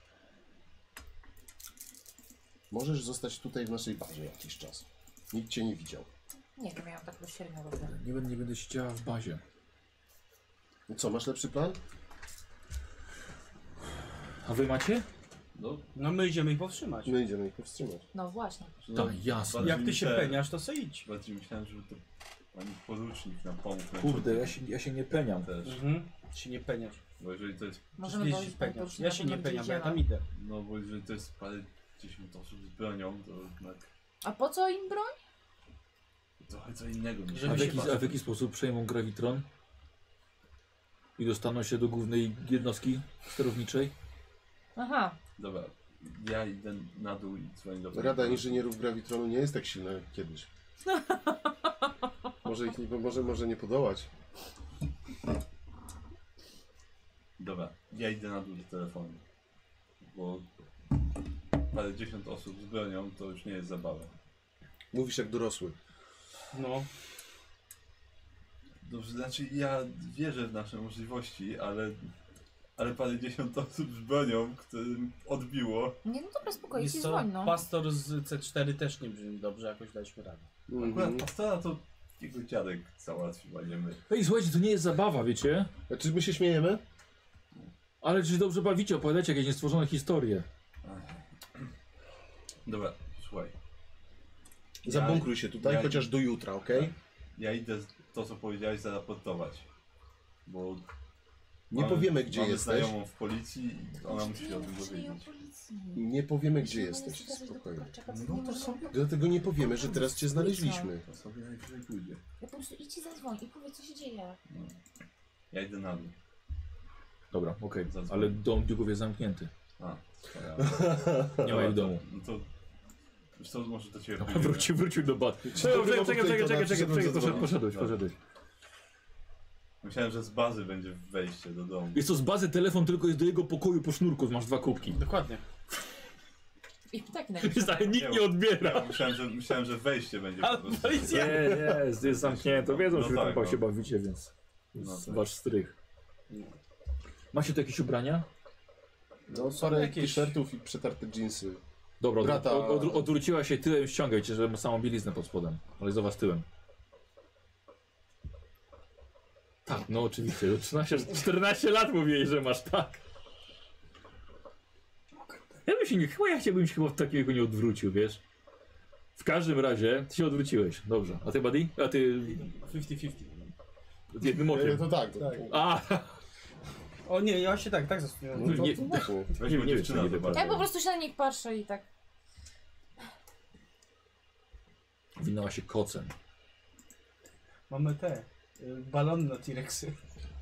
Możesz zostać tutaj w naszej bazie jakiś czas. Nikt cię nie widział. Nie wiem, ja mam tak średnio robię. Nie będę, nie będę siedziała w bazie. No co, masz lepszy plan? A wy macie? No, No my idziemy ich powstrzymać. My idziemy ich powstrzymać. No właśnie. no, Tak, jasne. bardziej Jak ty się myślałem- peniasz, to se idź. Bardziej myślałem, żeby to pani porucznik nam pomógł. na Kurde, przykład ja się, ja się nie peniam. Też, Mhm. się nie peniasz. bo jeżeli to jest, Możemy Wiesz, powiedzieć się panu peniasz. porucznik, Ja się nie na pewno peniam, bo ja idziemy. tam idę. no bo jeżeli to jest parę dziesiąt osób z bronią, to jednak A po co im broń? trochę co innego niż... Żeby A w, się jaki, bawić. a w jaki sposób przejmą grawitron? I dostaną się do głównej jednostki sterowniczej? Aha. Dobra, ja idę na dół i dzwonię do... Rada Inżynierów Gravitronu nie jest tak silna jak kiedyś. Może ich nie, może, może nie podołać. Dobra, ja idę na dół do telefonu. Bo parę dziesiąt osób z bronią to już nie jest zabawa. Mówisz jak dorosły. No. Dobrze, znaczy ja wierzę w nasze możliwości, ale... Ale parę dziesiąt osób z bronią, którym odbiło. Nie, no dobra, spokojnie, Jest ci to dzwoń, no. pastor z C cztery też nie brzmi dobrze, jakoś daliśmy radę. Akurat Mhm. pastora to jego dziadek załatwił, a nie my. Ej, słuchajcie, to nie jest zabawa, wiecie? A czy my się śmiejemy? Ale czy się dobrze bawicie, opowiadacie jakieś niestworzone historie. Dobra, słuchaj. Ja- Zabunkruj się tutaj, ja- chociaż do jutra, okej? Ja idę to, co powiedziałeś, zaraportować. Bo Nie mamy- powiemy, gdzie mamy jesteś. znajomą w policji i ona musi o tym Musimy o dowiedzieć. policji. Nie powiemy, gdzie Musimy jesteś. zgadzać do Spokojnie. Kubarczaka, co No nie to może- sobie- Dlatego nie powiemy, że teraz cię znaleźliśmy. To sobie najwyżej pójdzie. Ja po prostu idź i zadzwoń i powiedz, co się dzieje. No. Ja idę na dół. Dobra, okej, Zadzwoń. ale dom Duke'ów jest zamknięty. A, wspaniale. Nie ma ich w domu. No to... Wiesz co, może do ciebie Dobra, pójdziemy. wrócił, wrócił do bat. Czy Czekaj, to czekaj, było czekaj, tutaj, czekaj, to czekaj, na czekaj, przyszedłem czekaj, zadzwonić. poszedłeś, Dobra. poszedłeś. Myślałem, że z bazy będzie wejście do domu. Jest to z bazy telefon, tylko jest do jego pokoju po sznurku, masz dwa kubki. Dokładnie. I tak Ale nikt nie odbiera. Ja myślałem, że, myślałem, że wejście będzie Ale po prostu. policja- Nie, nie, jest, jest zamknięte. Wiedzą, No że tak, tam chyba no. się bawicie, więc No jest tak. wasz strych. Macie tu jakieś ubrania? No, parę jakieś- t-shirtów i przetarte dżinsy. Dobra, Brata- od, od, odwróciła się tyłem, ściągajcie, żeby samą bieliznę pod spodem. Ale jest do was tyłem. Tak, no oczywiście. trzynaście, czternaście lat mówiłeś, że masz tak. Ja bym się nie, chyba ja chciałbym się chyba takiego nie odwrócił, wiesz? W każdym razie, ty się odwróciłeś. Dobrze. A ty, Buddy? A ty pięćdziesiąt pięćdziesiąt. jednym Nie, okiem. to tak. To, Tak. A, O nie, ja się tak, tak zastanawiam. no, to, nie- to właśnie. Weź Nie- mu nie wiem, dziewczyna czy nie zobacz. Ja po prostu się na nich patrzę i tak. winęła się kocem. Mamy te y, balony na T-Rexy.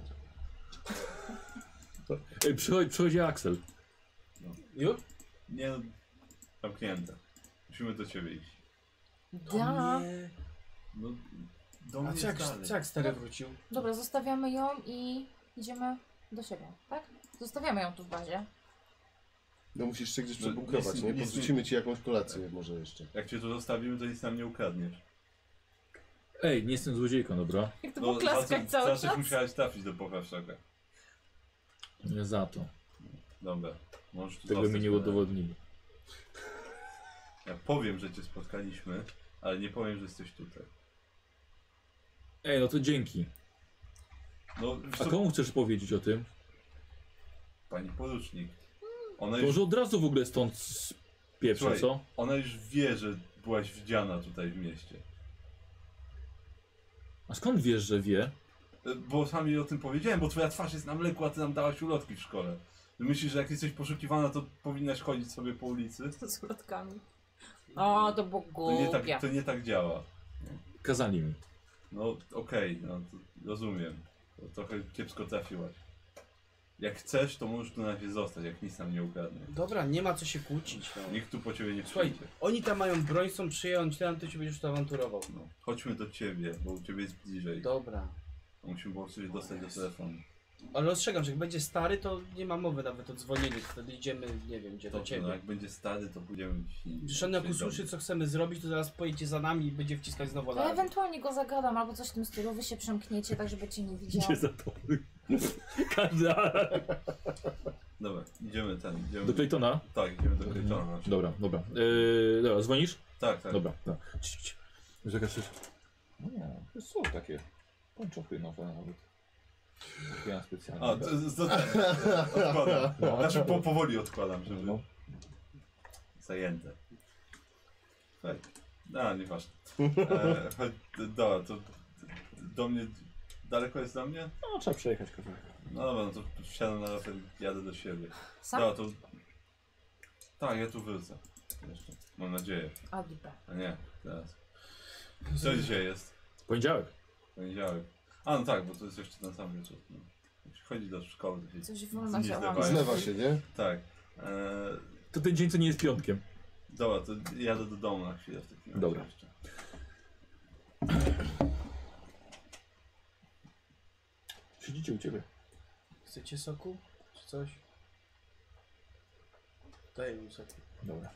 Ej, przychodzi, przychodzi Axel. Już? Nie, no, zamknięte. Musimy do ciebie iść. Da. Nie. No, do A mnie co jak, dalej. co jak stary wrócił? Dobra, zostawiamy ją i idziemy do siebie, tak? Zostawiamy ją tu w bazie. No musisz się gdzieś No, przebunkrować, nic- nie? nic- Podrzucimy ci jakąś kolację może jeszcze. Jak cię tu zostawimy, to nic nam nie ukradniesz. Ej, nie jestem złodziejką, dobra? Jak to No, było klaskać za, cały za coś czas. musiałeś trafić do poprawczaka. Nie za to. Dobra, możesz tu Tego mi zostać nie na- udowodnili. Ja powiem, że cię spotkaliśmy, ale nie powiem, że jesteś tutaj. Ej, no to dzięki. No, wiesz A co, komu chcesz powiedzieć o tym? pani porucznik. Ona To już, może od razu w ogóle stąd spieprzę, Słuchaj. co? ona już wie, że byłaś widziana tutaj w mieście. A skąd wiesz, że wie? E, Bo sam jej o tym powiedziałem, bo twoja twarz jest na mleku, a ty nam dałaś ulotki w szkole. Myślisz, że jak jesteś poszukiwana, to powinnaś chodzić sobie po ulicy? Z ulotkami. O, to było To nie głupie. tak, to nie tak działa. Kazali mi. No okej, no to rozumiem. To trochę kiepsko trafiłaś. Jak chcesz, to możesz tu na razie zostać, jak nic nam nie ukradnie. Dobra, nie ma co się kłócić. No. Nikt tu po ciebie nie Słuchaj, przyjdzie. oni tam mają broń, chcą przyjąć, tam ty się będziesz tu awanturował. No, chodźmy do ciebie, bo u ciebie jest bliżej. Dobra. Musimy po prostu się dostać do telefonu. Ale ostrzegam, że jak będzie stary, to nie ma mowy nawet o dzwonieniu. Wtedy idziemy, nie wiem, gdzie do Dobrze, no ciebie. jak będzie stary, to pójdziemy gdzieś indziej. Przecież on jak Czyli usłyszy, do- co chcemy zrobić, to zaraz pojedzie za nami i będzie wciskać znowu To alarm. ewentualnie go zagadam albo coś w tym stylu. Wy się przemkniecie tak, żeby cię nie widział. Idzie za to. Każdy alarm. Dobra, idziemy ten, idziemy... Do Claytona? Tak, idziemy do Claytona. znaczy. Dobra, dobra. Yy, dobra, dzwonisz? Tak, tak. Dobra, dobra. Cii, cii. Czekaj, coś. No, to są takie pończochy nowe nawet. Ja specjalnie. A, to, to, to, odkładam. No. Znaczy po, powoli odkładam, żeby... No. Zajęte. Tak. A, nieważne. E, chodź, dobra, to do mnie... Daleko jest do mnie? No, trzeba przejechać kawałek. No dobra, no to wsiadam na rower i jadę do siebie. Sam? Dobra, to... Tak, ja tu wrócę. Jeszcze. Mam nadzieję. A, dobra. A nie, teraz. Co dzisiaj jest? Poniedziałek. Poniedziałek. A no tak, bo to jest jeszcze ten sam wieczór. No. Jak się chodzi do szkoły, to się Coś nie wolno działam. zlewa. Zlewa się, nie? Tak. E, To ten dzień, co nie jest piątkiem. dobra, to jadę do domu na chwilę w takim razie Dobra. jeszcze. Siedzicie u ciebie. Chcecie soku? Czy coś? Daj mi soku. Dobra.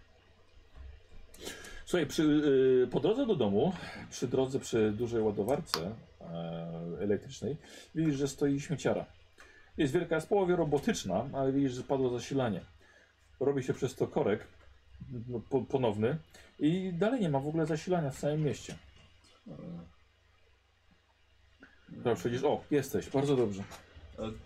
Słuchaj, przy, yy, po drodze do domu, przy drodze przy dużej ładowarce e, elektrycznej, widzisz, że stoi śmieciara. Jest wielka, jest w połowie robotyczna, ale widzisz, że padło zasilanie. Robi się przez to korek no, po, ponowny i dalej nie ma w ogóle zasilania w całym mieście. E, Dobra, przecież, o, jesteś, bardzo dobrze. e, e,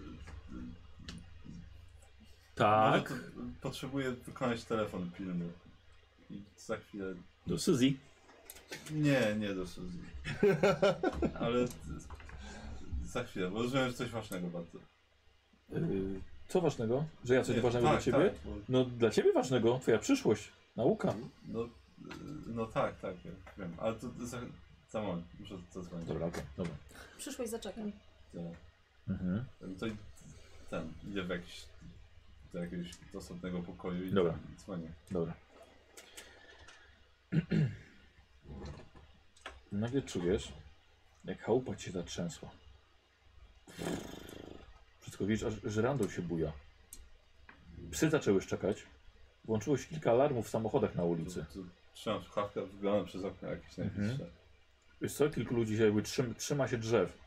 Tak, może to potrzebuję wykonać telefon pilny. I za chwilę... do Suzy. Nie, nie do Suzy. Ale za chwilę, bo rozumiem, że coś ważnego bardzo. Yy, co ważnego? Że ja coś Nie, ważnego tak, dla ciebie? Tak, bo, No dla ciebie ważnego, twoja przyszłość, nauka. no, no tak, tak, ja wiem. Ale to za, za moment, muszę zadzwonić. Dobra, okej, dobra. Przyszłeś, zaczekam. Tak. Mhm. No to i- ten, idę w jakiś, do jakiegoś dostępnego pokoju i Dobra. tam dzwonię. Dobra. Nagle czujesz, jak chałupa ci się zatrzęsła. Wszystko widzisz, aż żyrandol się buja. Psy zaczęły szczekać. Włączyło się kilka alarmów w samochodach na ulicy. To, to trzymam słuchawkę, wyglądam przez okno jakieś najbliższe. Mhm. Wiesz co, kilku ludzi się jakby trzym, trzyma się drzew.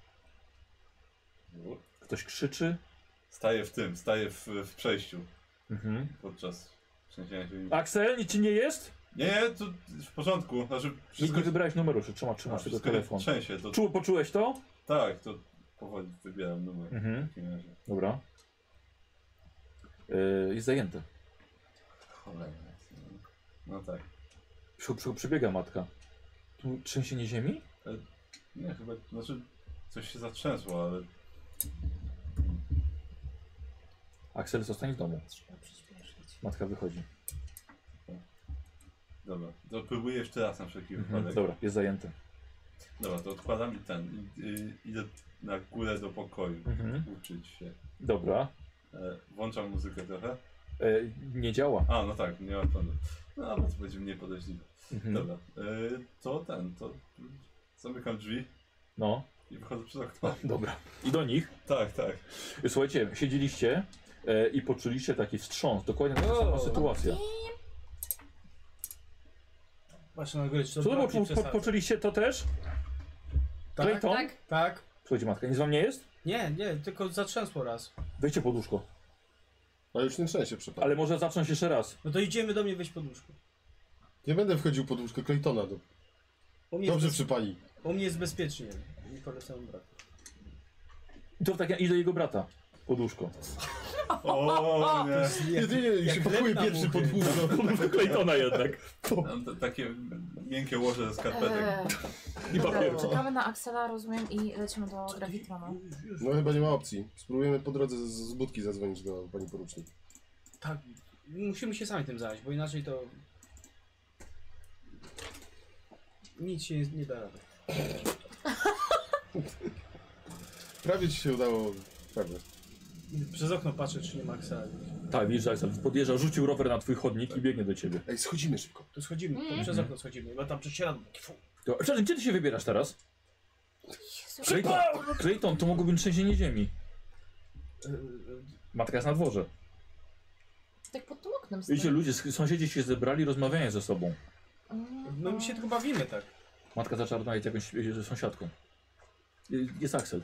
Ktoś krzyczy. Staję w tym, staję w, w przejściu Mhm. podczas trzęsienia ziemi. Axel, nic ci nie jest? Nie, nie, to w porządku. Znaczy, Nie, nie wybrałeś numeru, że trzyma, trzymasz tego telefon. Trzęsie, to Czu, poczułeś to? tak, to powoli wybieram numer. Mhm. W takim razie. Dobra. Yy, jest zajęte. Cholera. No tak. Przy, przy, przybiega matka. Tu trzęsienie ziemi? Nie, chyba, znaczy coś się zatrzęsło, ale Axel, zostań w domu. Trzeba przyspieszyć. Matka wychodzi. dobra. To próbuję jeszcze raz na wszelki Mhm. wypadek. Dobra, jest zajęte. Dobra, to odkładam i ten. I, i, idę na górę do pokoju. Mhm. Uczyć się. Dobra. E, włączam muzykę trochę. E, nie działa. A, no tak, nie ma prądu. No, ale to będzie mniej podejrzliwe. Mhm. Dobra. E, to ten, to zamykam drzwi No, i wychodzę przez okno. dobra. I do nich. Tak, tak. Słuchajcie, siedzieliście e, i poczuliście taki wstrząs. Dokładnie taka O. sama sytuacja. Patrzę na górę, czy to Co to było? bloki Po, po, przesadzę. poczuliście to też? Tak, Clayton? Tak? tak. Słuchajcie, matka, nic wam nie jest? Nie, nie, tylko zatrzęsło raz. Wejdźcie pod łóżko. Ale już nie trzęsie przepadł. Ale może zacząć jeszcze raz. No to idziemy do mnie wejść pod łóżko. Nie będę wchodził pod łóżko Claytona. Do... U mnie, Dobrze jest, przypali. u mnie jest bezpiecznie. Nie polecam bratu. I to tak, i do jego brata. Pod łóżko. O nie. Nie, nie, nie, i jak się chleb pakuje na pierwszy muchy. pod łóżko. Pod łóżko Claytona jednak. Mam te, takie miękkie łoże ze skarpetek. Eee, I dobra, papieru. czekamy na Axela, rozumiem, i lecimy do Gravitrona. No chyba nie ma opcji. Spróbujemy po drodze z, z budki zadzwonić do pani porucznik. Tak, musimy się sami tym zająć, bo inaczej to... Nic się nie, nie da rady. Prawie ci się udało. Prawie. Przez okno patrzę, czy nie ma Axela. Tak, widzisz, Axel podjeżdża, rzucił rower na twój chodnik i biegnie do ciebie. Ej, schodzimy szybko. Tu schodzimy, Mm. przez okno schodzimy, bo tam prześladam. To, przepraszam, gdzie ty się wybierasz teraz? Jezu, Clayton, Clayton, to mogło być trzęsienie ziemi. Matka jest na dworze. tak pod tym oknem Widzicie, stoi. ludzie, sąsiedzi się zebrali, rozmawiają ze sobą. Mm, No my się tylko bawimy tak. Matka zaczęła rozmawiać z jakąś e, sąsiadką. Y, Jest Axel.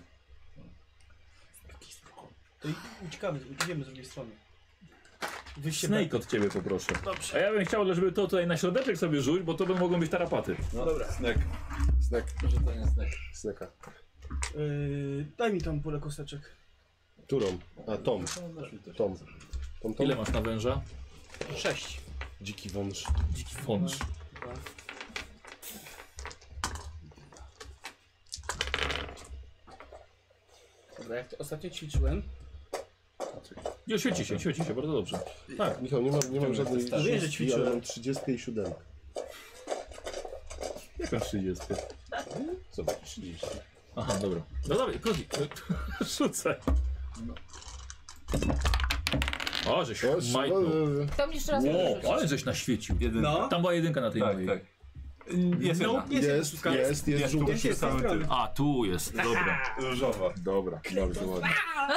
To i uciekamy, idziemy z drugiej strony. Wyjście Snake od ciebie poproszę. Dobrze. A ja bym chciał, żeby to tutaj na środeczek sobie rzuć, bo to by mogą być tarapaty. No Dobra. Snack. Snack. Rzucenie snack. Snacka. Yy, daj mi tą pulę kosteczek. Którą? A, Tom. Tom. Tom, Tom. Ile masz na węża? Sześć. Dziki wąż. Dziki wąż. Dwa. Dobra, jak to ostatnio ćwiczyłem, Nie, świeci się, świeci się, bardzo dobrze. Tak. Michał, nie mam, nie mam żadnej Mówię, że szóstki, ćwiczyłem. ale mam trzydziestkę i siódemkę. Jaką trzydziestkę? Zobacz, trzydzieści. Aha, dobra. No dawaj, Kozi, rzucaj. O, żeś O, majtnął. no, To mnie jeszcze raz Wow, rzucić. ale żeś naświecił. Jeden. No. Tam była jedynka na tej Tak, mojej. tak. Jest No, jedna. jest, Jest, szóstka. jest, jest Jest tu żółta. przy samym tym. A, tu jest, dobra. Różowa. Dobra, bardzo ładnie.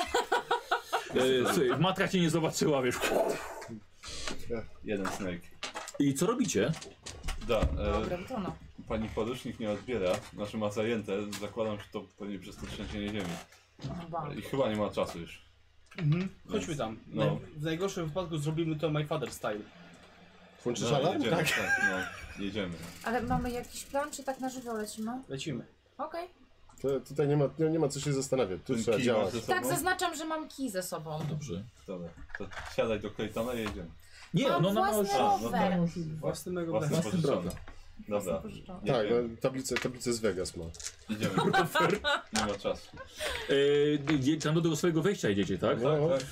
E, słuchaj, matka cię nie zobaczyła, wiesz. Jeden snake. I co robicie? Da, Do e, Gravitrona. pani porucznik nie odbiera, znaczy ma zajęte, zakładam, że to pewnie przez to trzęsienie ziemi. Ba. I chyba nie ma czasu już. Mhm. Chodźmy tam. No. Naj- W najgorszym wypadku zrobimy to My Father style. Włączysz No, alarm? jedziemy, Tak. tak, no, jedziemy. Ale mamy jakiś plan, czy tak na żywo lecimy? Lecimy. Okej. To, tutaj nie ma, nie, nie ma co się zastanawiać. Tu Ten trzeba kij działać. masz ze sobą? Tak, zaznaczam, że mam kij ze sobą. Dobrze. Dobra, to siadaj do Claytona i jedziemy. Nie, Mam no na własny no rower. Własny mego Własny brata. Własny pożyczony. brata. Dobra, Pożyczony. Tak, jedziemy. no, tablicę, tablicę z Vegas ma. Idziemy. Nie ma czasu. E, tam do tego swojego wejścia idziecie, tak? No, Tak,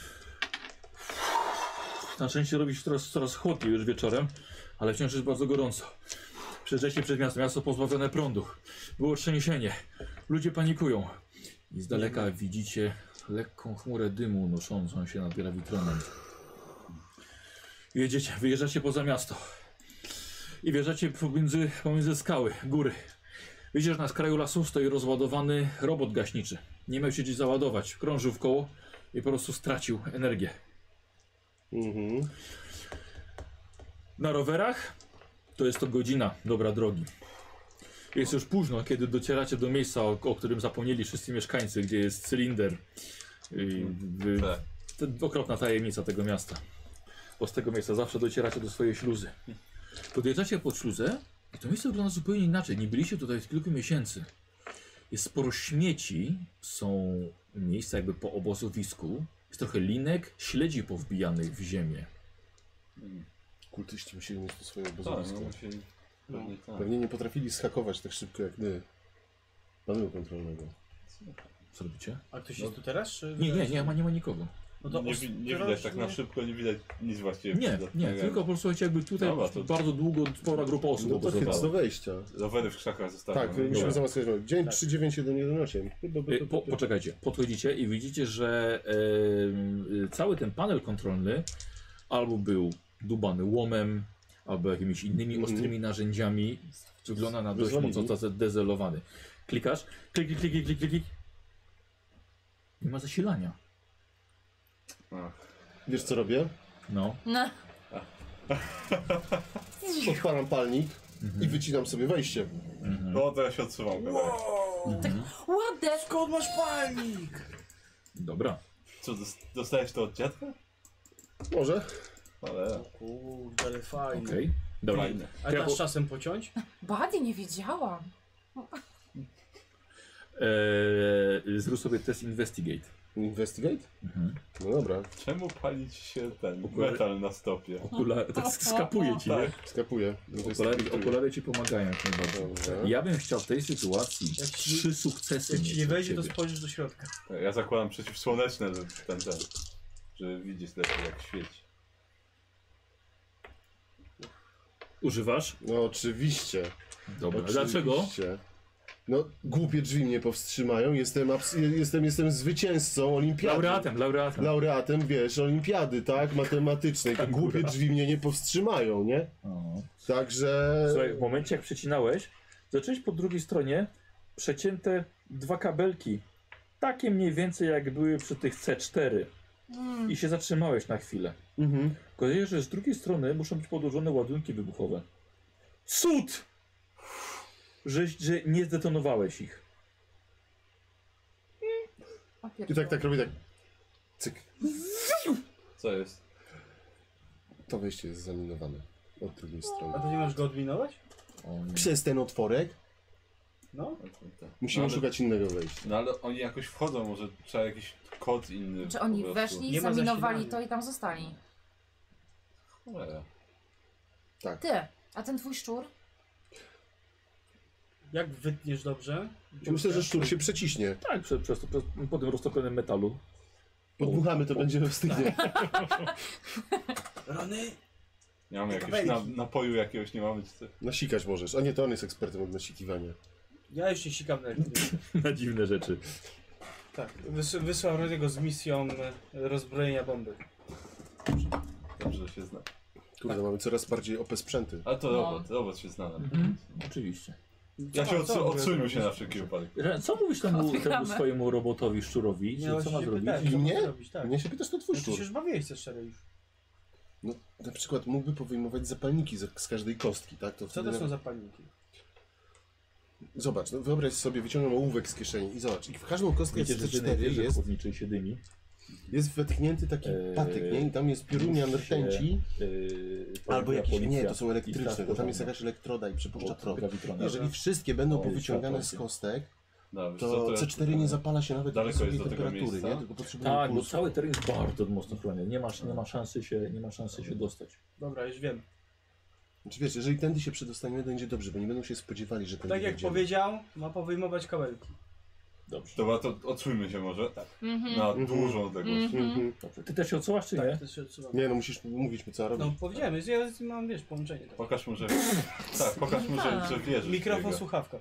Na szczęście robi się coraz, coraz chłodniej już wieczorem, ale wciąż jest bardzo gorąco. Przejeżdżacie przez miasto, miasto pozbawione prądu. Było trzęsienie. Ludzie panikują. I z daleka widzicie lekką chmurę dymu unoszącą się nad grawitronem. Jedziecie, wyjeżdżacie poza miasto. I wjeżdżacie pomiędzy, pomiędzy skały, góry. Widzisz, że na skraju lasu stoi rozładowany robot gaśniczy. Nie miał się gdzieś załadować. Krążył w koło i po prostu stracił energię. Mhm. Na rowerach to jest to godzina dobra drogi. Jest już późno, kiedy docieracie do miejsca, o, o którym zapomnieli wszyscy mieszkańcy, gdzie jest cylinder. I, wy, Tak. to okropna tajemnica tego miasta. Bo z tego miejsca zawsze docieracie do swojej śluzy. Podjeżdżacie pod śluzę i to miejsce wygląda zupełnie inaczej. Nie byliście tutaj od kilku miesięcy. Jest sporo śmieci, są miejsca jakby po obozowisku. Jest trochę linek, śledzi powbijanych w ziemię. Kultyści musieli mieć to swoje Tak, obozowisko. no musieli... Pewnie tak. Pewnie nie potrafili schakować tak szybko jak my. Panelu kontrolnego. Co robicie? A ktoś jest tu teraz? Czy... Nie, nie, nie ma, nie ma nikogo. No to nie, wi- nie widać tak na szybko, nie widać nic właściwie. Nie, nie, przydatnego. tylko po prostu jakby tutaj Dobra, to- bardzo długo spora grupa osób No to chyba do obozowała. wejścia. Rowery w krzakach zostawione. Tak, musimy zamaskować. dzień Tak. trzy dziewięć jeden jeden osiem. Y, Po, poczekajcie, podchodzicie i widzicie, że e, cały ten panel kontrolny albo był dubany łomem, albo jakimiś innymi Mhm. ostrymi narzędziami. Wygląda na dość Rozwalili. mocno zadezelowany. Klikasz, klik, klik, klik, klik, klik, klik. Nie ma zasilania. Ach, Wiesz co robię? No. No. Odpalam palnik i wycinam sobie wejście. Mhm. No to ja się odsuwam. Wow. Mhm. Ładne! Skąd masz palnik? Dobra. Co, dos- dostałeś to od dziadka? Może? Ale Kurde, ale fajnie. Okej. Dobra. fajne. A Ja dasz po- czasem pociąć? Bady, nie wiedziałam. Eee, zrób sobie test Investigate. Investigate? Mhm. No dobra, Czemu palić się ten Okulary- metal na stopie? Okulary, tak skapuje ci, nie? Tak. skakuję. Okulary, okulary ci pomagają jak najbardziej. Dobrze. Ja bym chciał w tej sytuacji Jak ci- trzy sukcesy Jak mieć ci nie od wejdzie, to ciebie. spojrzysz do środka. Tak, ja zakładam przeciwsłoneczne, że ten, ten, żeby widzieć lepiej jak świeci. Używasz? No oczywiście. Dobra. oczywiście. Dlaczego? No, głupie drzwi mnie powstrzymają. Jestem, abs- jestem, jestem zwycięzcą olimpiady. Laureatem, laureatem. Laureatem, wiesz, olimpiady, tak? Matematycznej. Te głupie drzwi mnie nie powstrzymają, nie? O. Także... Słuchaj, w momencie jak przecinałeś, zacząłeś po drugiej stronie przecięte dwa kabelki. Takie mniej więcej jak były przy tych C cztery. Mm. I się zatrzymałeś na chwilę. Mhm. Okazuje się, że z drugiej strony muszą być podłożone ładunki wybuchowe. Cud! Że, że nie zdetonowałeś ich. I tak, tak robię tak. Cyk. Co jest? To wejście jest zaminowane od drugiej A strony. to nie możesz go odminować? O, nie. Przez ten otworek No. musimy No ale- szukać innego wejścia. No ale oni jakoś wchodzą, może trzeba jakiś kod inny. Czy oni po prostu. weszli, Nie ma zaminowali zasilania. to i tam zostali? Cholera. Tak. Ty, a ten twój szczur? Jak wytniesz dobrze? Myślę, że szczur się przeciśnie. Tak, przez, przez, to- przez, po tym roztopionym metalu. Podmuchamy, to będzie wstydnie. Rany? Nie mamy jakiegoś Wejdź. na, napoju jakiegoś, nie mamy czy co? Nasikać możesz. A nie, to on jest ekspertem od nasikiwania. Ja już nie sikam na Na dziwne rzeczy. Tak. Wys wysłał Rodiego z misją e, rozbrojenia bomby. Dobrze, że się zna. Kurde, mamy coraz bardziej O P sprzęty. Ale to No. robot, robot się zna. Mhm. Oczywiście. Ja Co się ma- co odsu w ogóle odsuńmy zrobić? się na wszelki wypadek. Że- Co mówisz temu, temu Odpychamy. swojemu robotowi, szczurowi? Nie, Że co ma się zrobić? pytałem, I co ma mnie? zrobić, tak. Mnie się pytasz, to twój No ty szczur. się już bawiłeś te szczere już. No, na przykład mógłby powyjmować zapalniki z, z każdej kostki, tak? To Co wtedy to są nawet- zapalniki? Zobacz, no wyobraź sobie, wyciągam ołówek z kieszeni i zobacz, i w każdą kostkę Wiecie, z że C ten wieży cztery jest, chłodniczej się dymi. jest wetknięty taki Eee, patyk, nie? I tam jest piorunia musi się, rtęci, Yy, albo policja jakieś, nie, to są i elektryczne, straż bo tam jest pożarna. jakaś elektroda i przepuszcza Od prąd. grawitrona. Jeżeli wszystkie będą O, jest powyciągane z światło. kostek, No, wiesz co, to ja- C cztery nie zapala się nawet do Daleko jest wysokiej do tego temperatury, miejsca? nie? Tylko potrzebuje Tak, bo impulsu. cały teren jest bardzo mocno chroniony. Nie, masz, nie, ma szansy się, nie ma szansy się dostać. Dobra, już wiem. Znaczy wiesz, jeżeli tędy się przedostaniemy, to będzie dobrze, bo nie będą się spodziewali, że tędy Tak jak wejdziemy. powiedział, ma powyjmować kabelki. Dobrze. Dobra, to odsuńmy się może. Tak. Mhm. Na Mhm. dużą odległość. Mhm. Mhm. Dobrze. Ty też się odsuwasz, czy nie? Tak, to się odsuwam. Nie, no musisz mówić mi, co robić. No powiedziałem, jest- ja mam, wiesz, połączenie. Tak. Pokaż mu, że... Tak, pokaż mu, że, że wierzysz w Mikrofon, niego. słuchawka.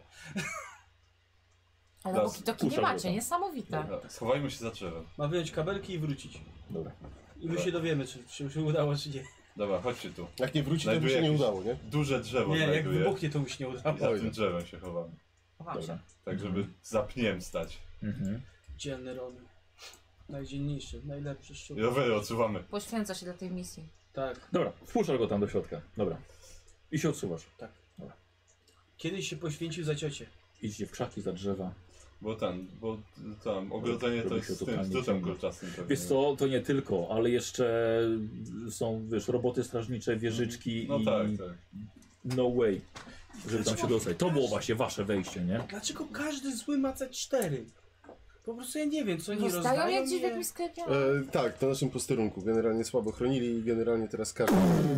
Ale Teraz walkie-talkie nie puszczam macie, go tam. niesamowite. Dobra, schowajmy się za drzewem. Ma wyjąć kabelki i wrócić. Dobra. I my się dowiemy, czy, czy się udało, czy nie. Dobra, chodźcie tu. Jak nie wróci, to by Znajduję się nie jakieś udało, nie? Duże drzewo Nie, jak znajduję. wybuchnie, to mu się nie I udało. za Oj. tym drzewem się chowamy. Chowam się. Dobra. Tak, żeby za pniem stać. Mhm. Dzielny Rony. Najdzielniejszy, najlepszy szczur. Rowery odsuwamy. Poświęca się dla tej misji. Tak, Dobra, wpuszczasz go tam do środka. Dobra. I się odsuwasz. tak. Dobra. Kiedyś się poświęcił za ciocię. Idźcie w krzaki, za drzewa. Bo ten, bo tam ogrodzenie to Żeby jest się z tym, totalnie z drutem ciągnąć. kolczastym. pewnie. Wiesz co, to nie tylko, ale jeszcze są, wiesz, roboty strażnicze, wieżyczki No i tak, tak. no way, żeby tam się dostać. To było właśnie wasze wejście, nie? Dlaczego każdy zły ma C cztery? Po prostu ja nie wiem, co oni Zostają rozdają. jak dziś w nie- jakimś sklepie? E, tak, na naszym posterunku. Generalnie słabo chronili i generalnie teraz każdy.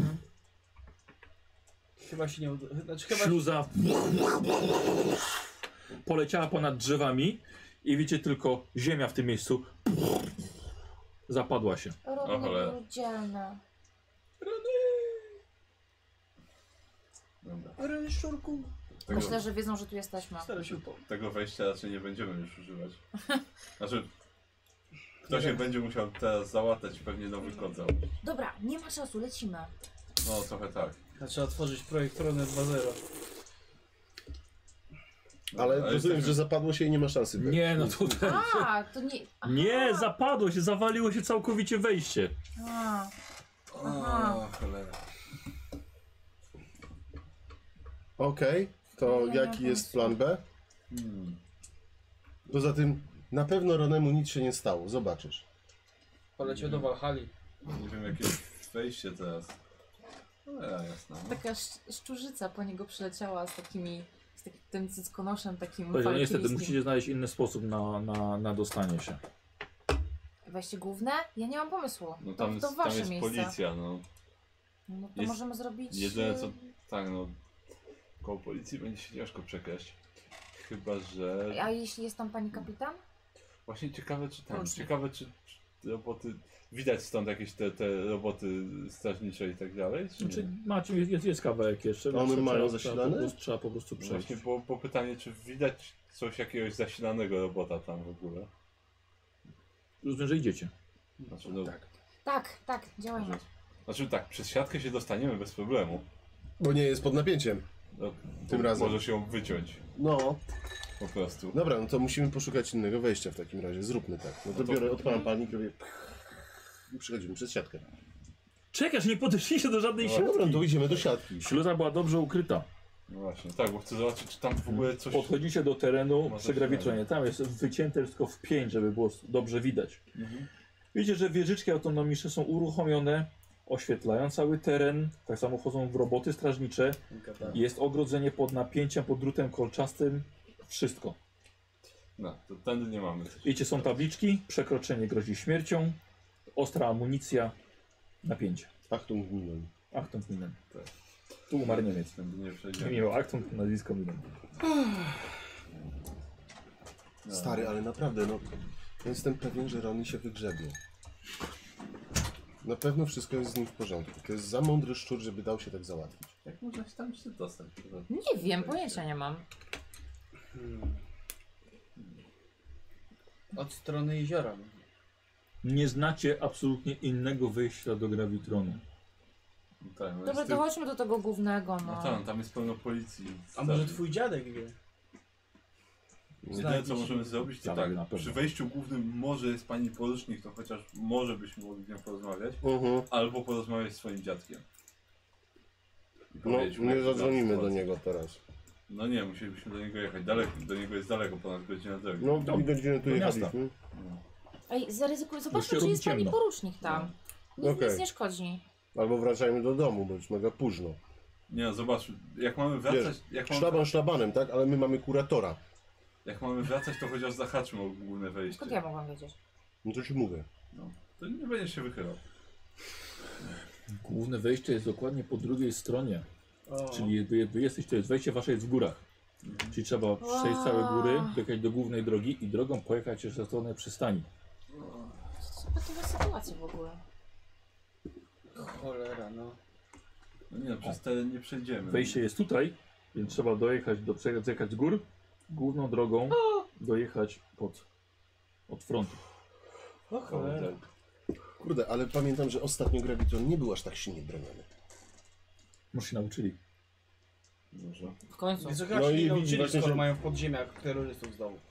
Chyba się nie uda. Znaczy chyba... Śluza poleciała ponad drzewami i widzicie tylko ziemia w tym miejscu zapadła się. O Rodne cholera. nieludzielne. Dobra. Ale szczurku. Tego, Myślę, że wiedzą, że tu jesteśmy. Stara się upał. tego wejścia raczej nie będziemy już używać. Znaczy, ktoś Nie się wiem. będzie musiał teraz załatać pewnie nowy kod założyć. Dobra, nie ma czasu, lecimy. No trochę tak. Trzeba otworzyć projekt Rony dwa zero. Ale Ale rozumiem, jesteśmy- że zapadło się i nie ma szansy. być. Nie, no to A, to nie... Aha. nie, zapadło się, zawaliło się całkowicie wejście. A, Aha. O, cholera. Okej, to Nie, nie jaki ma jest pomysłu. plan B? Hmm. Poza tym na pewno Ronemu nic się nie stało, zobaczysz. Poleciał do Walhali. Nie wiem jakie jest wejście teraz. Cholera jasna. No. taka sz- szczurzyca po niego przyleciała z takimi... z takim tym cyckonoszem takim Powiedział, no niestety walkilijskim. musicie znaleźć inny sposób na, na, na dostanie się. Wejście główne? Ja nie mam pomysłu. No to, tam to jest, wasze tam jest miejsce. policja, no. No to Jest możemy zrobić... Jedyne co, y, tak no, koło policji będzie się ciężko przekraść. Chyba, że... A jeśli jest tam pani kapitan? Właśnie ciekawe czy tam, Łącznie. ciekawe czy, czy roboty, widać stąd jakieś te, te roboty strażnicze i tak dalej, czy Znaczy, nie? macie, jest, jest kawałek jeszcze. A one więc mają trzeba, zasilane? Trzeba po prostu, trzeba po prostu No przejść. właśnie było, było pytanie, czy widać coś jakiegoś zasilanego robota tam w ogóle. Rozumiem, że idziecie. Znaczy, no, Tak. Tak, tak, działajmy. Znaczy, znaczy tak, przez siatkę się dostaniemy bez problemu. Bo nie jest pod napięciem. No, Tym bo razem. Możesz ją wyciąć No, po prostu. dobra, no to musimy poszukać innego wejścia w takim razie. Zróbmy tak. No to, No to- biorę, odpalam palnik, robię i przechodzimy przez siatkę. Czekasz, nie podeszliście do żadnej No, siatki. Dobra, to idziemy do siatki. Śluza była dobrze ukryta. No właśnie, tak, bo chcę zobaczyć, czy tam w ogóle coś... Podchodzicie do terenu, Może przegrawiczenie. Tam jest wycięte wszystko w pięć, żeby było dobrze widać. Mhm. Widzicie, że wieżyczki autonomiczne są uruchomione, oświetlają cały teren. Tak samo chodzą w roboty strażnicze. Jest ogrodzenie pod napięciem, pod drutem kolczastym. Wszystko. No, to tędy nie mamy. coś. Widzicie, są tabliczki. Przekroczenie grozi śmiercią. Ostra amunicja. Napięcie. Achtung, minął. Achtung Minen. Tak. Tu umarł Niemiec. Tędy nie Nie przejdziemy. miał Achtung, nazwisko Minen. No. Stary, ale naprawdę, no. Ja jestem pewien, że Ronnie się wygrzebie. Na pewno wszystko jest z nim w porządku. To jest za mądry szczur, żeby dał się tak załatwić. Jak można się tam się dostać? Kurwa? Nie wiem, pojęcia nie mam. Hmm. Od strony jeziora. Nie znacie absolutnie innego wyjścia do Gravitronu. No tak, no Dobra, jest to tył- chodźmy do tego głównego, No no. tam, tam jest pełno policji. A może twój dziadek wie? Jedyne co możemy zrobić to Dziadek tak, na pewno. przy wejściu głównym może jest pani porucznik, to chociaż może byśmy mogli z nią porozmawiać, Mhm. albo porozmawiać z swoim dziadkiem. I No, powiedzieć mu, nie jak wygląda zadzwonimy do sytuacja. niego teraz. No nie, musielibyśmy do niego jechać. Daleko, do niego jest daleko, ponad godzina drogi. No, Do- dwie godziny tu do miasta. jechaliśmy. No. Ej, zaryzykuj, Już zobaczmy, się czy robi jest pani ciemno. porucznik tam. Nic, Okej. nic nie szkodzi. Albo wracajmy do domu, bo już mega późno. Nie, no zobacz, jak mamy wracać, jak mamy, Szlaban szlabanem, tak? Ale my mamy kuratora. jak mamy wracać, to chociaż zahaczmy o główne wejście. Skąd ja mogłam wiedzieć? No to ci mówię. No, to nie będzie się wychylał. Główne wejście jest dokładnie po drugiej stronie. O. Czyli wy, wy jesteś, to jest wejście wasze jest w górach. Czyli trzeba przejść całe góry, dojechać do głównej drogi i drogą pojechać jeszcze w stronę przystani. Co to za sytuacja w ogóle? Cholera, no. No nie no, przez teren nie przejdziemy. Wejście jest tutaj, więc trzeba dojechać, do, zjechać z gór, główną drogą dojechać pod, od frontu. O cholera. Kurde, ale pamiętam, że ostatnio Gravitron nie był aż tak silnie broniony. Może się nauczyli. Może. W końcu. Więc chyba No się i nie widzi nauczyli, właśnie, skoro że- mają w podziemiach terrorystów z domu.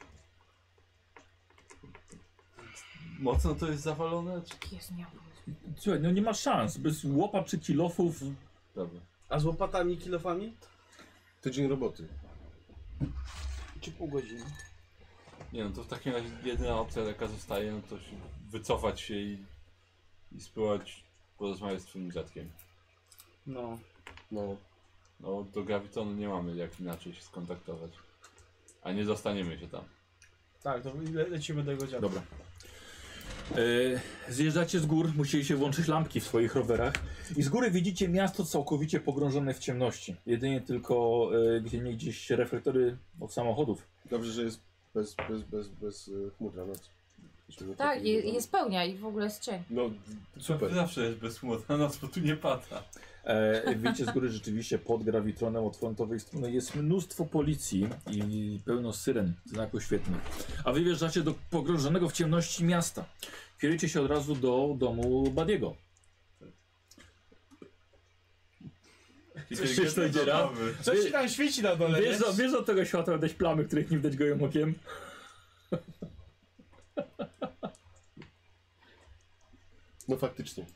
Mocno to jest zawalone? Czy... Jezu, miał Słuchaj, no nie ma szans. Bez łopa czy kilofów. Dobra. A z łopatami, kilofami? Tydzień roboty. Czy pół godziny? Nie no, to w takim razie jedyna opcja jaka zostaje, no to się wycofać się i, i spróbować porozmawiać z twoim dziadkiem. No. No. No do Gravitonu nie mamy jak inaczej się skontaktować. A nie zostaniemy się tam. Tak, to le lecimy do jego dziadka. Dobra. E, zjeżdżacie z gór, musieliście włączyć lampki w swoich rowerach i z góry widzicie miasto całkowicie pogrążone w ciemności. Jedynie tylko e, gdzie nie gdzieś reflektory od samochodów. Dobrze, że jest bez, bez, bez, bez y, chmur na noc. Byśmy nie Tak, trafili je, do domu. jest pełnia i w ogóle jest cień. No, super. Zawsze jest bezsmutna noc, bo tu nie pada. E, widzicie z góry rzeczywiście pod grawitronem od frontowej strony jest mnóstwo policji i pełno syren, znaków świetnych. A wy wjeżdżacie do pogrążonego w ciemności miasta. Kierujecie się od razu do domu Badiego. Coś się dzieje, raz? Coś ci tam świeci na dole, Wiesz, wiesz? wiesz od tego światła dać plamy, których nie widać gołym okiem? No faktycznie.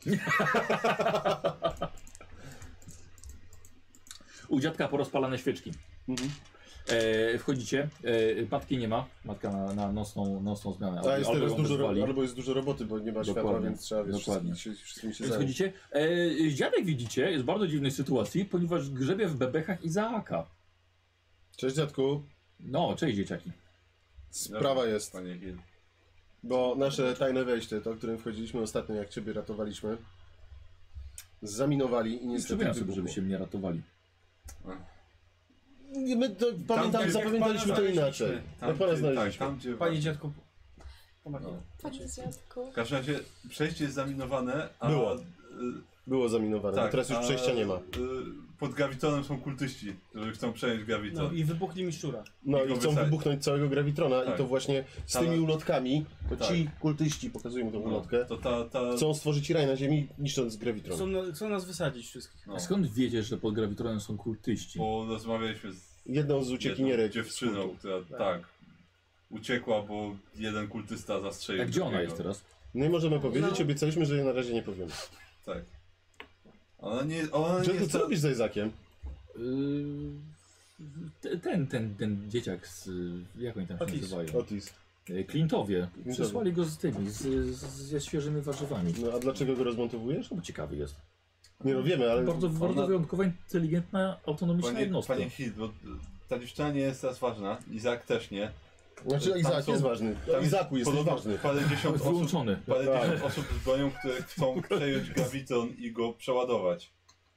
U dziadka porozpalane świeczki. Mhm. E, wchodzicie, e, matki nie ma, matka na, na nocną, nocną zmianę. A jest albo teraz ją dużo, wezwali. ro- albo jest dużo roboty, bo nie ma światła, Dokładnie, więc trzeba wiesz, dokładnie. wszystkim się, wszystkim się Więc zająć. chodzicie. E, dziadek widzicie, jest w bardzo dziwnej sytuacji, ponieważ grzebie w bebechach Izaaka. Cześć dziadku. No, cześć dzieciaki. Sprawa jest, Panie Hill. bo nasze tajne wejście, to, którym wchodziliśmy ostatnio, jak ciebie ratowaliśmy, zaminowali i Nie niestety przypominam sobie, wybuchło. żebyście mnie ratowali. Nie, My to, pamiętam, gdzie- zapamiętaliśmy jak to pana inaczej. znaleźliśmy. Jak pana gdzie, tak, znaleźliśmy. tam gdzie... Panie dziadku, pomagaj. No. Panie dziadku. W każdym razie przejście jest zaminowane, a... Było. y, Było zaminowane, tak, bo teraz już a, przejścia nie ma. y, pod Gravitonem są kultyści, którzy chcą przejąć Graviton. No i wybuchli mi szczura. No i i go chcą wysadzi. wybuchnąć całego Gravitrona Tak. i to właśnie z Ale- tymi ulotkami, to Tak. ci kultyści, pokazujemy tą No, ulotkę, to ta, ta... chcą stworzyć raj na ziemi, niszcząc Gravitron. Chcą, na, chcą nas wysadzić wszystkich. No, A skąd wiecie, że pod grawitronem są kultyści? bo rozmawialiśmy z Jedną z uciekinierek jedną dziewczyną, z kultu. która Tak. tak. uciekła, bo jeden kultysta zastrzelił A gdzie ona drugiego. jest teraz? Nie możemy powiedzieć, No. obiecaliśmy, że jej na razie nie powiemy. Tak. Ona nie, ona nie Dziadku, jest... co robisz z Izakiem? Yy, ten, ten, ten dzieciak z... jak oni tam się Otis. nazywają? Otis. E, Clintowie. Przesłali go z tymi, z, z, ze świeżymi warzywami. No a dlaczego go rozmontowujesz? No bo ciekawy jest. Nie no wiemy, ale... Bardzo, bardzo ona- wyjątkowa, inteligentna, autonomiczna Panie, jednostka. panie Hill, bo ta dziewczyna nie jest teraz ważna, Izak też nie. Znaczy tam Izak są- jest ważny. tam Izaku jesteś podobno ważny. Parę dziesiąt osób, Wyłączony. parę Tak. dziesiąt osób z bronią, które chcą przejąć Graviton i go przeładować.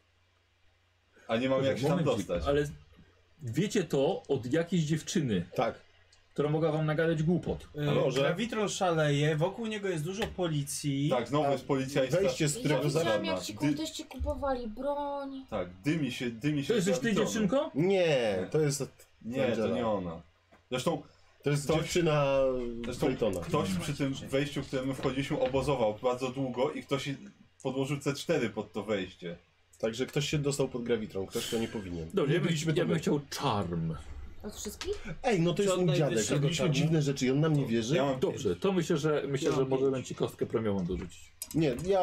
A nie mamy jak się tam Momencik, dostać. ale wiecie to od jakiejś dziewczyny, Tak. która mogła wam nagadać głupot. Yy, może? Gravitron szaleje, wokół niego jest dużo policji. Tak, znowu A jest policja i wejście z Ja którego widziałam, zaraz... jak ci Dy- kultyści kupowali broń. Tak, dymi się, dymi się To jesteś ty, Gravitonu. dziewczynko? Nie, to jest... Nie, to Angela. nie ona. Zresztą To jest Ktoś- dziewczyna Zresztą Claytona. ktoś przy tym wejściu, w którym my wchodziliśmy, obozował bardzo długo i ktoś podłożył C cztery pod to wejście. Także ktoś się dostał pod Gravitron, ktoś to nie powinien. Dobrze, nie ja bym, byliśmy ja to bym my. chciał charm. Od wszystkich? Ej, no to jest Czy mój od dziadek. najwyższego Robiliśmy czarnu? dziwne rzeczy i on nam nie wierzy. Ja mam Dobrze, to myślę, że myślę, Ja że mam możemy pięć. ci kostkę premiową dorzucić. Nie, ja...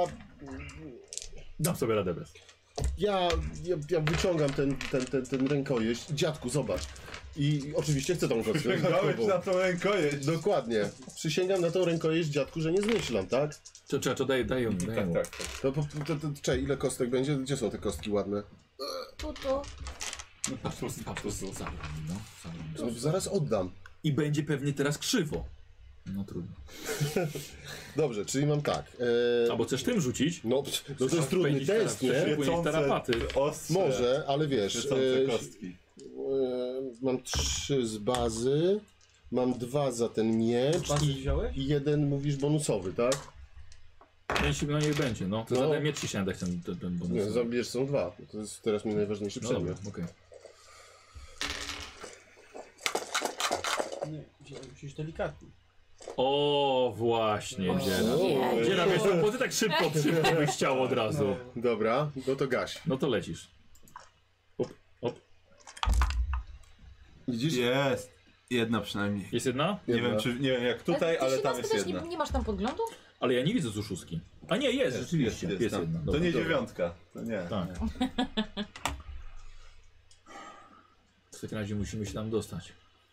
Dam sobie radę bez. Ja, ja, ja wyciągam ten, ten, ten, ten rękojeść. Dziadku, zobacz. I oczywiście chcę tą kostkę. Sięgałeś dodatkową. na tą rękojeść. Dokładnie. Przysięgam na tą rękojeść, dziadku, że nie zmyślam, tak? Czy, czy, czy daj, daj ją, daj Tak, ją. tak, tak. To, to, to, to czekaj, ile kostek będzie? Gdzie są te kostki ładne? Tu, tu. Patrz, patrz, patrz, patrz, za mną, no, za mną. No, zaraz oddam. I będzie pewnie teraz krzywo. No trudno. Dobrze, czyli mam tak. E, Albo chcesz tym rzucić? no, no to jest trudny Pędzić test, teraz, nie? Płyniesz tarapaty. ostrze, Może, ale wiesz, świecące e, kostki. e, mam trzy z bazy, mam dwa za ten miecz Bazy i, wziąłeś? i jeden mówisz bonusowy, tak? Jeśli no niech będzie, no. To No. no. mieć ci się dać ten, ten, ten bonus. Nie, zabierz są dwa. To jest teraz mój najważniejszy No dobra, przedmiot. okej. Nie, musisz delikatnie. O, właśnie, O, Dziera. nie. Dziera, wiesz, no, bo ty tak szybko, szybko byś chciał od razu. Dobra, no to gaś. No to lecisz. Op, op. Widzisz? Jest. Jedna przynajmniej. Jest jedna? Nie Jedna. wiem, czy, nie wiem jak tutaj, ty ale się tam nas jest pytasz, jedna. Nie, nie masz tam podglądu? Ale ja nie widzę tu szóstki. A nie, jest, rzeczywiście. Jest, jest tam. jedna. To Dobra, nie dobra. dziewiątka. To nie. Tak. W takim razie musimy się tam dostać.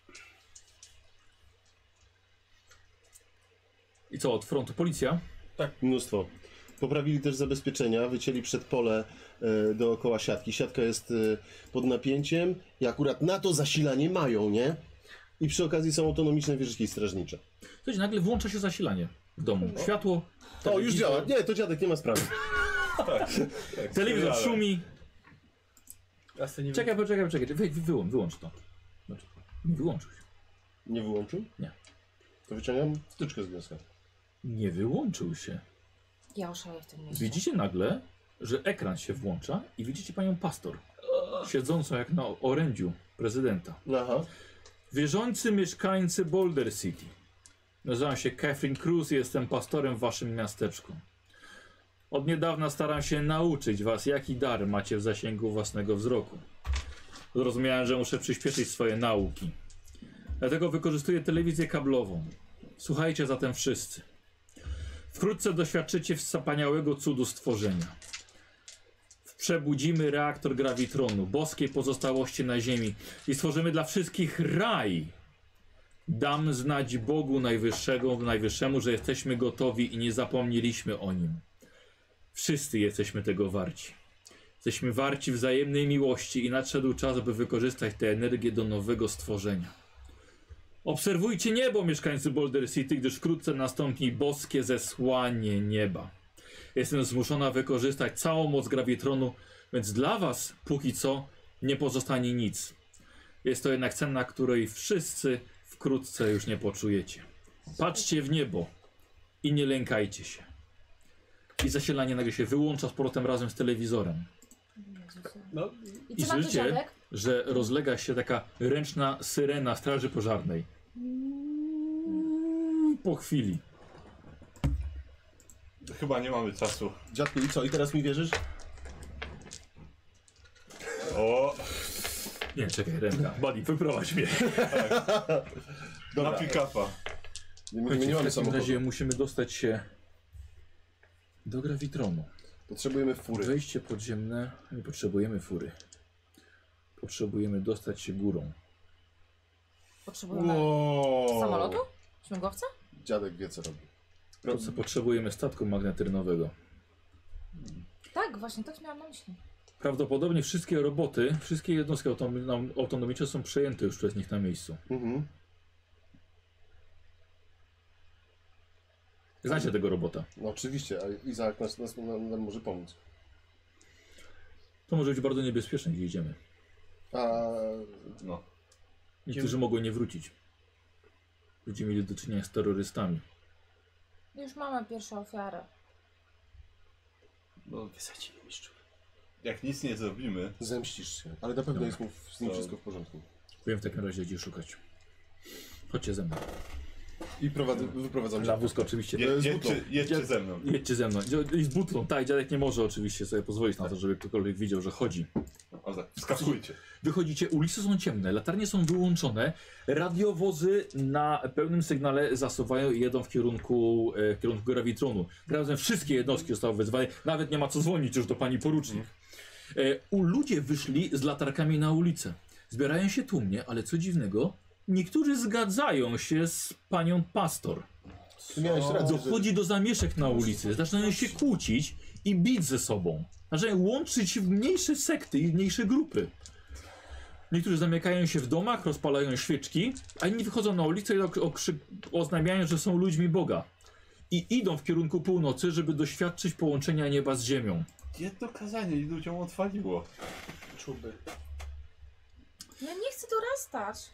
I co, od frontu policja? Mnóstwo. Poprawili też zabezpieczenia, wycięli przed pole e, dookoła siatki. Siatka jest e, pod napięciem i akurat na to zasilanie mają, nie? I przy okazji są autonomiczne wieżyczki strażnicze. Słuchajcie, nagle włącza się zasilanie w domu. Światło, O, już telewizor, działa. Nie, to dziadek nie ma sprawy. Tak, telewizor ale- szumi. Ja sobie nie Czekaj, poczekaj, poczekaj. Wy, wy, wyłącz, wyłącz to. Znaczy, nie wyłączył się. Nie wyłączył? Nie. To wyciągam wtyczkę z wnioska. Nie wyłączył się. Ja oszaleję w tym miejscu. Widzicie nagle, że ekran się włącza i widzicie panią pastor. Siedzącą jak na orędziu prezydenta. Aha. Wierzący mieszkańcy Boulder City. Nazywam się Catherine Cruz i jestem pastorem w waszym miasteczku. Od niedawna staram się nauczyć was, jaki dar macie w zasięgu własnego wzroku. Zrozumiałem, że muszę przyspieszyć swoje nauki. Dlatego wykorzystuję telewizję kablową. Słuchajcie zatem wszyscy. Wkrótce doświadczycie wspaniałego cudu stworzenia. Przebudzimy reaktor grawitronu, boskiej pozostałości na ziemi i stworzymy dla wszystkich raj. Dam znać Bogu Najwyższego, Najwyższemu, że jesteśmy gotowi i nie zapomnieliśmy o Nim. Wszyscy jesteśmy tego warci. Jesteśmy warci wzajemnej miłości i nadszedł czas, by wykorzystać tę energię do nowego stworzenia. Obserwujcie niebo, mieszkańcy Boulder City, gdyż wkrótce nastąpi boskie zesłanie nieba. Jestem zmuszona wykorzystać całą moc grawitronu, więc dla was póki co nie pozostanie nic. Jest to jednak cena, której wszyscy wkrótce już nie poczujecie. Patrzcie w niebo i nie lękajcie się. I zasilanie nagle się wyłącza z powrotem razem z telewizorem. No, I I co na to słyszycie, dziadek? że rozlega się taka ręczna syrena straży pożarnej. Po chwili. Chyba nie mamy czasu. Dziadku, i co? I teraz mi wierzysz? O, Nie, czekaj, ręka. Buddy, wyprowadź mnie. na pick-upa. Nie, my nie W mamy takim samochodu. razie musimy dostać się do grawitronu. Potrzebujemy fury. Wejście podziemne. Nie potrzebujemy fury. Potrzebujemy dostać się górą. Potrzebujemy Wow. samolotu? Śmigłowca? Dziadek wie co robi. To co potrzebujemy statku magnetycznego. Tak, właśnie to miałam na myśli. Prawdopodobnie wszystkie roboty, wszystkie jednostki autonom- autonomiczne są przejęte już przez nich na miejscu. Mhm. Znacie tego robota. No oczywiście, a Izaak nas, nas, nam, nam może pomóc. To może być bardzo niebezpieczne, gdzie idziemy. A No. Niektórzy mogą nie wrócić. Będziemy mieli do czynienia z terrorystami. Już mamy pierwszą ofiarę. No, wysadzi mistrzu. jak nic nie zrobimy, zemścisz się. Ale na pewno Dobra. jest mu z nim To- wszystko w porządku. Wiem w takim razie, gdzie szukać. Chodźcie ze mną. I prowadzę, wyprowadzam Na dziadka. wózku oczywiście. je, z jedźcie, butlą. jedźcie ze mną. Jedźcie ze mną. I z butlą. Tak, dziadek nie może oczywiście sobie pozwolić na to, żeby ktokolwiek widział, że chodzi. O, tak, wskakujcie. Wychodzicie, ulice są ciemne, latarnie są wyłączone, radiowozy na pełnym sygnale zasuwają i jedą w kierunku, e, w kierunku grawitronu. Razem wszystkie jednostki zostały wezwane, nawet nie ma co dzwonić już do pani porucznik. E, u ludzie wyszli z latarkami na ulicę. Zbierają się tłumnie, ale co dziwnego, niektórzy zgadzają się z panią pastor. Ty miałeś rację, że... Dochodzi do zamieszek na ulicy, zaczynają się kłócić i bić ze sobą. Zaczynają łączyć się w mniejsze sekty i mniejsze grupy. Niektórzy zamykają się w domach, rozpalają świeczki, a inni wychodzą na ulicę i okrzy- oznajmiają, że są ludźmi Boga. I idą w kierunku północy, żeby doświadczyć połączenia nieba z ziemią. Jedno kazanie i ludziom odwaliło. Czuby. Ja nie chcę dorastać.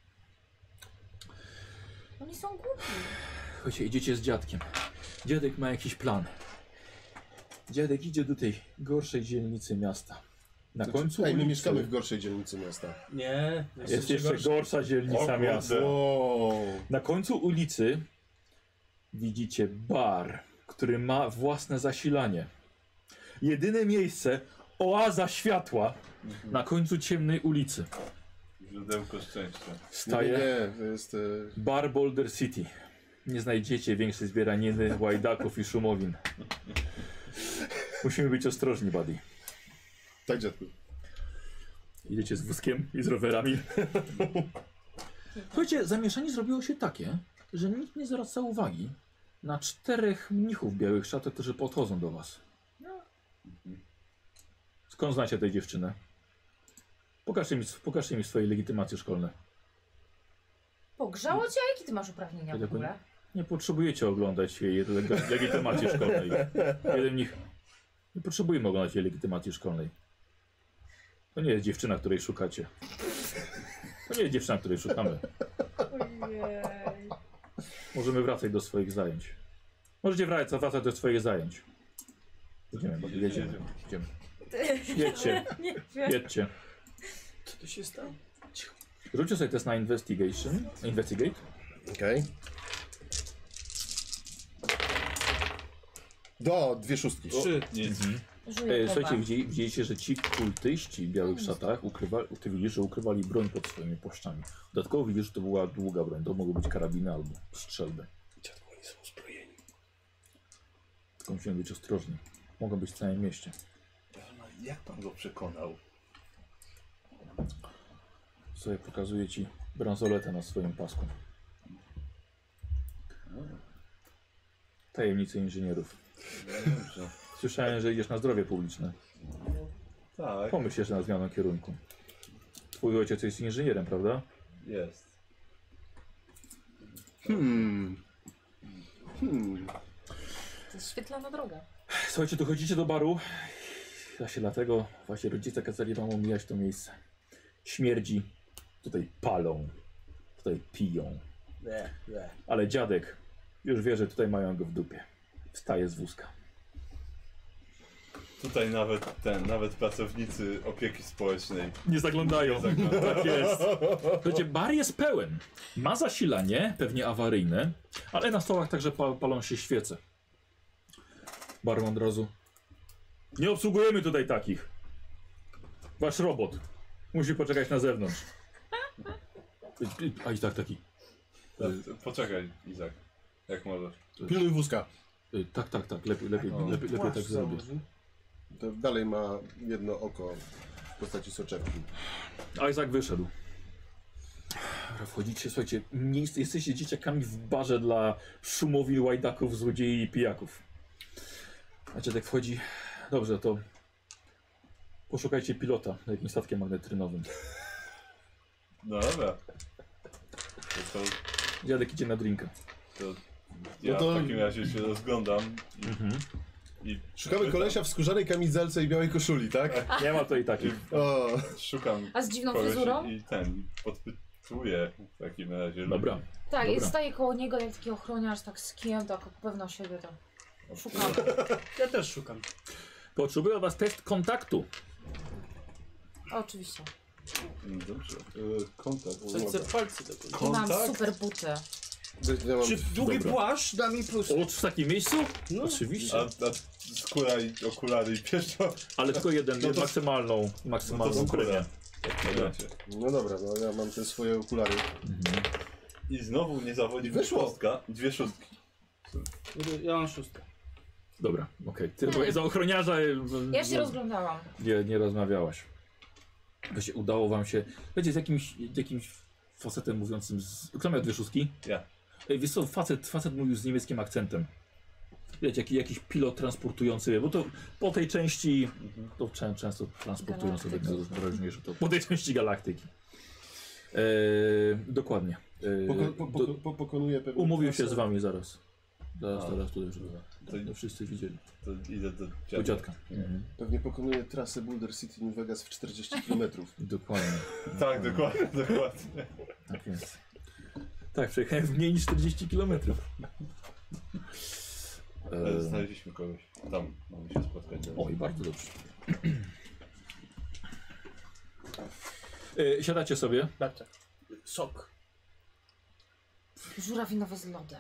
Oni są głupi. Chodźcie, idziecie z dziadkiem. Dziadek ma jakiś plan. Dziadek idzie do tej gorszej dzielnicy miasta. Na końcu Ej, my ulicy mieszkamy w gorszej dzielnicy miasta. Nie, jest jeszcze gorsze. gorsza dzielnica O kurde. miasta. Wow. Na końcu ulicy widzicie bar, który ma własne zasilanie. Jedyne miejsce, oaza światła na końcu ciemnej ulicy. Źródełko szczęścia. Nie, Staje. nie, to jest... E... Bar Boulder City. Nie znajdziecie większej zbieraniny, łajdaków i szumowin. Musimy być ostrożni, buddy. Tak, dziadku. Idziecie z wózkiem i z rowerami. Słuchajcie, zamieszanie zrobiło się takie, że nikt nie zwraca uwagi na czterech mnichów w białych szatach, którzy podchodzą do was. Skąd znacie tę dziewczynę? Pokażcie mi, pokażcie mi swoje legitymacje szkolne. Pogrzało cię? A jakie ty masz uprawnienia w Tego ogóle? Nie potrzebujecie oglądać jej leg legitymacji szkolnej. Jeden mnich... Nie potrzebujemy oglądać jej legitymacji szkolnej. To nie jest dziewczyna, której szukacie. To nie jest dziewczyna, której szukamy. Ojej. Możemy wracać do swoich zajęć. Możecie wracać, wracać do swoich zajęć. Jedziemy, bo jedziemy. Jedziemy. Jedźcie, Nie wiem. jedźcie. Co to się stało? Rzućcie sobie test na investigation. Investigate. Okej. Okay. Do, dwie szóstki. Trzy. Nic. Mhm. Żuję E, chyba. słuchajcie, widzieli, widzieliście, że ci kultyści w białych szatach ukrywali, ty widzisz, że ukrywali broń pod swoimi płaszczami. Dodatkowo widzisz, że to była długa broń. To mogły być karabiny albo strzelby. Dziadku, oni są uzbrojeni. Tylko musimy być ostrożni. Mogą być w całym mieście. Jak pan go przekonał? Sobie pokazuję ci bransoletę na swoim pasku. Tajemnice inżynierów. No dobrze. Słyszałem, że idziesz na zdrowie publiczne. Tak, Pomyśl jeszcze na zmianę kierunku. Twój ojciec jest inżynierem, prawda? jest. Hmm. Hmm. To jest świetlana droga. Słuchajcie, dochodzicie do baru. Właśnie dlatego właśnie rodzice kazali wam omijać to miejsce. Śmierdzi. Tutaj palą. Tutaj piją. Nie, nie. Ale dziadek już wie, że tutaj mają go w dupie. Wstaje z wózka. Tutaj nawet ten, nawet pracownicy opieki społecznej. Nie zaglądają. Zaglądają. Tak jest. Słuchajcie, bar jest pełen. Ma zasilanie, pewnie awaryjne, ale na stołach także pal palą się świece. Barman od razu. Nie obsługujemy tutaj takich. Wasz robot musi poczekać na zewnątrz. A i tak taki. Poczekaj, Izak. Jak możesz. Pilnuj wózka. Y, Tak, tak, tak. Lepiej, lepiej, O, lepiej, lepiej tak zrobię. To dalej ma jedno oko w postaci soczewki. Isaac wyszedł. Dobra, wchodzicie, słuchajcie, nie jest, jesteście dzieciakami w barze dla szumowil, łajdaków, złodziei i pijaków. A dziadek wchodzi. Dobrze, to poszukajcie pilota na jakimś statkiem magnetrynowym. No dobra. To, to, Dziadek idzie na drinka. to ja No to- w takim razie się rozglądam i, Mhm. i Szukamy kolesia w skórzanej kamizelce i białej koszuli, tak? Nie ma to i takich. O, szukam A z dziwną kogoś fryzurą? i, i ten, i podpytuję w takim razie. Dobra. ludzi. Tak, Dobra. i staję koło niego jak taki ochroniarz, tak z kijem, tak pewno siebie tam. Szukam. Ja też szukam. Potrzebuję od was test kontaktu. Oczywiście. Mm, Dobrze. E, kontakt. Chcę palce do końca. I mam Kontakt? super buty. ja mam... Czy długi Dobra. płaszcz da mi plus? O, w takim miejscu? No. Oczywiście. A, a skóra i okulary i pieszczo? Ale tylko jeden, No to- maksymalną, No to maksymalną skóra. premię. Dobra. No dobra, no ja mam te swoje okulary. Mhm. I znowu nie zawodzi Wyszło. kostka. Dwie szóstki. Ja mam szóstkę. Dobra, okej. Ty byłeś za ochroniarza. e, Ja się no, rozglądałam. Nie, nie rozmawiałaś. To się udało wam się. Wiecie, z jakimś, jakimś facetem mówiącym z... Kto miał dwie szóstki? Ja. Ej, wiesz co, facet, facet mówił z niemieckim akcentem. Wiecie, jaki, jakiś pilot transportujący, bo to po tej części, to czę, często transportują sobie Galaktyki. najważniejsze, to po tej części galaktyki. E, dokładnie. E, Poko po, po, do, po, pokonuję pewnie... umówił się z wami zaraz. Zaraz, A. zaraz tutaj, żeby To, to wszyscy widzieli. to idę do Do dziadka. dziadka. Mhm. Pewnie pokonuję trasę Boulder City New Vegas w czterdzieści kilometrów. Dokładnie. Tak, dokładnie, dokładnie. Tak jest. Tak, przejechałem w mniej niż czterdzieści kilometrów. Ale znaleźliśmy kogoś. Tam mamy się spotkać. Oj, bardzo dobrze. E, siadacie sobie. Babcia. Sok. Żurawinowe z lodem.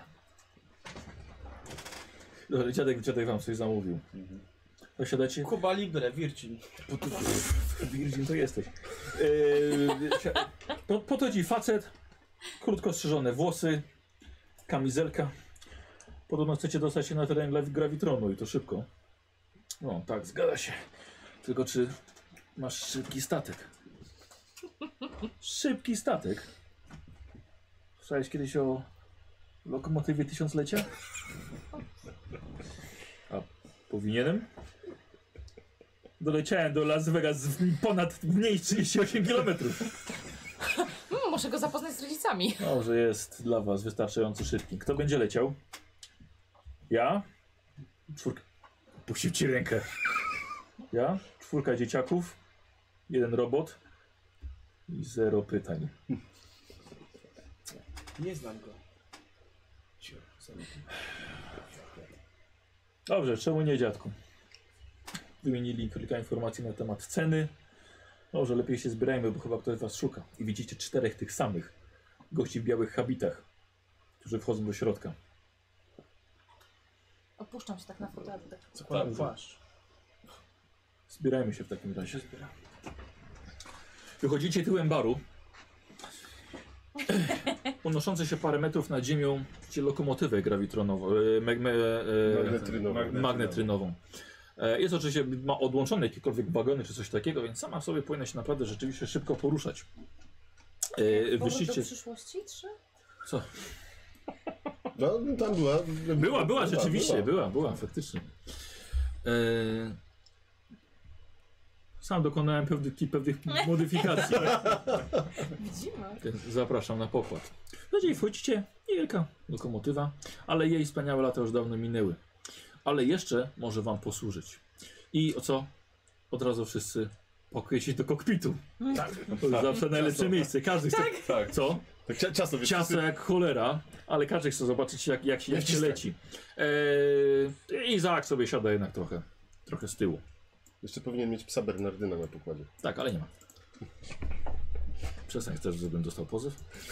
Dobra, dziadek, dziadek wam coś zamówił. Mhm. To siadacie. Kuba Libre, Virgin. Virgin to jesteś. E, si Po, podchodzi facet, krótko strzyżone włosy, kamizelka. Podobno chcecie dostać się na teren gra- gravitronu i to szybko. No tak, zgadza się. Tylko czy masz szybki statek? Szybki statek? Słyszałeś kiedyś o lokomotywie tysiąclecia? A powinienem? Doleciałem do Las Vegas w ponad mniej niż trzydzieści osiem kilometrów. Hmm, muszę go zapoznać z rodzicami. Może jest dla was wystarczająco szybki. Kto będzie leciał? Ja? Czwórka. Puścił ci rękę. Ja? Czwórka dzieciaków. Jeden robot. I zero pytań. Nie znam go. Cio, zamknij. Dobrze, czemu nie, dziadku? Wymienili kilka informacji na temat ceny. Może lepiej się zbierajmy, bo chyba ktoś was szuka. I widzicie czterech tych samych gości w białych habitach, którzy wchodzą do środka. Opuszczam się tak na fotelu. Tak. Zakładam płaszcz. Zbierajmy się w takim Ja razie. się zbieram. Wychodzicie tyłem baru. Unoszące się parę metrów nad ziemią widzicie lokomotywę grawitronową, e, me, me, e, Magnetrynową. magnetrynową. E, jest oczywiście, ma odłączone jakiekolwiek wagony czy coś takiego, więc sama sobie powinna się naprawdę rzeczywiście szybko poruszać. E, Powrót do wyszliście... przyszłości? Trzy? Co? No, tam była. Była, była, rzeczywiście, była, była, faktycznie. E, sam dokonałem pewnych, pewnych modyfikacji. Widzimy. Więc zapraszam na pokład. Jeżeli wchodzicie, niewielka lokomotywa, ale jej wspaniałe lata już dawno minęły. Ale jeszcze może wam posłużyć. I o co? Od razu wszyscy pakujecie się do kokpitu. Tak. To jest zawsze najlepsze miejsce. Każdy chce... Tak. Co? Tak, cia- ciasto, wiesz, Ciasto jak cholera, ale każdy chce zobaczyć jak, jak, się, jak się leci. Eee, Izaak sobie siada jednak trochę, trochę z tyłu. Jeszcze powinien mieć psa Bernardyna na pokładzie. Tak, ale nie ma. Przestań, chcesz, żebym dostał pozew?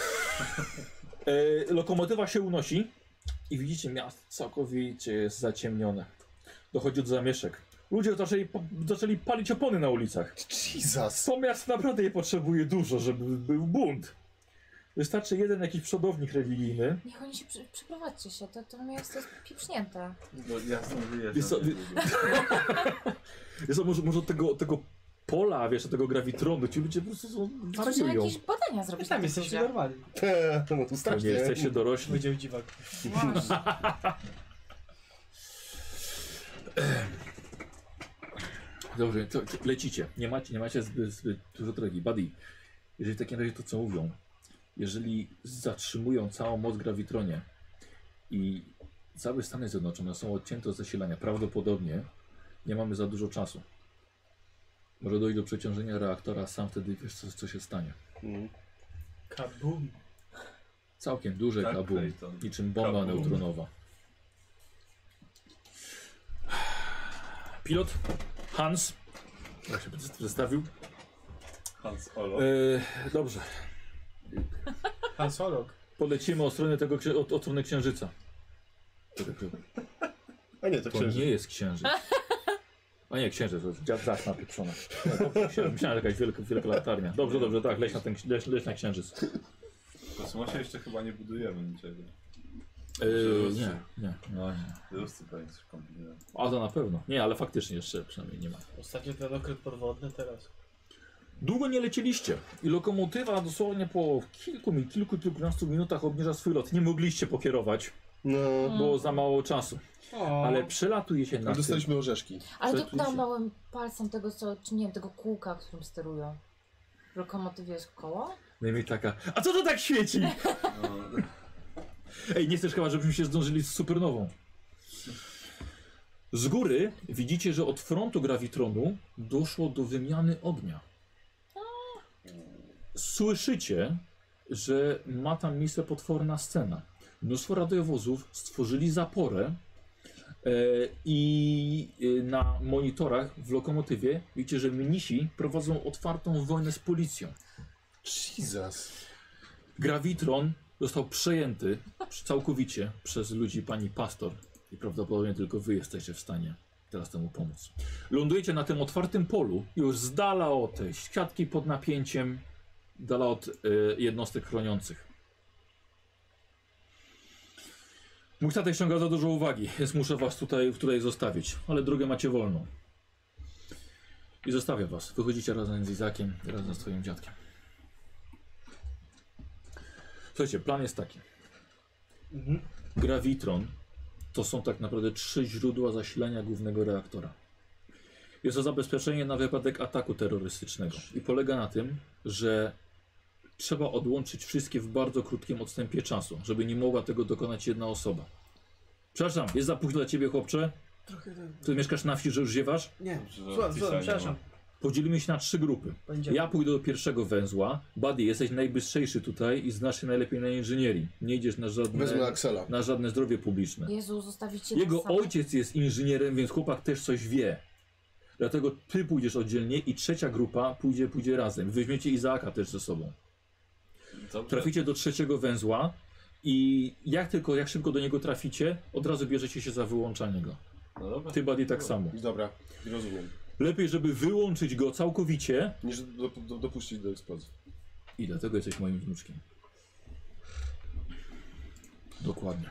E, lokomotywa się unosi i widzicie, miasto całkowicie jest zaciemnione. Dochodzi do zamieszek. Ludzie zaczęli, po, zaczęli palić opony na ulicach. Jesus! To miasto naprawdę nie potrzebuje dużo, żeby był bunt. Wystarczy jeden jakiś przodownik religijny. Niech oni się przy, przyprowadźcie się, to, to miasto jest pieprznięte. No, ja stąd wyjeżdżam. Wiesz co, wy- niedługo. Jest to może, może od tego, tego pola, wiesz, od tego gravitronu, ci ludzie po prostu są, Muszę wariują. jakieś badania zrobić Tam na tych jesteśmy ludziach. normalni. No to To strasznie. nie jesteście dorośli. Wydział dziwak. Właśnie. Dobrze, to, to lecicie. Nie macie, nie macie zbyt, zbyt dużo drogi. Buddy, jeżeli w takim razie to co mówią, jeżeli zatrzymują całą moc gravitronie i całe Stany Zjednoczone są odcięte od zasilania, prawdopodobnie nie mamy za dużo czasu. Może dojść do przeciążenia reaktora, sam wtedy wiesz co, co się stanie. Mm. Kabum. Całkiem duże Tak, kabum, Clayton. niczym bomba Kabum. neutronowa. Pilot Hans, jak się przedstawił. Hans Olo. E, dobrze, Han Solok. polecimy od strony tego księ- od, od strony księżyca. A nie, to To księżyc. nie jest księżyc. A nie, księżyc, to jest dziad zachna pieprzona. No, to księ- Myślałem, że jakaś wielka, wielka latarnia. Dobrze, dobrze, tak, leć na, ten, leć, leć na księżyc. W kosmosie jeszcze chyba nie budujemy niczego. E, nie, nie, no, nie. Ruscy pewnie coś kombinują. A to na pewno. Nie, ale faktycznie jeszcze przynajmniej nie ma. Ostatnio ten okręt podwodny, teraz. Długo nie lecieliście i lokomotywa dosłownie po kilku, mi- kilku, kilkunastu minutach obniża swój lot. Nie mogliście pokierować, No, było za mało czasu. O, Ale przelatujecie na ale tym. dostaliśmy orzeszki. Ale Przetnij się. dotknąłem małym palcem tego, co, czy nie wiem, tego kółka, którym sterują. W lokomotywie jest koło? No i mi taka, a co to tak świeci? No, Ej, nie chcesz chyba, żebyśmy się zdążyli z supernową. Z góry widzicie, że od frontu gravitronu doszło do wymiany ognia. Słyszycie, że ma tam miejsce potworna scena. Mnóstwo radiowozów stworzyli zaporę e, i e, na monitorach w lokomotywie widzicie, że mnisi prowadzą otwartą wojnę z policją. Jesus. Gravitron został przejęty całkowicie przez ludzi pani pastor i prawdopodobnie tylko wy jesteście w stanie teraz temu pomóc. Lądujecie na tym otwartym polu, już z dala od tej siatki pod napięciem. dala od y, jednostek chroniących. Mój tata ściąga za dużo uwagi, więc muszę was tutaj, tutaj zostawić, ale drogę macie wolną. I zostawię was. Wychodzicie razem z Izakiem i razem z twoim dziadkiem. Słuchajcie, plan jest taki. Mhm. Gravitron to są tak naprawdę trzy źródła zasilania głównego reaktora. Jest to zabezpieczenie na wypadek ataku terrorystycznego i polega na tym, że trzeba odłączyć wszystkie w bardzo krótkim odstępie czasu, żeby nie mogła tego dokonać jedna osoba. Przepraszam, jest za późno dla ciebie, chłopcze? Trochę tak. Ty mieszkasz na wsi, że już ziewasz? Nie, Że słucham, słucham, pisania przepraszam. Podzielimy się na trzy grupy. Będzie. Ja pójdę do pierwszego węzła. Buddy, jesteś najbystrzejszy tutaj i znasz się najlepiej na inżynierii. Nie idziesz na Wezmę żadne, Axela. na żadne zdrowie publiczne. Jezu, zostawicie Jego nas samych? ojciec jest inżynierem, więc chłopak też coś wie. Dlatego ty pójdziesz oddzielnie i trzecia grupa pójdzie, pójdzie razem. Weźmiecie Izaaka też ze sobą. Dobrze. Traficie do trzeciego węzła i jak tylko, jak szybko do niego traficie, od razu bierzecie się za wyłączanie go. No dobra. Ty, Buddy, tak samo. Dobra, rozumiem. Lepiej, żeby wyłączyć go całkowicie. Niż do, do, dopuścić do eksplozji. I dlatego jesteś moim wnuczkiem. Dokładnie.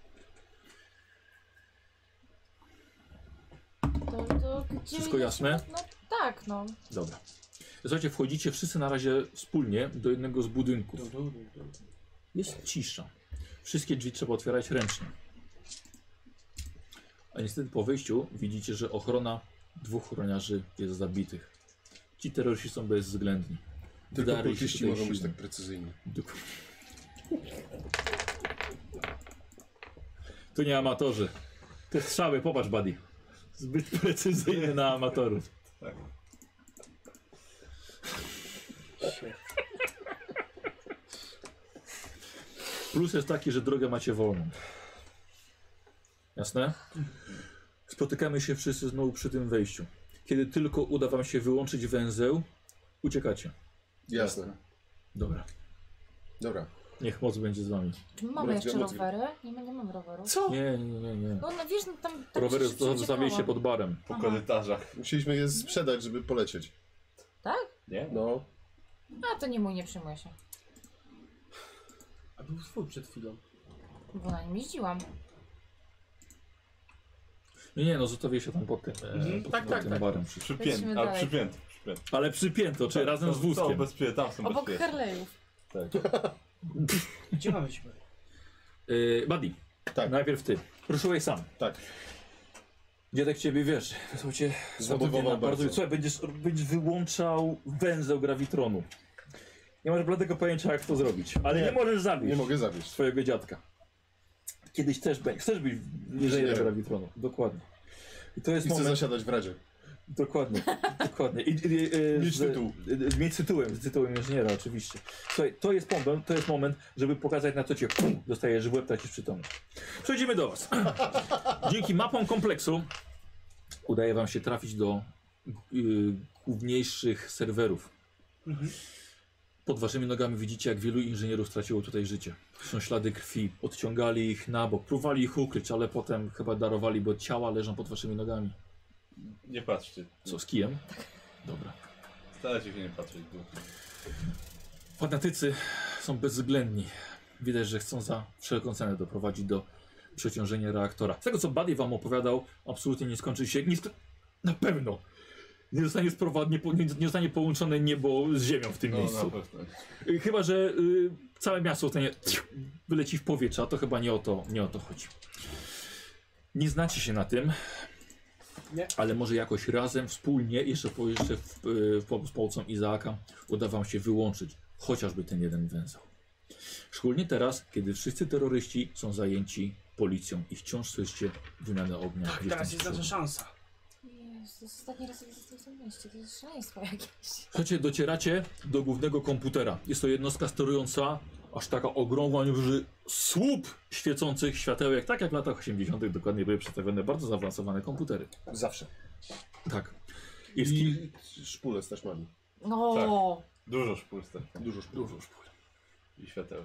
To, to gdzie Wszystko jasne? No tak, no. Dobra. Słuchajcie, wchodzicie wszyscy na razie wspólnie do jednego z budynków. Jest cisza. Wszystkie drzwi trzeba otwierać ręcznie. A niestety po wyjściu widzicie, że ochrona dwóch ochroniarzy jest zabitych. Ci terroryści są bezwzględni. Tylko Wdarli się kultyści tutaj mogą być siłą. tak precyzyjni. Dok- To nie amatorzy. Te strzały, popatrz, Buddy. Zbyt precyzyjne na amatorów. Tak. Plus jest taki, że drogę macie wolną. Jasne? Spotykamy się wszyscy znowu przy tym wejściu. Kiedy tylko uda wam się wyłączyć węzeł, uciekacie. Jasne. Dobra. Dobra. Niech moc będzie z wami. Czy my mamy Moc- jeszcze moc- rowery? Nie, ma- nie mam roweru. Co? Nie, nie, nie, nie. No, no wiesz, no tam... tam Rowery się szybciej zawieźcie uciekałam. pod barem. Po Aha. korytarzach. Musieliśmy je sprzedać, żeby polecieć. Tak? Nie? No. A to nie mój, nie przejmuję się. A był swój przed chwilą. Bo na nim jeździłam. Nie, nie, no zostawię się tam pod tym, e, Mhm. pod, Tak, pod tak, tym tak. barem. Przy... Przypięty. Lecimy A dalej. przypięty. przypięty. Ale przypięto, czyli razem To- z To wózkiem. bezpie, tam są Obok bezpieczne. Harley'ów. Tak. Gdzie mamy się? Yy, Buddy, Tak. najpierw ty. Ruszyłeś sam. Tak. Dziadek ciebie wiesz, słuchajcie, Zmotywował bardzo. Słuchaj, będziesz, będziesz wyłączał węzeł gravitronu. Nie masz bladego pojęcia, jak to zrobić, ale nie, Nie. możesz zabić Nie mogę zawieść. swojego dziadka. Kiedyś też będziesz, chcesz być inżynierem Inżynierem. gravitronu, dokładnie. I to jest I chcę moment, zasiadać w radzie. dokładnie, dokładnie. I, i, i, i, Mieć z- tytuł. i- Mieć tytułem, z tytułem inżyniera oczywiście. Słuchaj, to jest moment, to jest moment, żeby pokazać, na co cię pum, dostajesz w łeb, tracisz przytomność. Przechodzimy do was. Dzięki mapom kompleksu udaje wam się trafić do y, główniejszych serwerów. Mhm. Pod waszymi nogami widzicie, jak wielu inżynierów straciło tutaj życie. Są ślady krwi, odciągali ich na bok, próbowali ich ukryć, ale potem chyba darowali, bo ciała leżą pod waszymi nogami. Nie patrzcie. Co, z kijem? Dobra. Starajcie się nie patrzeć w dół. Fanatycy są bezwzględni. Widać, że chcą za wszelką cenę doprowadzić do przeciążenia reaktora. Z tego, co Buddy wam opowiadał, absolutnie nie skończy się. Nie sk- na pewno nie zostanie, sprowa- nie, po- nie, nie zostanie połączone niebo z ziemią w tym No na miejscu. pewno. Y, Chyba, że y, całe miasto zostanie, wyleci w powietrze, a to chyba nie o to, nie o to chodzi. Nie znacie się na tym, Nie. ale może jakoś razem, wspólnie, jeszcze, po, jeszcze w, y, w, z pomocą Izaaka uda wam się wyłączyć chociażby ten jeden węzeł. Szczególnie teraz, kiedy wszyscy terroryści są zajęci policją i wciąż słyszycie wymianę ognia. Tak, gdzieś teraz tam jest z przodu. nasza szansa. Jezu, to jest ostatni raz, jak został w tym mieście. To jest szaleństwo jakieś. Słuchajcie, docieracie do głównego komputera. Jest to jednostka sterująca, aż taka ogromna, duży słup świecących światełek, tak jak w latach osiemdziesiątych dokładnie były przedstawione bardzo zaawansowane komputery. Zawsze. Tak. Jest kil... I szpule z taśmami. No. Dużo szpul też. Dużo szpul. Dużo szpul. I świateł.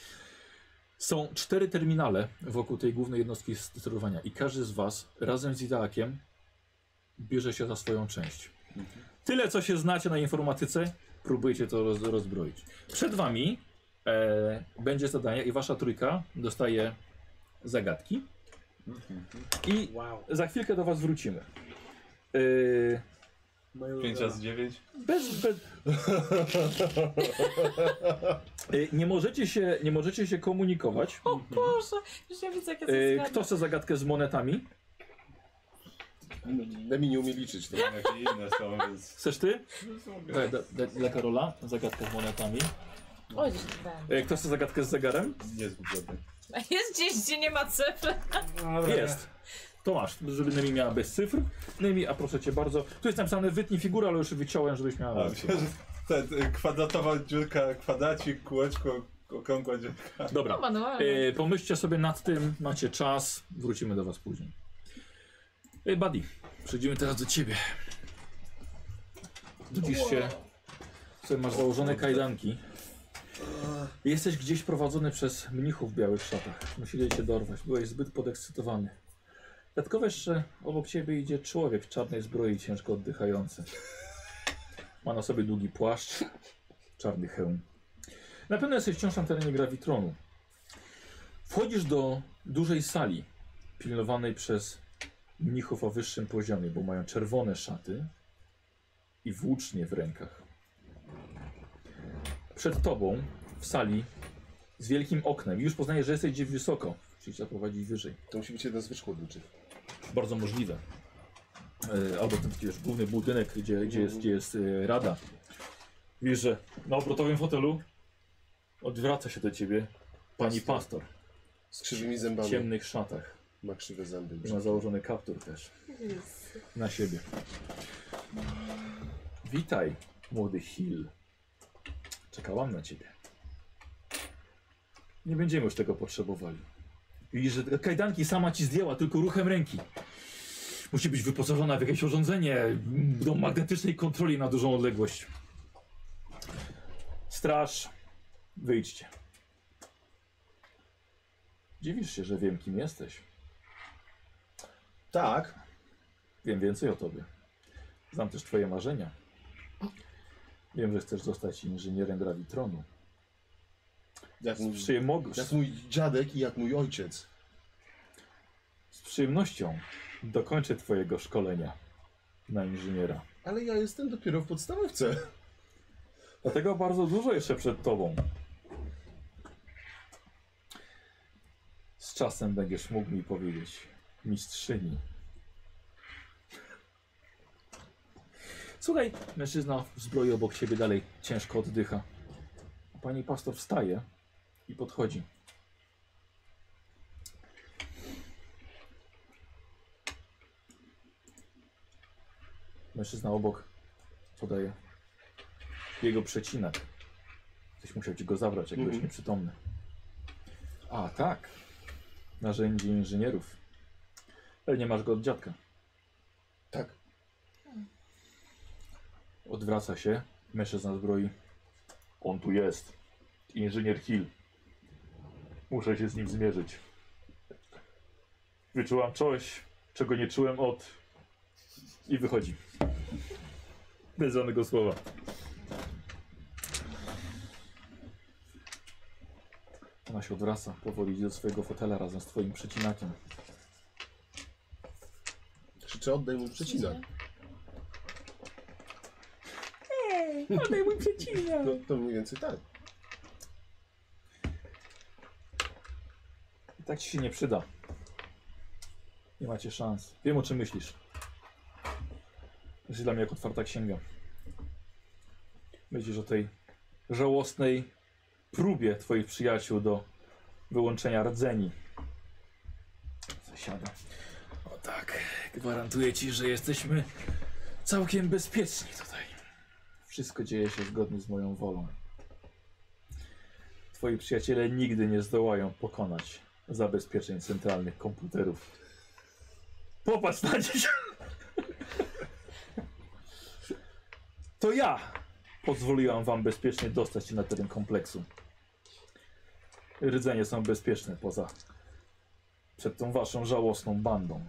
Są cztery terminale wokół tej głównej jednostki sterowania i każdy z was razem z Izaakiem bierze się za swoją część. Tyle, co się znacie na informatyce, próbujecie to roz, rozbroić. Przed wami e, będzie zadanie i wasza trójka dostaje zagadki. I Wow. za chwilkę do was wrócimy. E, pięć razy dziewięć. bez, bez... e, nie, możecie się, nie możecie się komunikować. O Boże, już ja widzę, jak ja to E, zgadnę. kto chce zagadkę z monetami? Nemi nie umie liczyć. To. Mam jakieś inne są, więc... Chcesz ty? Daj, da, da, dla Karola zagadkę z monetami. O, gdzieś tu będę. E, kto chce zagadkę z zegarem? Niezbyt żadnych. A jest gdzieś, gdzie nie ma cyfr. Dobra. Jest. To masz, żeby Nemi miała bez cyfr. Nemi, a proszę cię bardzo. Tu jest napisane wytnij figurę, ale już wyciąłem, żebyś miała. A, myślę, że ten, y, kwadratowa dziurka, kwadracik, kółeczko, okrągła dziurka. Dobra. No, manualnie. E, pomyślcie sobie nad tym, macie czas. Wrócimy do was później. Ej, Buddy, przejdziemy teraz do ciebie. Budzisz się. Sobie masz założone kajdanki. Jesteś gdzieś prowadzony przez mnichów w białych szatach. Musieli cię dorwać. Byłeś zbyt podekscytowany. Dodatkowo jeszcze obok ciebie idzie człowiek w czarnej zbroi, ciężko oddychający. Ma na sobie długi płaszcz, czarny hełm. Na pewno jesteś wciąż na terenie gravitronu. Wchodzisz do dużej sali, pilnowanej przez mnichów o wyższym poziomie, bo mają czerwone szaty i włócznie w rękach. Przed tobą w sali z wielkim oknem. Już poznajesz, że jesteś gdzieś wysoko, czyli trzeba prowadzić wyżej. To musi być jeden z wyszkodniczych. Bardzo możliwe. E, albo ten taki wiesz, główny budynek, gdzie, gdzie jest, gdzie jest e, rada. Widzisz, że na obrotowym fotelu odwraca się do ciebie pani pastor Z krzywymi zębami. w ciemnych szatach. Ma krzywe zęby. I ma założony kaptur też na siebie. Witaj, młody Hill. Czekałam na ciebie. Nie będziemy już tego potrzebowali. Widzisz, że te kajdanki sama ci zdjęła tylko ruchem ręki. Musi być wyposażona w jakieś urządzenie do magnetycznej kontroli na dużą odległość. Straż, wyjdźcie. Dziwisz się, że wiem, kim jesteś. Tak. Wiem więcej o tobie. Znam też twoje marzenia. Wiem, że chcesz zostać inżynierem gravitronu. Jak Z, mój, przyjemno... jak mój dziadek i jak mój ojciec. Z przyjemnością dokończę twojego szkolenia na inżyniera. Ale ja jestem dopiero w podstawówce. Dlatego bardzo dużo jeszcze przed tobą. Z czasem będziesz mógł mi powiedzieć, mistrzyni. Słuchaj, mężczyzna w zbroi obok siebie dalej ciężko oddycha. Pani pastor wstaje i podchodzi. Mężczyzna obok podaje jego przecinak. Ktoś musiał ci go zabrać, jak byłeś Mhm. nieprzytomny. A, tak. Narzędzie inżynierów. Pewnie masz go od dziadka. Tak. Odwraca się. Mężczyzna zbroi. On tu jest. Inżynier Hill. Muszę się z nim zmierzyć. Wyczułam coś, czego nie czułem od... I wychodzi. Bez żadnego słowa. Ona się odwraca, powoli idzie do swojego fotela razem z twoim przecinakiem. Krzyczę, oddaj mój przecinak. Oddaj mój przecinak! To, to mniej więcej tak. I tak ci się nie przyda. Nie macie szans. Wiem, o czym myślisz. Jesteś dla mnie jak otwarta księga. Myślisz o tej żałosnej próbie twoich przyjaciół do wyłączenia rdzeni. Zasiada. O tak, gwarantuję ci, że jesteśmy całkiem bezpieczni tutaj. Wszystko dzieje się zgodnie z moją wolą. Twoi przyjaciele nigdy nie zdołają pokonać zabezpieczeń centralnych komputerów. Popatrz na nich! To ja pozwoliłam wam bezpiecznie dostać się na teren kompleksu. Rdzenie są bezpieczne poza przed tą waszą żałosną bandą.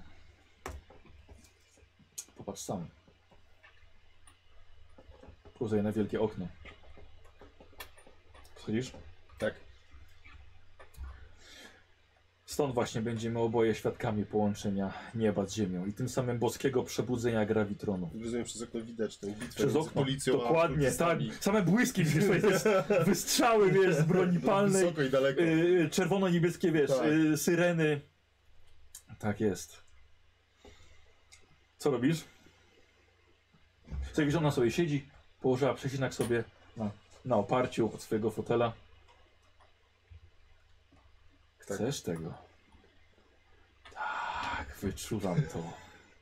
Popatrz sam. Spojrzaj na wielkie okno. Schodzisz? Tak. Stąd właśnie będziemy oboje świadkami połączenia nieba z ziemią i tym samym boskiego przebudzenia gravitronu. Rozumiem, przez okno widać tę bitwę Przez między okno, policją a dokładnie, tak. protestami. Same błyski, wiesz, to jest wystrzały, wiesz, z broni palnej, Wysoko i daleko. y, czerwono-niebieskie, wiesz, Tak. y, syreny. Tak jest. Co robisz? Co widzisz, ona sobie siedzi, położyła przecinak sobie na, na oparciu od swojego fotela. Chcesz tego? Tak, wyczuwam to.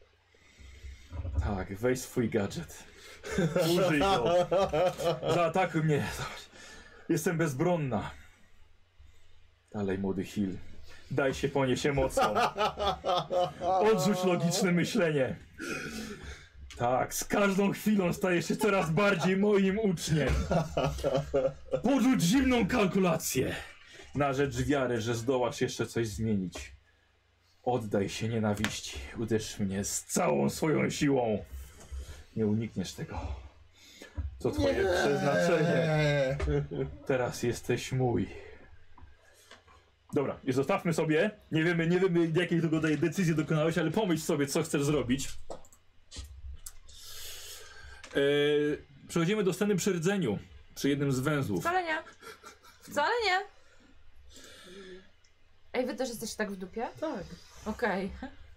Tak, weź swój gadżet. Użyj go. Zaatakuj mnie. Jestem bezbronna. Dalej, młody Hill. Daj się ponieść emocją. Odrzuć logiczne myślenie. Tak, z każdą chwilą stajesz się coraz bardziej moim uczniem. Porzuć zimną kalkulację na rzecz wiary, że zdołasz jeszcze coś zmienić. Oddaj się nienawiści. Uderz mnie z całą swoją siłą. Nie unikniesz tego. To twoje Nie. przeznaczenie. Teraz jesteś mój. Dobra, i zostawmy sobie. Nie wiemy, nie wiemy jakiej tego decyzji dokonałeś, ale pomyśl sobie, co chcesz zrobić. Yy, przechodzimy do sceny przy rdzeniu. Przy jednym z węzłów. Wcale nie. Wcale nie. Ej, wy też jesteście tak w dupie? Tak. Okej.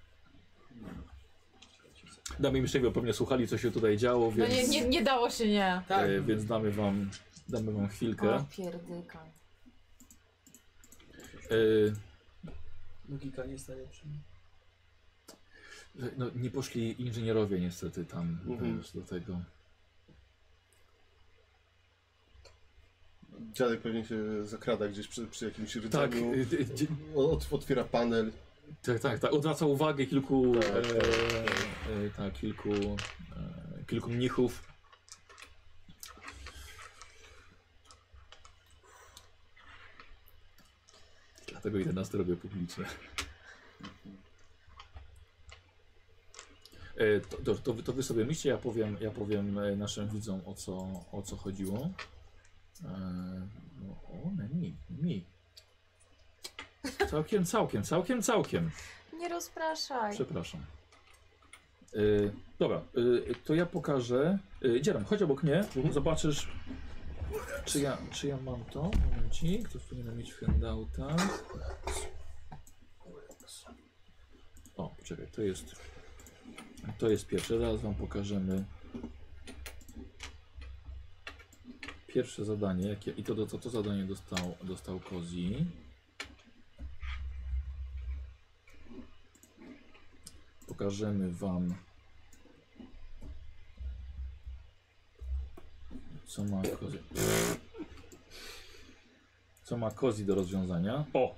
Damy im jeszcze, pewnie słuchali, co się tutaj działo, No więc, nie, nie, nie dało się, nie. Tak. e, więc damy wam, damy wam chwilkę. O, pierdyka. E, Logika nie jest najlepsza. no, nie poszli inżynierowie niestety tam Mhm. też do tego. Dziadek pewnie się zakrada gdzieś przy, przy jakimś rdzeniu. Tak, e, e, dzie- Ot, otwiera panel. tak, tak, tak. Odwraca uwagę kilku, Tak, e, tak. e, tak, kilku, e, kilku mnichów. Dlatego jedenasty robię publiczne. E, to, to, to, wy, to wy sobie myślcie, ja powiem, ja powiem e, naszym widzom, o co, o co chodziło. E, no, o, mi, mi. Całkiem, całkiem, całkiem, całkiem. Nie rozpraszaj. Przepraszam. Y, dobra, y, to ja pokażę. Y, Dzieram, chodź obok mnie, zobaczysz, czy ja, czy ja mam to. Momencik, to powinienem mieć w handoutach. O, poczekaj, to jest. To jest pierwsze, zaraz wam pokażemy. Pierwsze zadanie, jakie, i to, to, to zadanie dostał, dostał Kozi. Pokażemy wam, co ma Kozi, co ma Kozi do rozwiązania. O!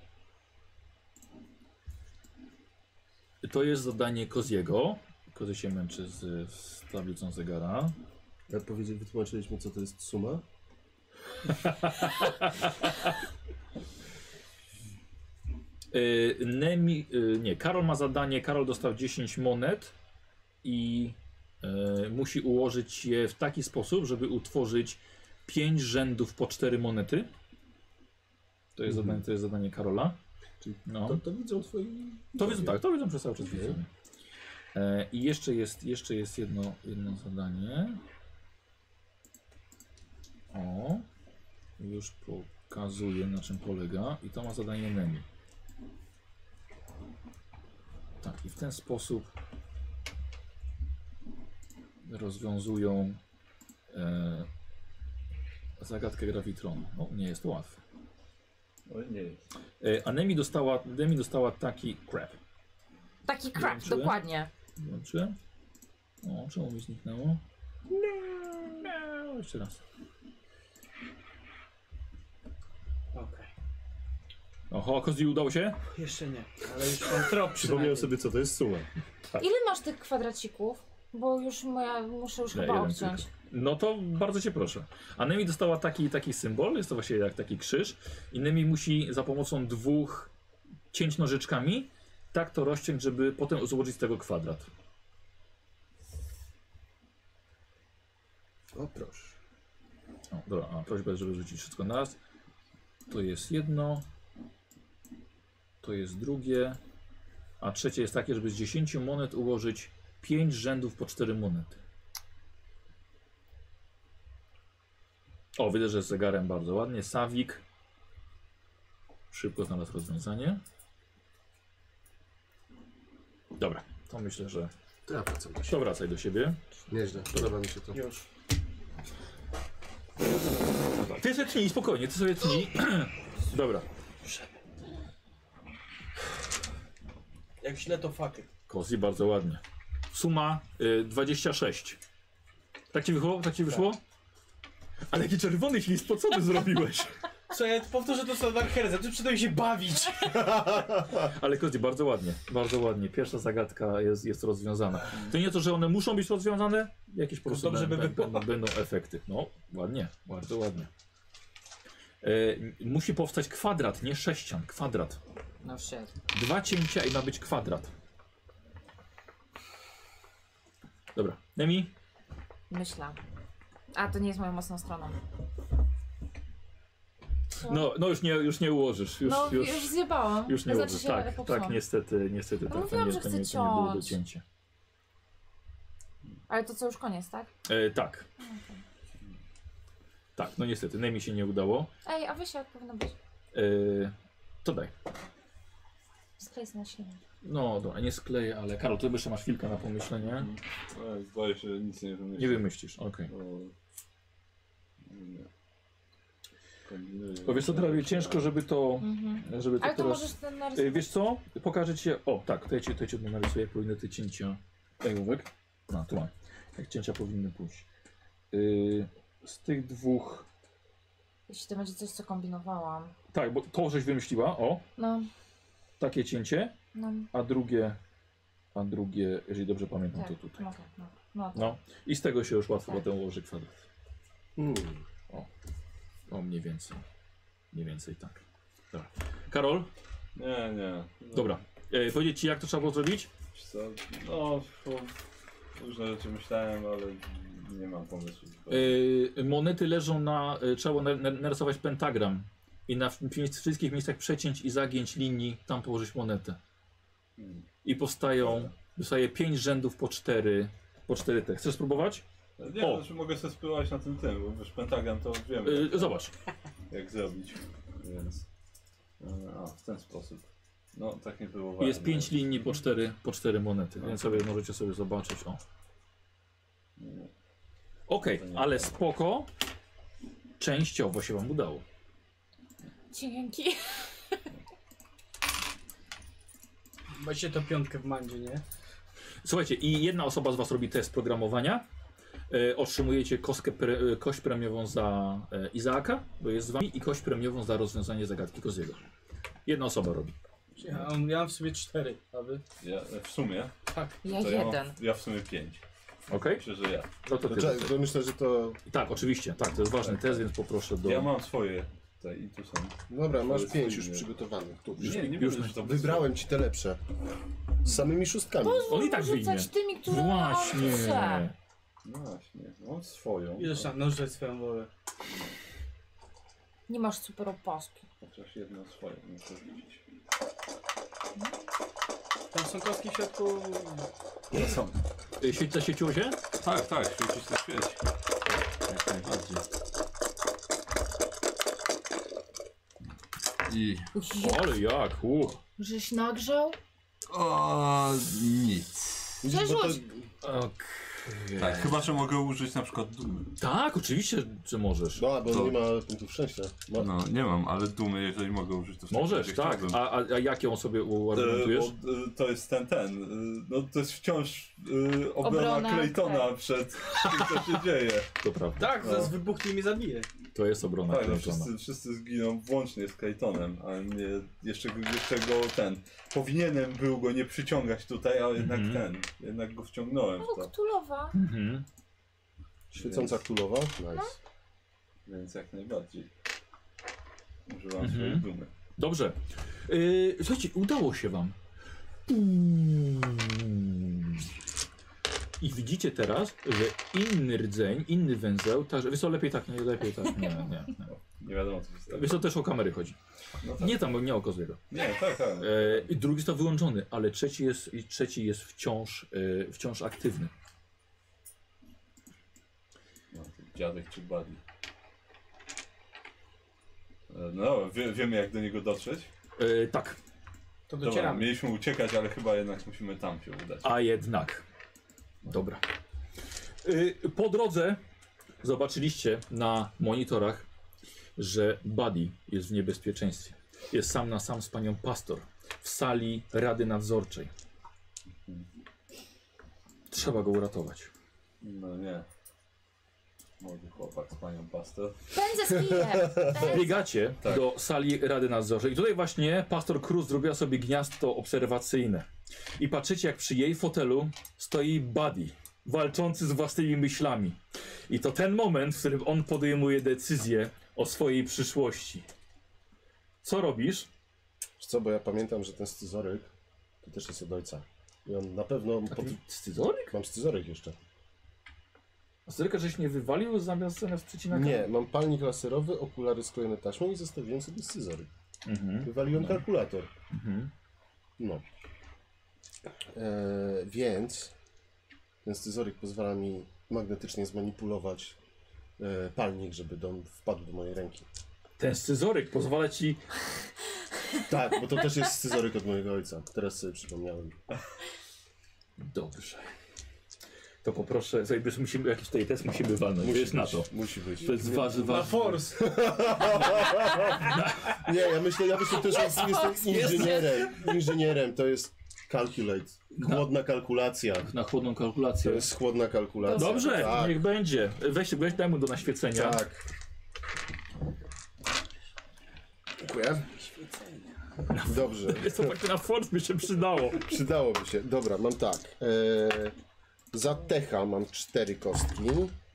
To jest zadanie Koziego. Kozi się męczy z, z tablicą zegara. Jak powiedzieć, wytłumaczyliśmy, co to jest suma? Yy, Nemi, yy, nie, Karol ma zadanie, Karol dostał dziesięć monet i yy, musi ułożyć je w taki sposób, żeby utworzyć pięć rzędów po cztery monety. To jest, Mhm. zadanie, to jest zadanie Karola. Czyli No. to, to widzą twoi... To wiedzą, tak, to wiedzą przez cały czas. Okej. Widzą. E, I jeszcze jest, jeszcze jest jedno, jedno zadanie. O, już pokazuję, na czym polega. I to ma zadanie Nemi. Tak, i w ten sposób rozwiązują e, zagadkę gravitronu. No, nie jest to łatwe. Oj, nie jest. E, a Nemi dostała, Nemi dostała taki crap. Taki crap, Włączyłem? dokładnie. Włączyłem. O, czemu mi zniknęło? No, jeszcze raz. Okej. Oho, Kozi, udało się? Jeszcze nie, ale już mam trop Przypomniałem przynajmniej. sobie, co to jest suma. Ile masz tych kwadracików? Bo już moja, muszę już Nie, chyba jeden obciąć. No to bardzo cię proszę. A Nemi dostała taki, taki symbol, jest to właśnie jak taki krzyż. I Nemi musi za pomocą dwóch cięć nożyczkami tak to rozciąć, żeby potem złożyć z tego kwadrat. O proszę. O, dobra, a prośba jest, żeby rzucić wszystko na raz. To jest jedno. To jest drugie. A trzecie jest takie, żeby z dziesięciu monet ułożyć pięć rzędów po cztery monety. O, widzę, że z zegarem bardzo ładnie. Sawik. Szybko znalazł rozwiązanie. Dobra, to myślę, że... To ja wracam do To siebie. wracaj do siebie. Nieźle, podoba mi się to. Już. Ty sobie tnij, spokojnie, ty sobie tnij. Dobra. Jak źle to fakiet. Kozi, bardzo ładnie. Suma y, dwadzieścia sześć. Tak ci wyszło? Tak ci wyszło? Ale jaki czerwony ślizg, po co ty zrobiłeś? Co, ja powtórzę to co Dark Herza, ty przydaj się bawić. Ale Kozi, bardzo ładnie, bardzo ładnie. Pierwsza zagadka jest, jest rozwiązana. To nie to, że one muszą być rozwiązane, jakieś po prostu dobrze by bę- było. będą, będą efekty. No, ładnie, bardzo ładnie. E, musi powstać kwadrat, nie sześcian, kwadrat. No shit. Dwa cięcia i ma być kwadrat. Dobra, Nemi? Myślę. A, to nie jest moją mocną stroną. Co? No, no już, nie, już nie ułożysz. Już, no, już, już zjebałam. już nie znaczy ułożysz. się Tak, popsułam. tak, niestety, niestety No tak, to, mówiłam, nie, że to, chcę nie, to nie było do ciąć. cięcia. Ale to co, już koniec, tak? E, tak. Tak, no niestety, Nemi się nie udało. Ej, a wiesz jak powinno być? E, to daj. Sklej na silnik. No, dobra, nie skleję, ale Karol, ty jeszcze masz chwilkę na pomyślenie. No, zdaje się, że nic nie wymyślę. Nie wymyślisz, okej. Bo... Nie. Kombinuję. Powiedz co, teraz ciężko, żeby to, Mhm. żeby to Ale to teraz... możesz ten E, narysować. wiesz co? Pokażę ci, o tak, to ja ci, to ja ci narysuję, jak powinny te cięcia... Daj łówek. No, tu mam. Jak cięcia powinny pójść. Yy, z tych dwóch... Jeśli to będzie coś, co kombinowałam. Tak, bo to żeś wymyśliła, o, No, takie cięcie, no, a drugie, a drugie, jeżeli dobrze pamiętam, tak. to tutaj. No, tak, no. No, tak. No, i z tego się już łatwo Tak. potem ułoży kwadrat. Hmm. O, mniej więcej. Mniej więcej tak. Dobra. Karol, Nie, nie. No, dobra. E, powiedzieć ci, jak to trzeba było zrobić? wiesz co, no, bo różne rzeczy myślałem, ale nie mam pomysłu. E, monety leżą na, e, trzeba było na- na- narysować pentagram i na w- w wszystkich miejscach przecięć i zagięć linii tam położyć monetę. Hmm. I powstają, powstaje pięć rzędów po cztery, po cztery te. Chcesz spróbować? Nie, O. znaczy mogę sobie spróbować na tym tym, bo wiesz, pentagram to wiemy E, jak, zobacz. jak zrobić, więc... e, A, w ten sposób. No, tak nie próbowałem. Jest pięć ale- linii po cztery, po cztery monety, więc sobie możecie sobie zobaczyć. O. Nie. Okej, To nie ale tak. spoko. Częściowo się wam udało. Dzięki. Macie to piątkę w mandzie, nie? Słuchajcie, i jedna osoba z was robi test programowania. E, otrzymujecie kostkę pre, e, kość premiową za e, Izaaka, bo jest z wami, i kość premiową za rozwiązanie zagadki Koziego. Jedna osoba robi. Ja, mam- ja mam w sobie cztery, a wy? Ja, w sumie, Tak. Ja to ja, jeden. mam, ja w sumie pięć. Okej? Myślę, że ja. No to To, ty. czekaj, to myślę, że to... Tak, oczywiście, tak, to jest ważny test, więc poproszę do... Ja mam swoje tutaj i tu są. Dobra, masz jest pięć inny. już przygotowanych. Tu, Nie, nie już mówię, że to Wybrałem ci te lepsze. Z samymi szóstkami. On i tak wyjdzie. Rzucać tymi, które Właśnie. on chce. No właśnie, mam swoją. Ile trzeba mnożyć swoją wolę? Nie masz super opaski. Chociaż jedną swoją muszę rzucić. Tam są kostki w środku. No są. E, Świeć, zaświeciło się? Tak, tak, świecić to świeci. Jak najbardziej. I... Ja, Ale jak? Uh. żeś nagrzał? O, nic. Widzisz, bo to, Przerzuć. Okay. Tak, chyba, że mogę użyć na przykład dumy. Tak, oczywiście, że możesz. no, bo To- nie ma punktów szczęścia. Ma... No, nie mam, ale dumy, jeżeli mogę użyć, to w takim Możesz, razie tak. chciałbym. A, a, a jak ją sobie E, uargumentujesz? bo, e, to jest ten, ten. e, No to jest wciąż e, obrona Obrona, Claytona tak. przed tym, co się dzieje. To prawda. Tak, No. zaraz wybuchnie i mnie zabije. To jest obrona Tak, no, Clintona. wszyscy, wszyscy zginą włącznie z Claytonem, a mnie jeszcze, go- jeszcze go ten. Powinienem był go nie przyciągać tutaj, ale jednak Mhm. ten. Jednak go wciągnąłem w O, to. Ktulowa. Mhm. Świecąca królowa. Nice. Więc jak najbardziej. Używam Mhm. swojej dumy. Dobrze. Yy, słuchajcie, udało się wam. Mm. I widzicie teraz, że inny rdzeń, inny węzeł, także wiesz co, lepiej tak, nie, lepiej tak, nie, nie, nie. Nie wiadomo co się stało. Wiesz co, też o kamery chodzi. No tak. Nie tam, nie o Kozłego. Nie, tak, tak. E, i drugi został wyłączony, ale trzeci jest, i trzeci jest wciąż, e, wciąż aktywny. No, to dziadek czy buddy. E, No, wie, wiemy jak do niego dotrzeć. E, tak, To Dobra, docieramy. mieliśmy uciekać, ale chyba jednak musimy tam się udać. a jednak. Dobra. E, po drodze zobaczyliście na monitorach, że Buddy jest w niebezpieczeństwie. Jest sam na sam z panią pastor w sali Rady Nadzorczej. Trzeba go uratować. No nie. Młody chłopak z panią pastor. Pędzę z kijem! Pędzę. Biegacie Tak. do sali Rady Nadzorczej i tutaj właśnie pastor Cruz zrobiła sobie gniazdo obserwacyjne. I patrzycie, jak przy jej fotelu stoi Buddy, walczący z własnymi myślami. I to ten moment, w którym on podejmuje decyzję o swojej przyszłości. Co robisz? Wiesz co, bo ja pamiętam, że ten scyzoryk to też jest od ojca. I on na pewno... A Pod... ty scyzoryk? Mam scyzoryk jeszcze. A scyzoryka żeś nie wywalił zamiast, zamiast przecinaka? Nie, mam palnik laserowy, okulary sklejone taśmą i zostawiłem sobie scyzoryk. Mhm. Wywaliłem kalkulator. Mhm. No. E, więc ten scyzoryk pozwala mi magnetycznie zmanipulować e, palnik, żeby dom wpadł do mojej ręki. Ten scyzoryk pozwala ci... Tak, bo to też jest scyzoryk od mojego ojca. Teraz sobie przypomniałem. Dobrze. To poproszę, sobie wiesz, musimy, jakiś tutaj test musimy walnąć, wiesz być, na to. Musi być. To jest waży, Na waży. force. Nie, ja myślę, ja myślę też, że jest- jestem inżynierem. Inżynierem to jest calculate. Chłodna kalkulacja. Na chłodną To kalkulację. jest chłodna kalkulacja. Dobrze, tak, niech będzie. Weź, weź daj mu do naświecenia. tak. Dziękuję. Dobrze. Jest to tak na force by się przydało. Przydałoby się. Dobra, mam tak. E, za techa mam cztery kostki.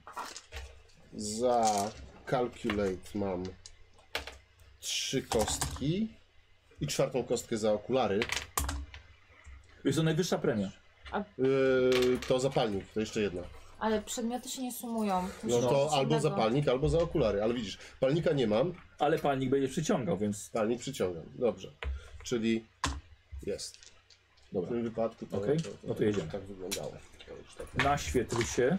Za calculate mam trzy kostki. I czwartą kostkę za okulary. Jest to najwyższa premia. E, to zapalnik, to jeszcze jedna. Ale przedmioty się nie sumują. No Musi to być albo innego. zapalnik, albo za okulary. Ale widzisz, palnika nie mam, Ale palnik będzie przyciągał, więc... palnik przyciągam. Dobrze. Czyli jest. W Dobra. tym wypadku to, Okej, to, to, no to jedziemy. tak wyglądało. To już tak. Naświetl się.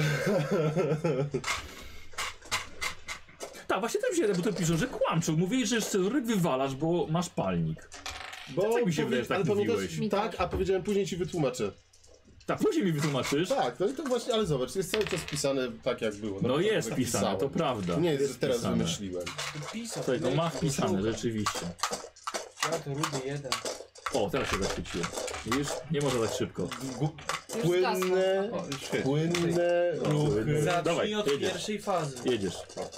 Tak, właśnie tam się, bo to piszą, że kłamczył. Mówiłeś, że scyzoryk wywalasz, bo masz palnik. Bo tak mi się powie- wydaje, że tak ale pamiętasz, mówiłeś. Mi tak, też. a powiedziałem później ci wytłumaczę. Tak, później mi wytłumaczysz. Tak, to, to właśnie, ale zobacz, jest cały czas pisane tak jak było. No początku jest pisane, napisałem. to prawda. To nie jest, że teraz pisane. wymyśliłem. Pisał. Tutaj to ma wpisane, Szukam. rzeczywiście. Ja to rudy jeden. O, teraz się zaświeciło. Widzisz? Nie może tak szybko. Gu- Już Płynne, O, już świetnie. płynne ruchy. Zacznij Dawaj, od jedziesz. pierwszej fazy. Jedziesz.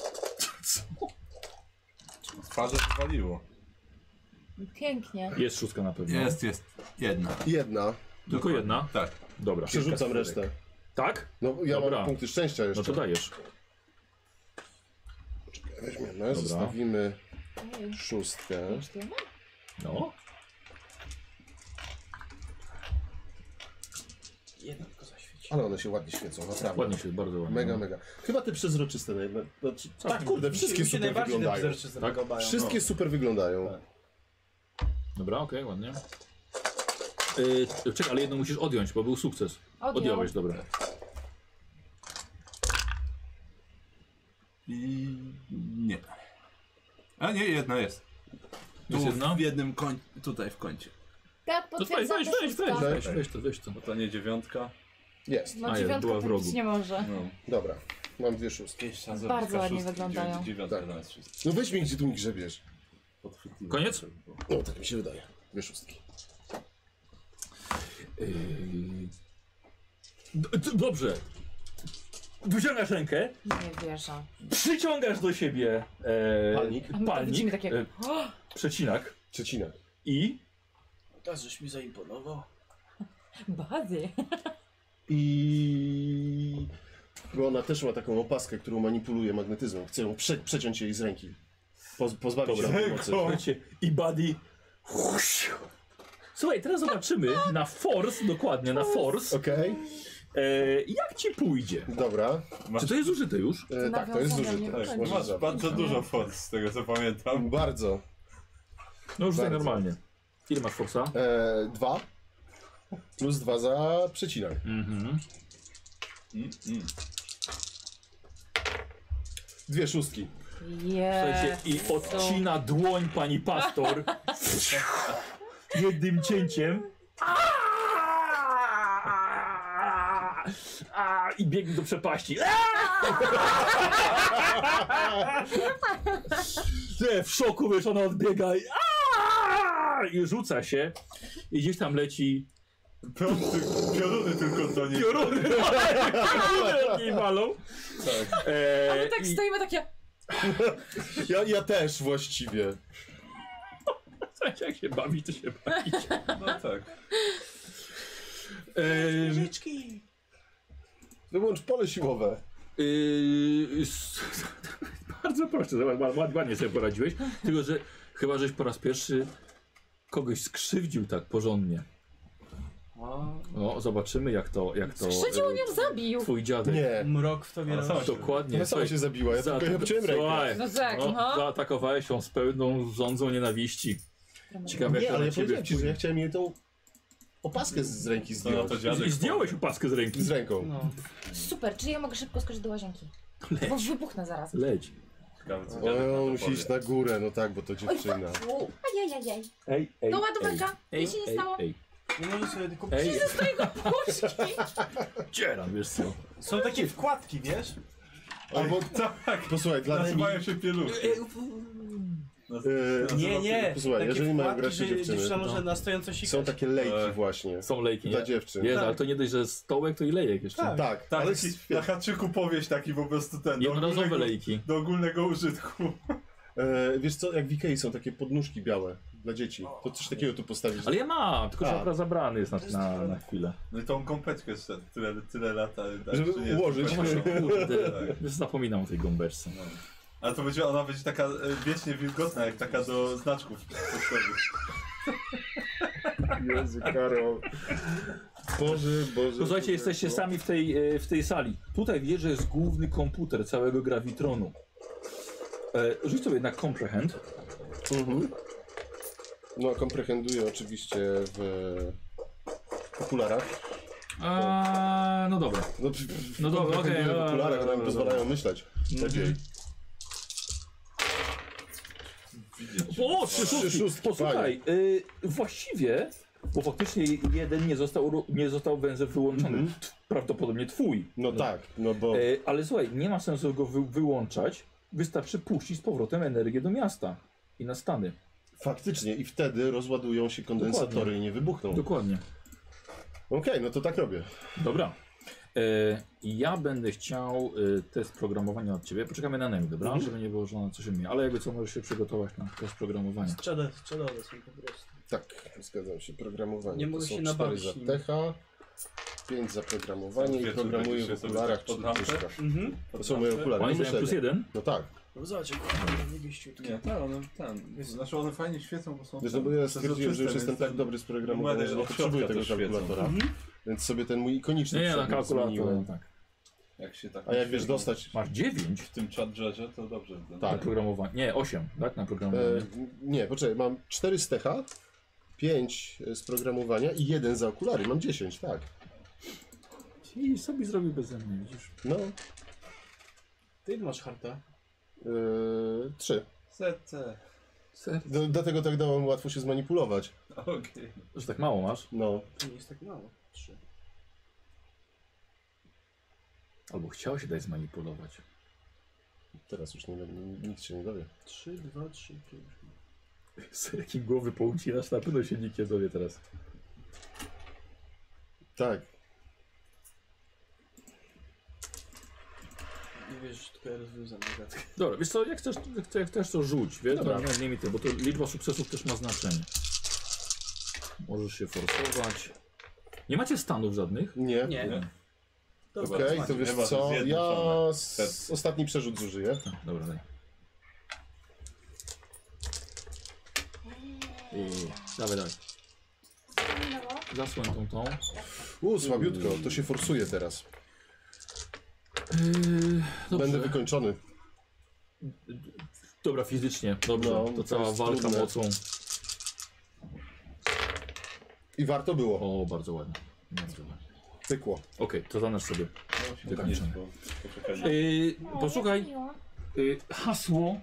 Twarze wywaliło. Pięknie. Jest szóstka na pewno. Jest, jest. Jedna. Jedna. Tylko jedna? Tak. Dobra. Przerzucam resztę. Tak? No ja Dobra. mam punkty szczęścia No jeszcze. to dajesz. Weźmiemy, zostawimy Ojej. szóstkę. Już tyle? No. Jeden tylko zaświeci. Ale one się ładnie świecą, naprawdę. Ładnie się, bardzo ładnie. Mega, mega. Chyba te przezroczyste. na jedno- Znaczy, tak, kurde, wszystkie Mi się super najbardziej te wyglądają. przezroczyste Tak? podobają. Wszystkie super wyglądają. Tak. Dobra, okej, ładnie. Yy, czekaj, ale jedno musisz odjąć, bo był sukces. Odjął. Odjąłeś, dobra. I nie. A nie, jedna jest. Jest Tu jedna? w jednym koń... tutaj w kącie. Tak, To weź, potwierdzam, weź, że weź, szóstka. weź, weź, weź to, weź to. Bo to nie dziewiątka. Jest. No A, jest, dziewiątka była w tak rogu. być nie może. No. Dobra, mam dwie szóstki. Pięć razy Bardzo bliska ładnie szóstki, wyglądają. dziewięć- Dziewiątka Tak. zamiast szóstki. No weź mi, gdzie tu mi grzebiesz. Podchwytliwe. Koniec? No tak mi się wydaje. Dwie szóstki. Yy... D- d- Dobrze. Wyciągasz rękę, Nie wierzę. przyciągasz do siebie e, Palnik. A my to palnik widzimy takie... e, przecinak Przecinak. i Teraz żeś mi zaimponował. Bady. I... Bo ona też ma taką opaskę, którą manipuluje magnetyzmem. Chcę ją prze przeciąć jej z ręki. Poz pozbawić Dobra. się tej mocy. słuchajcie, i Buddy. Słuchaj, teraz zobaczymy na force, dokładnie na force, Okej? E, jak ci pójdzie? Dobra. Czy to jest zużyte już? E, tak, to jest nawiązania zużyte. mnie Tak, Możesz masz zabrać. bardzo dużo force z tego co pamiętam. Bardzo. No już tutaj Bardzo. normalnie. Ile masz forsa? E, dwa. Plus dwa za przecinak. Mhm. Mm, mm. Dwie szóstki. Słuchajcie, i odcina dłoń pani pastor jednym cięciem. I biegnie do przepaści. Ty, w szoku, wiesz, ona odbiega i, i rzuca się. I gdzieś tam leci Piąty, pioruny tylko do niej. pioruny. Pioruny od niej walą. Tak. E, A my tak i- stoimy takie... Ja, ja też właściwie. Słuchajcie, jak się bawi, to się bawi. No tak. Ehm, Życzki! Wyłącz pole siłowe. Yy, s- bardzo proszę, zobacz, ład- ład- ładnie sobie poradziłeś. Tylko, że chyba żeś po raz pierwszy kogoś skrzywdził tak porządnie. No, zobaczymy jak to, jak to Skrzydził, on ją zabił. twój dziadek. Nie. Mrok w tobie A rośnie. co? Dokładnie. Ona sama się zabiła, ja za- tylko ją obciąłem rękę. Słuchaj, No tak, no, no. zaatakowałeś ją z pełną rządzą nienawiści. Ciekawe jak Nie, to ale na ja ciebie powiedziałem ci, że ja wpłynie. chciałem jej tą opaskę z, z ręki No, no zdjąć. to dziadek. I zdjąłeś opaskę z ręki. Z ręką. No. Super, czyli ja mogę szybko skoczyć do łazienki. Bo Leć, wybuchnę zaraz. leć. Ciekawe, co O, dziadek na to musi powie. iść na górę, no tak, bo to dziewczyna. Ajajajaj. Ej, ej, Do ładowarka. ej, Nic się nie ej, stało. ej, Nie możesz sobie tylko... ej, Z twojego puszki. dzieram, wiesz co. Są takie wkładki, wiesz? Albo, Tak, posłuchaj, dla nimi... nazywają się pieluszki. Yy, Nie, nie. Posłuchaj, takie jeżeli mają wkładki, grać że dziewczyny, dziewczyna no. może na stojąco sikać. są takie lejki E, właśnie. Są lejki, Dla nie? dziewczyn. Jest, Tak. ale to nie dość, że stołek, to i lejek jeszcze. Tak. Tak, Tak, ale taki, jest na haczyku powieść taki po prostu ten. Do Jednorazowe ogólnego, lejki. do ogólnego użytku. E, wiesz co, jak w Ikei są takie podnóżki białe dla dzieci, to coś takiego tu postawić. Ale ja mam, tylko że A. akurat zabrany jest na, na, na chwilę. No i tą gąbeczkę jeszcze tyle, tyle lat. Tak, Żeby czy nie, ułożyć. to- Właśnie, kurde, Tak. już zapominam o tej gąbeczce. No. A to będzie, ona będzie taka e, wiecznie wilgotna, jak taka do znaczków pocztowych. Jezu, Karol. Boże, Boże. Słuchajcie, jesteście sami w tej, e, w tej sali. Tutaj widzisz, że jest główny komputer całego gravitronu. E, rzuć sobie na comprehend. Mhm. No, komprehenduję oczywiście w okularach. A, no dobra. No, No dobra, okej, komprehenduję w dobra, okularach, dobra, one mi dobra. pozwalają myśleć. Lepiej. O, trzy Trzy szóstki. szóstki, Posłuchaj, y, właściwie, bo faktycznie jeden nie został, ru- nie został węzeł wyłączony. Mhm. T- Prawdopodobnie twój. No tak, no bo... E, ale słuchaj, nie ma sensu go wy, wyłączać. Wystarczy puścić z powrotem energię do miasta i na Stany. Faktycznie i wtedy rozładują się kondensatory Dokładnie. i nie wybuchną. Dokładnie. Okej, no to tak robię. Dobra. E, ja będę chciał e, test programowania od ciebie. Poczekamy na Nemi, dobra? Mhm. Żeby nie było, że ona coś umie. Ale jakby co, możesz się przygotować na test programowania. Strzelę, strzelone są po prostu. Tak, zgadzam się. Programowanie. Nie to mogę są się cztery nabawić za nim. techa, pięć za programowanie i Wiesz, programuję będziesz w sobie okularach pod czy lampę? dyszkach. Mhm. To są moje okulary. Oni nie mają plus myślenie. jeden? No tak. No zobaczcie, niebiściutkie. Nie, tak, one ten. Znaczy one fajnie świecą, bo są. Wiesz, no bo ja przezroczyste, stwierdziłem, że już więc jestem tak ten- dobry z programowaniem, numery że nie od potrzebuję środka tego też świecą. kalkulatora. Mhm. Więc sobie ten mój ikoniczny Nie, nie, na przedmiot kalkulator. zmieniłem. Tak. Jak się tak A jak wiesz świecą dostać... Masz dziewięć w tym chat-jarze, to dobrze. na Tak. programowanie. Nie, osiem, tak? Na E, programowanie. nie, poczekaj, mam cztery z techa, pięć z programowania i jeden za okulary. Mam dziesięć, tak. I sobie zrobił beze mnie, widzisz? No, Ty masz harta. yy, trzy. Serce. Serce. Do, dlatego tak dałem łatwo się zmanipulować. Okej. Że tak mało masz? No. To nie jest tak mało. Trzy. Albo chciał się dać zmanipulować. Teraz już nie, nie, nic się nie dowie. Trzy, dwa, trzy, pięć. Z jakim głowy poucinasz, na pewno się nikt nie dowie teraz. Tak. Nie wiesz, tylko ja rozwiązam zagadkę. Dobra, wiesz co, jak chcesz, jak chcesz, jak chcesz to rzuć, wiesz? Dobra. Dobra. Nie, nie mi ty, bo to liczba sukcesów też ma znaczenie. Możesz się forsować. Nie macie stanów żadnych? Nie. Nie. Nie. Dobra, Okej, macie. to wiesz Chyba, że co, z jednym ja samym. s- ostatni przerzut zużyję. Tak, dobra, daj. I... Dawaj, dawaj. Zasłoń tą tą. U, słabiutko, to się forsuje teraz. Yy, dobrze. Będę wykończony. Dobra, fizycznie, dobrze. No, to to cała jest walka trudne. mocą. I warto było. O, bardzo ładnie. Bardzo ładnie. Pykło. Okej, to zanasz sobie. No, się Wykończone. nie, bo poczekaj. Yy, O, posłuchaj, jak miło. yy, hasło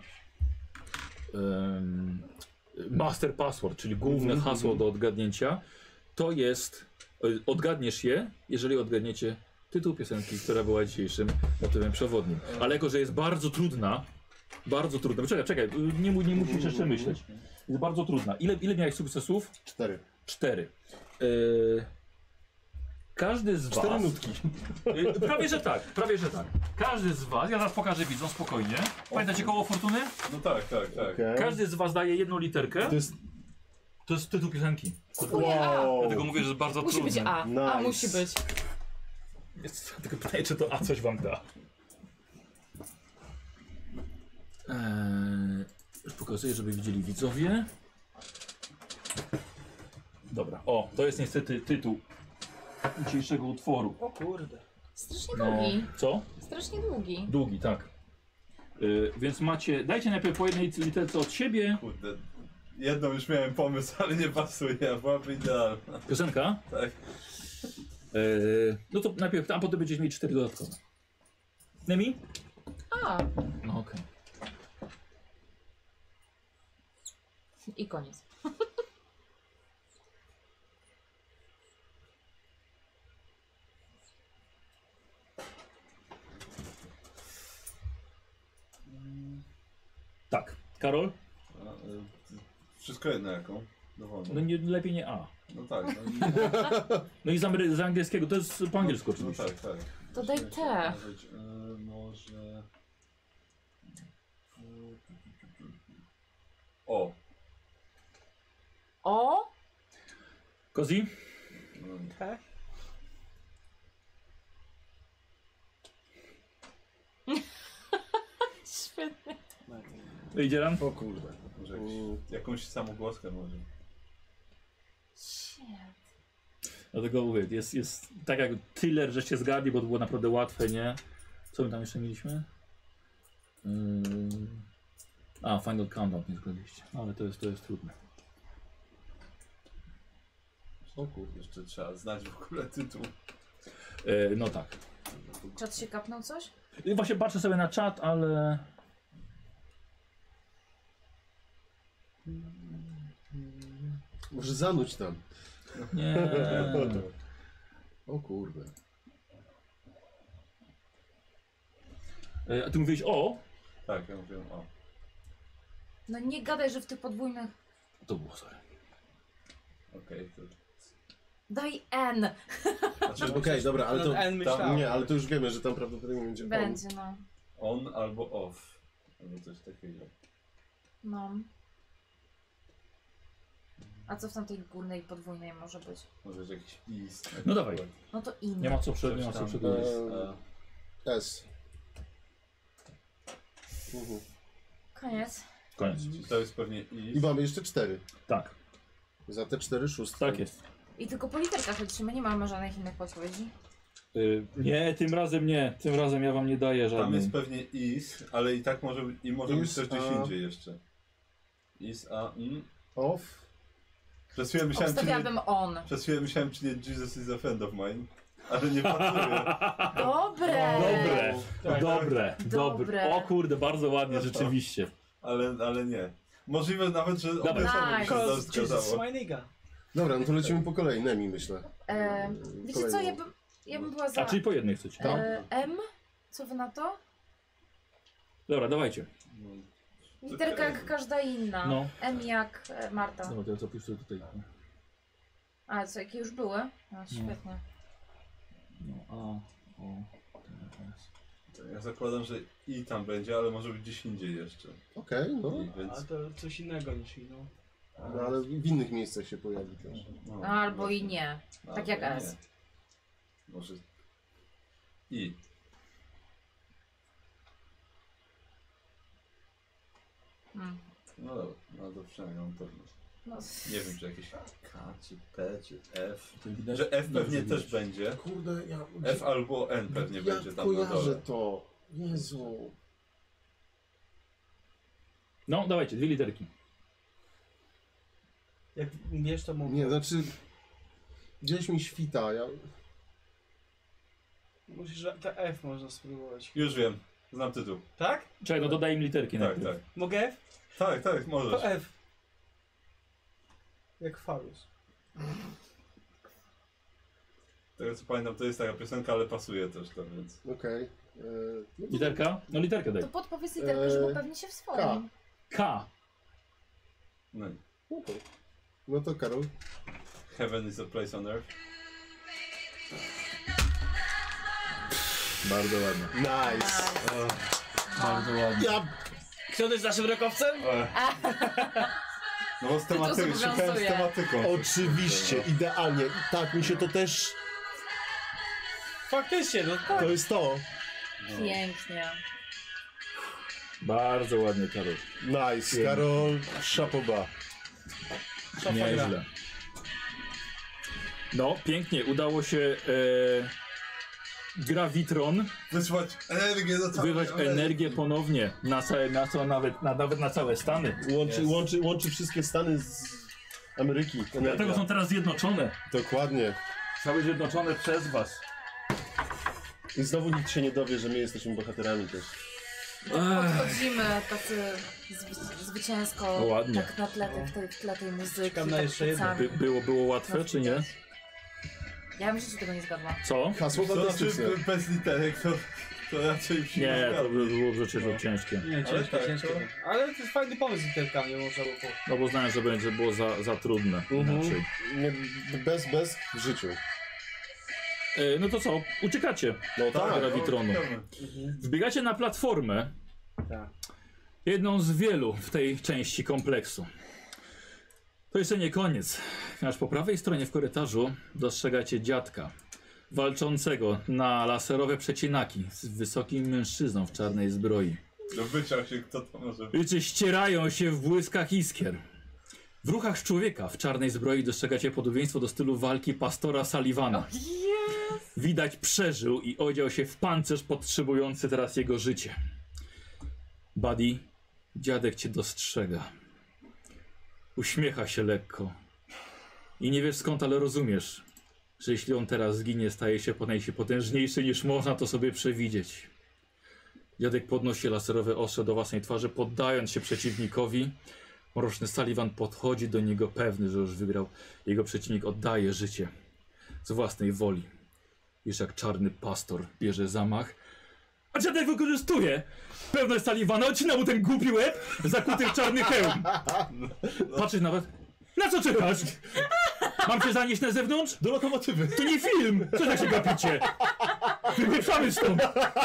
ym, master password, czyli główne Mhm, hasło mhm. do odgadnięcia, to jest, yy, odgadniesz je, jeżeli odgadniecie tytuł piosenki, która była dzisiejszym motywem przewodnim. Ale jako, że jest bardzo trudna, bardzo trudna, czekaj, czekaj, yy, nie, mu- nie musisz jeszcze myśleć. Jest bardzo trudna. Ile, ile miałeś sukcesów? Cztery. Cztery. Yy, każdy z Cztery was... nutki. Yy, prawie, że tak, prawie, że tak. Każdy z was, ja zaraz pokażę widzom, spokojnie. Pamiętacie koło fortuny? No tak, tak, tak. Okay. Każdy z was daje jedną literkę. To jest... To jest tytuł piosenki. Kupuję A. Wow. Dlatego mówię, że jest bardzo Musi trudny. być A. A Nice. musi być. Jest tylko pytanie, czy to A coś wam da. Eee, już pokazuję, żeby widzieli widzowie. Dobra, o, to jest niestety tytuł dzisiejszego utworu. O kurde. Strasznie No, długi. co? Strasznie długi. Długi, tak. Yy, więc macie, dajcie najpierw po jednej literce od siebie. Kurde. Jedną już miałem pomysł, ale nie pasuje, byłaby idealna. Piosenka. Tak. Yy, no to najpierw, a potem będziecie mieć cztery dodatkowe. Nemi? A. No okej. I koniec. Tak. Karol? A, y, wszystko jedno jaką? Dowolną. No nie, lepiej nie A. No tak, no, i- No i z, Amery- z angielskiego, to jest po angielsku no oczywiście. tak, tak. To daj Muszę te. uważać, y, może... O! O. Kozi? No, He? Świetnie. Idzie ran? O kurde. może jakiś, Mm. jakąś samogłoskę może. Shit. Dlatego mówię, jest, jest tak jak tyle, żeście zgadli, bo to było naprawdę łatwe, nie? Co my tam jeszcze mieliśmy? Yy... A, Final Countdown nie zgadliście. Ale to jest, to jest trudne. O kurde, jeszcze trzeba znać w ogóle tytuł. Yy, no tak. Czat się kapnął coś? I właśnie patrzę sobie na czat, ale... Może zanuć tam. Nie. O kurde. Yy, a ty mówiłeś o? Tak, ja mówię o. No nie gadaj, że w tych podwójnych... To było, sorry. Okej, to... Daj N. Znaczy, Okej, dobra, ale to... N myślałem. Nie, ale to już wiemy, że tam prawdopodobnie będzie on. Będzie, no. on albo off. Albo coś takiego. No. A co w tamtej górnej podwójnej może być? Może być jakiś is. na No dawaj. przykład. No to in. Nie ma co przed, Coś nie ma co tam. przed. Eee, A, S. Mhm. Koniec. Koniec. czyli to jest pewnie I is. mamy jeszcze cztery. Tak, Za te cztery szóstki. tak jest. I tylko po literkach lecimy, nie mamy żadnych innych podpowiedzi. Yy, nie, tym razem nie. Tym razem ja wam nie daję Tam żadnej. jest pewnie is, ale i tak może, i może być Is, też gdzieś a- indziej jeszcze. Is, a, mm. Off. Przez chwilę myślałem, czy nie, Obstawiałabym on. przez chwilę myślałem, czy nie Jesus is a friend of mine, ale nie pasuje. Dobre! Dobre, Tak. dobre, dobre. Dobre. O kurde, bardzo ładnie, rzeczywiście. Ale, ale nie. Możliwe nawet, że Dobra. obie słowo by się Nice. Jesus is zgadzało. my nigga. Dobra, no to lecimy po kolei. Nemi, myślę. E, wiecie co, ja bym, ja bym była za... A czyli po jednej chcecie. E, M? Co wy na to? Dobra, dawajcie. No, Literka jak każda inna. No. M jak e, Marta. Dobra, to ja zapisuję tutaj. A co, jakie już były? No, świetnie. No, a, o, teraz. to ja zakładam, że i tam będzie, ale może być gdzieś indziej jeszcze. Okej, no. I więc, A to coś innego niż inną. No, ale w innych miejscach się pojawi też. no, Albo właśnie. i nie. Tak Albo jak i S. nie. Może i. Hmm. No dobra, no to przynajmniej mam pewność. No, Nie wiem, czy jakieś K, czy P, czy F. To widać- Że F dobrze pewnie widać. też będzie. Kurde, ja... F albo N pewnie ja będzie tam na kojarzę dole. to. Jezu. No, dawajcie, dwie literki. Jak wiesz, to mówię. Nie, znaczy... Gdzieś mi świta, ja... Musisz, te F można spróbować. Już wiem, znam tytuł. Tak? Czekaj, no dodaj im literki Tak, najpierw. tak. Mogę F? Tak, tak, możesz. To F. Jak Farus. Tego co pamiętam, to jest taka piosenka, ale pasuje też to, więc... Okej. Okay. No to- Literka? No literkę daj. to podpowiedz literkę, żeby Eee, upewnić się w swoim. K. No. No to, no to Karol. Heaven is a place on earth. Bardzo ładnie. Nice. Bardzo ładnie. Ja... Kto to jest naszym rokowcem? No bo z tematyką, szukałem z zobowiązuje. tematyką. Oczywiście, idealnie. Tak, mi się to też... Faktycznie, no tak. To jest to. Pięknie. Bardzo ładnie, Karol. Nice. Karol, szapoba. Nieźle. No, pięknie. Udało się e, Gravitron Wysłać energię do całej wyrwać Ameryki. energię ponownie na całe miasto, nawet na, nawet na całe Stany. Łączy, Jest. łączy, łączy wszystkie Stany z Ameryki. Dlatego Energia. są teraz zjednoczone. Dokładnie. Cały zjednoczone przez was. I znowu nikt się nie dowie, że my jesteśmy bohaterami też. Odchodzimy tacy zwy zwycięsko, O, ładnie. tak na tle, tej, w tej, w tle tej muzyki, Czekam na tak jeszcze jedno. plecami. By, było, było łatwe, czy nie? Ja bym się tego nie zgadła. Co? Hasło To fantastyczne. znaczy bez literek to, to raczej się Nie, to zgadza. by było rzeczywiście ciężkie. Nie, Ale ciężko, tak, ciężko. to- Ale to jest fajny pomysł z literkami, można było po... No bo znałem, że będzie było za, za trudne Mhm. inaczej. Nie, bez, bez w życiu. E, no to co? Uciekacie. No Tak, tak. Gravitronu. Mhm. Wbiegacie na platformę. Tak. Jedną z wielu w tej części kompleksu. To jeszcze nie koniec. Aż po prawej stronie w korytarzu dostrzegacie dziadka walczącego na laserowe przecinaki z wysokim mężczyzną w czarnej zbroi. Do bycia się kto to może... Liczy ścierają się w błyskach iskier. W ruchach człowieka w czarnej zbroi dostrzegacie podobieństwo do stylu walki pastora Sullivana. Widać przeżył i odział się w pancerz podtrzymujący teraz jego życie. Buddy, dziadek cię dostrzega. Uśmiecha się lekko. I nie wiesz skąd, ale rozumiesz, że jeśli on teraz zginie, staje się ponajmniej potężniejszy niż można to sobie przewidzieć. Dziadek podnosi laserowe ostrze do własnej twarzy, poddając się przeciwnikowi. Mroczny Sullivan podchodzi do niego pewny, że już wygrał. Jego przeciwnik oddaje życie z własnej woli. Już jak czarny pastor bierze zamach, a dziadek wykorzystuje pewność Sullivana, odcina mu ten głupi łeb zakuty w czarny hełm. Patrzysz nawet, na co czekasz? Mam cię zanieść na zewnątrz? Do lokomotywy. To nie film! Co tak się gapicie? Wypieprzamy stąd!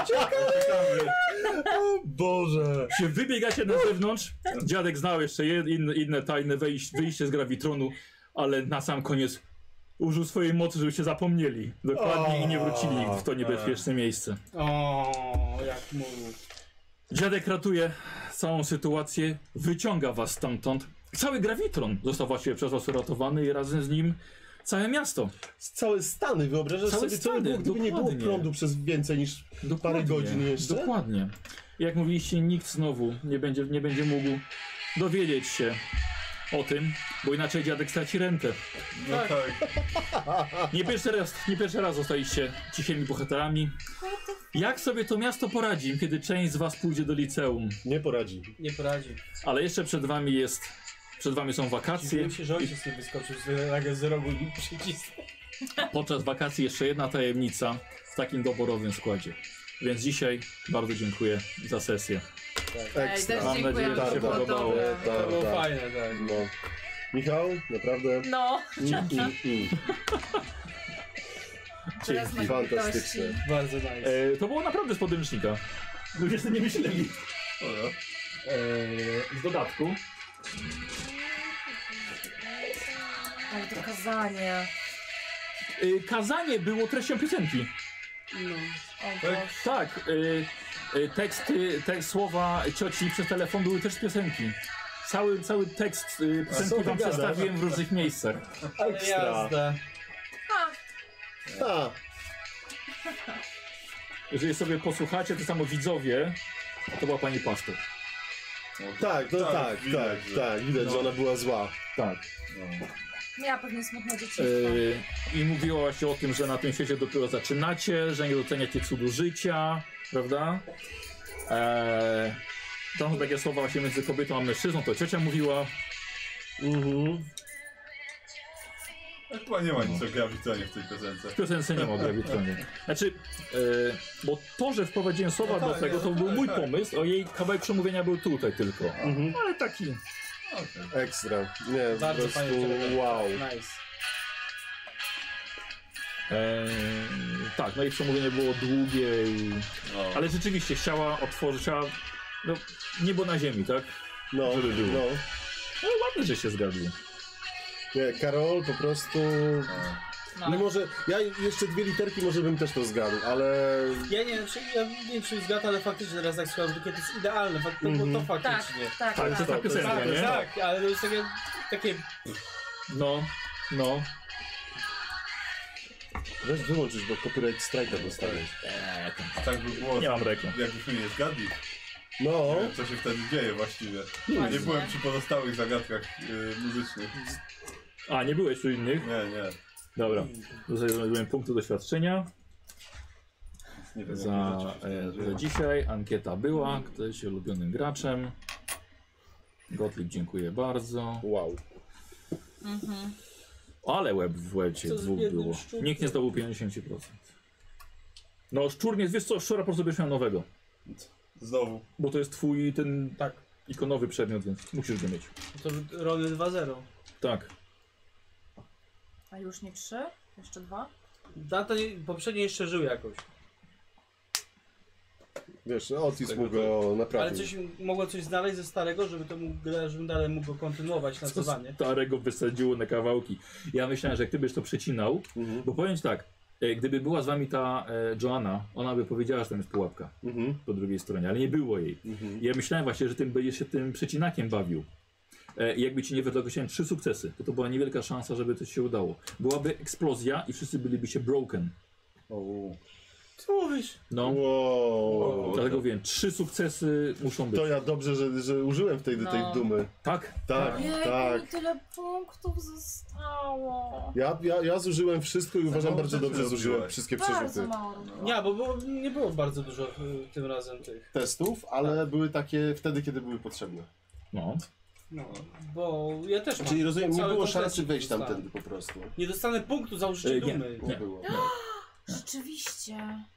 O Boże. Się wybiegacie na zewnątrz. Dziadek znał jeszcze jed, inne, inne tajne wejś, wyjście z Gravitronu, ale na sam koniec użył swojej mocy, żebyście zapomnieli. Dokładnie i nie wrócili nigdy w to niebezpieczne miejsce. O, jak mówił. Dziadek ratuje całą sytuację, wyciąga was stamtąd. Cały Gravitron został właściwie przez was uratowany i razem z nim całe miasto. Całe Stany, wyobrażasz Całe sobie, co by Stany, było, gdyby nie było dokładnie. prądu przez więcej niż parę godzin jeszcze? Dokładnie. Jak mówiliście, nikt znowu nie będzie, nie będzie mógł dowiedzieć się o tym, bo inaczej dziadek straci rentę. No tak. Nie pierwszy raz, nie pierwszy raz zostaliście cichymi bohaterami. Jak sobie to miasto poradzi, kiedy część z was pójdzie do liceum? Nie poradzi. Nie poradzi. Ale jeszcze przed wami jest, przed wami są wakacje. Dziwiłem się, że ojciec nie wyskoczył z, nagle z rogu i przycisnął. Podczas wakacji jeszcze jedna tajemnica w takim doborowym składzie. Więc dzisiaj bardzo dziękuję za sesję. Ej, Ekstra. też Mam dziękuję, nadzieję, że się to było podobało. dobre. To było tak. fajne, tak. No. Michał, naprawdę. No, Mm, mm, mm. tyle Fantastyczne. smakowości. Bardzo nice. E, to było naprawdę z podręcznika. Ludzie sobie nie myśleli. E, w dodatku Ale to kazanie. e, kazanie było treścią piosenki. No. O Tak? Boże. Tak, e, e, teksty, tekst słowa cioci przez telefon były też z piosenki. cały, cały tekst y, co piosenki ty wam gadasz? przedstawiłem w różnych miejscach. Ekstra. Jazda. A, Jeżeli sobie posłuchacie, to samo widzowie, to była pani pastor. tak, no tak, widać, tak, że- tak, widać, że ona była zła. Tak. No. Miała pewnie smutne dzieciństwo. Yy, I mówiła właśnie o tym, że na tym świecie dopiero zaczynacie, że nie doceniacie cudu życia, prawda? Eee, tam są takie słowa właśnie między kobietą a mężczyzną, to ciocia mówiła. Mhm. Chyba nie ma nic o grawitonie w tej piosence. W piosence nie ma o grawitonie. Znaczy, yy, bo to, że wprowadziłem słowa No do tak, tego, to no był tak, mój tak. pomysł, a jej kawałek przemówienia był tutaj tylko. Mhm. Ale taki. Okay. Ekstra. Nie, po Bardzo prostu fajnie. wow. Nice. Eee, tak, no i przemówienie było długie, i... No. ale rzeczywiście chciała otworzyć, chciała, no, niebo na ziemi, tak? No, Żeby było. no. No ładnie, że się zgadli. Nie, Karol po prostu... No. Mimo, że ja jeszcze dwie literki może bym też to zgadł, ale... Ja nie wiem, czy, ja nie wiem, czy zgadza, ale faktycznie teraz tak słucham, że to jest idealne, fak- to, Mhm. to, to Tak, faktycznie. tak, Tak, to tak. ta piosenka, Tak, nie? tak, ale to jest takie, takie No, no. Weź wyłączyć, bo copyright strike'a dostaniesz. Eee, tam. Tak by było, Nie mam reklam. jakbyśmy nie zgadli. No, Nie wiem, co się wtedy dzieje właściwie. Właśnie. Nie byłem przy pozostałych zagadkach y, muzycznych. A, nie byłeś tu innych? Nie, nie. Dobra. Zrobiłem punkty doświadczenia. Nie wiem, Za, jakie rzeczy się e, dzieją. za dzisiaj. Ankieta była. Kto jest ulubionym graczem? Gottlieb, dziękuję bardzo. wow. Mhm. Ale łeb w łebcie Co z dwóch biednym było. szczurkiem? Nikt nie zdobył pięćdziesiąt procent. No, szczur nie, wiesz co, szczura po prostu będziesz miał nowego. Znowu. Bo to jest twój ten tak, ikonowy przedmiot, więc musisz go mieć. to Rony dwa zero. Tak. A już nie trzy? Jeszcze dwa? Data nie, poprzednio jeszcze żył jakoś. Wiesz, no, Otis Tego mógł go Ale naprawić. coś mogło coś znaleźć ze starego, żeby to mógł, żebym dalej mógł go kontynuować na Co zadanie. starego wysadziło na kawałki. Ja myślałem, że jak ty byś to przecinał, Mhm. bo powiem ci tak, e, gdyby była z wami ta e, Joanna, ona by powiedziała, że tam jest pułapka Mhm. po drugiej stronie, ale nie było jej. Mhm. Ja myślałem właśnie, że tym będziesz się tym przecinakiem bawił. E, i jakby ci nie wydał trzy sukcesy, to to była niewielka szansa, żeby to się udało. Byłaby eksplozja i wszyscy byliby się broken. O, Co mówisz? No, Wow. dlatego wiem, trzy sukcesy muszą być. To ja dobrze, że, że użyłem wtedy No. tej dumy. Tak? Tak, Jej, tak. tyle punktów zostało. Ja, ja, ja zużyłem wszystko i uważam mało bardzo rzeczy dobrze zużyłem robiłeś. wszystkie Bardzo przerzuty mało. Nie, bo było, nie było bardzo dużo y, tym razem tych. testów, ale były takie wtedy, kiedy były potrzebne. No. No, bo ja też mam. Czyli rozumiem, nie cały było komplet szansy wejść dostałem. tamtędy po prostu. Nie dostanę punktu za użycie Y, nie. dumy. Nie było. Rzeczywiście.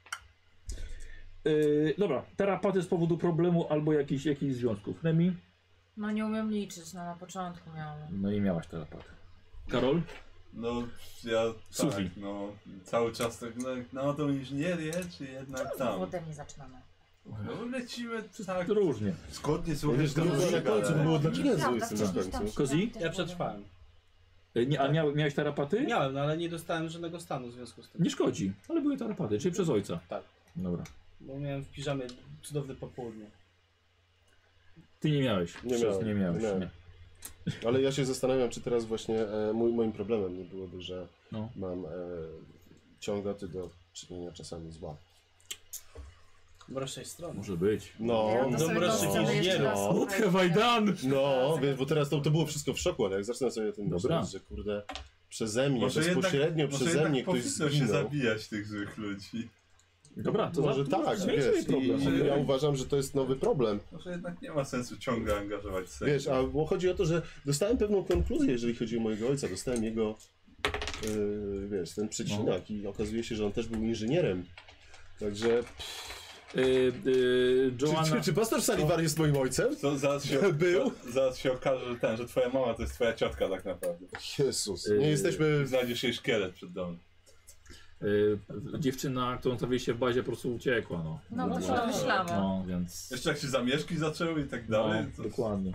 Yy, dobra, terapaty z powodu problemu albo jakichś jakich związków. Remi? No nie umiem liczyć, no na początku miałam. No i miałaś terapaty. Karol? no ja Suzy. tak, no cały czas tak, no, no to inżynierię, czy jednak tam? Ode mnie zaczynamy. No lecimy tak, Różnie. zgodnie z Wiesz, to było na końcu, ale- było dla Jezu Nieprawda, jestem na wcześniej tam końcu. się Kozi? tam też Ja było. przetrwałem. Yy, nie, a mia, miałeś terapaty? Miałem, no ale nie dostałem żadnego stanu w związku z tym. Nie szkodzi, ale były terapaty, czyli przez ojca. Tak. Dobra. Bo miałem w piżamie cudowne popołudnie. Ty nie miałeś. Nie Przez- miałem, Nie miałeś. nie miałem. Nie. Ale ja się zastanawiam, czy teraz właśnie e, mój, moim problemem nie byłoby, że No. mam e, ciągoty do czynienia czasami zła. Mrocznej strony. Może być. No, Ja to no, sobie dobra, dostanę no. jeszcze raz, No. What słuchajcie. have I done? no wiesz, bo teraz to, to było wszystko w szoku, ale jak zacznę sobie o tym Dobra. myśleć, że kurde, przeze mnie, Może jednak, bezpośrednio może przeze jednak mnie ktoś powinno się zginął. zabijać tych złych ludzi. Dobra, to Może za, tak, zmień wiesz, sobie problem. i, i ja uważam, że to jest nowy problem. Może jednak nie ma sensu ciągle angażować sędziów. Wiesz, a bo chodzi o to, że dostałem pewną konkluzję, jeżeli chodzi o mojego ojca. Dostałem jego, yy, wiesz, ten przecinak i okazuje się, że on też był inżynierem. Także, Yy, yy, czy, Joanna... czy, czy pastor Salivar jest moim ojcem? To zaraz się, Był? za- zaraz się okaże, że ten, że twoja mama to jest twoja ciotka tak naprawdę. Jezus, Yy, nie jesteśmy... Znajdziesz jej szkielet przed domem. Yy, dziewczyna, którą stawiliście w bazie, po prostu uciekła, no. No to się no, domyślamy. no, więc... Jeszcze jak się zamieszki zaczęły i tak No, dalej, to dokładnie.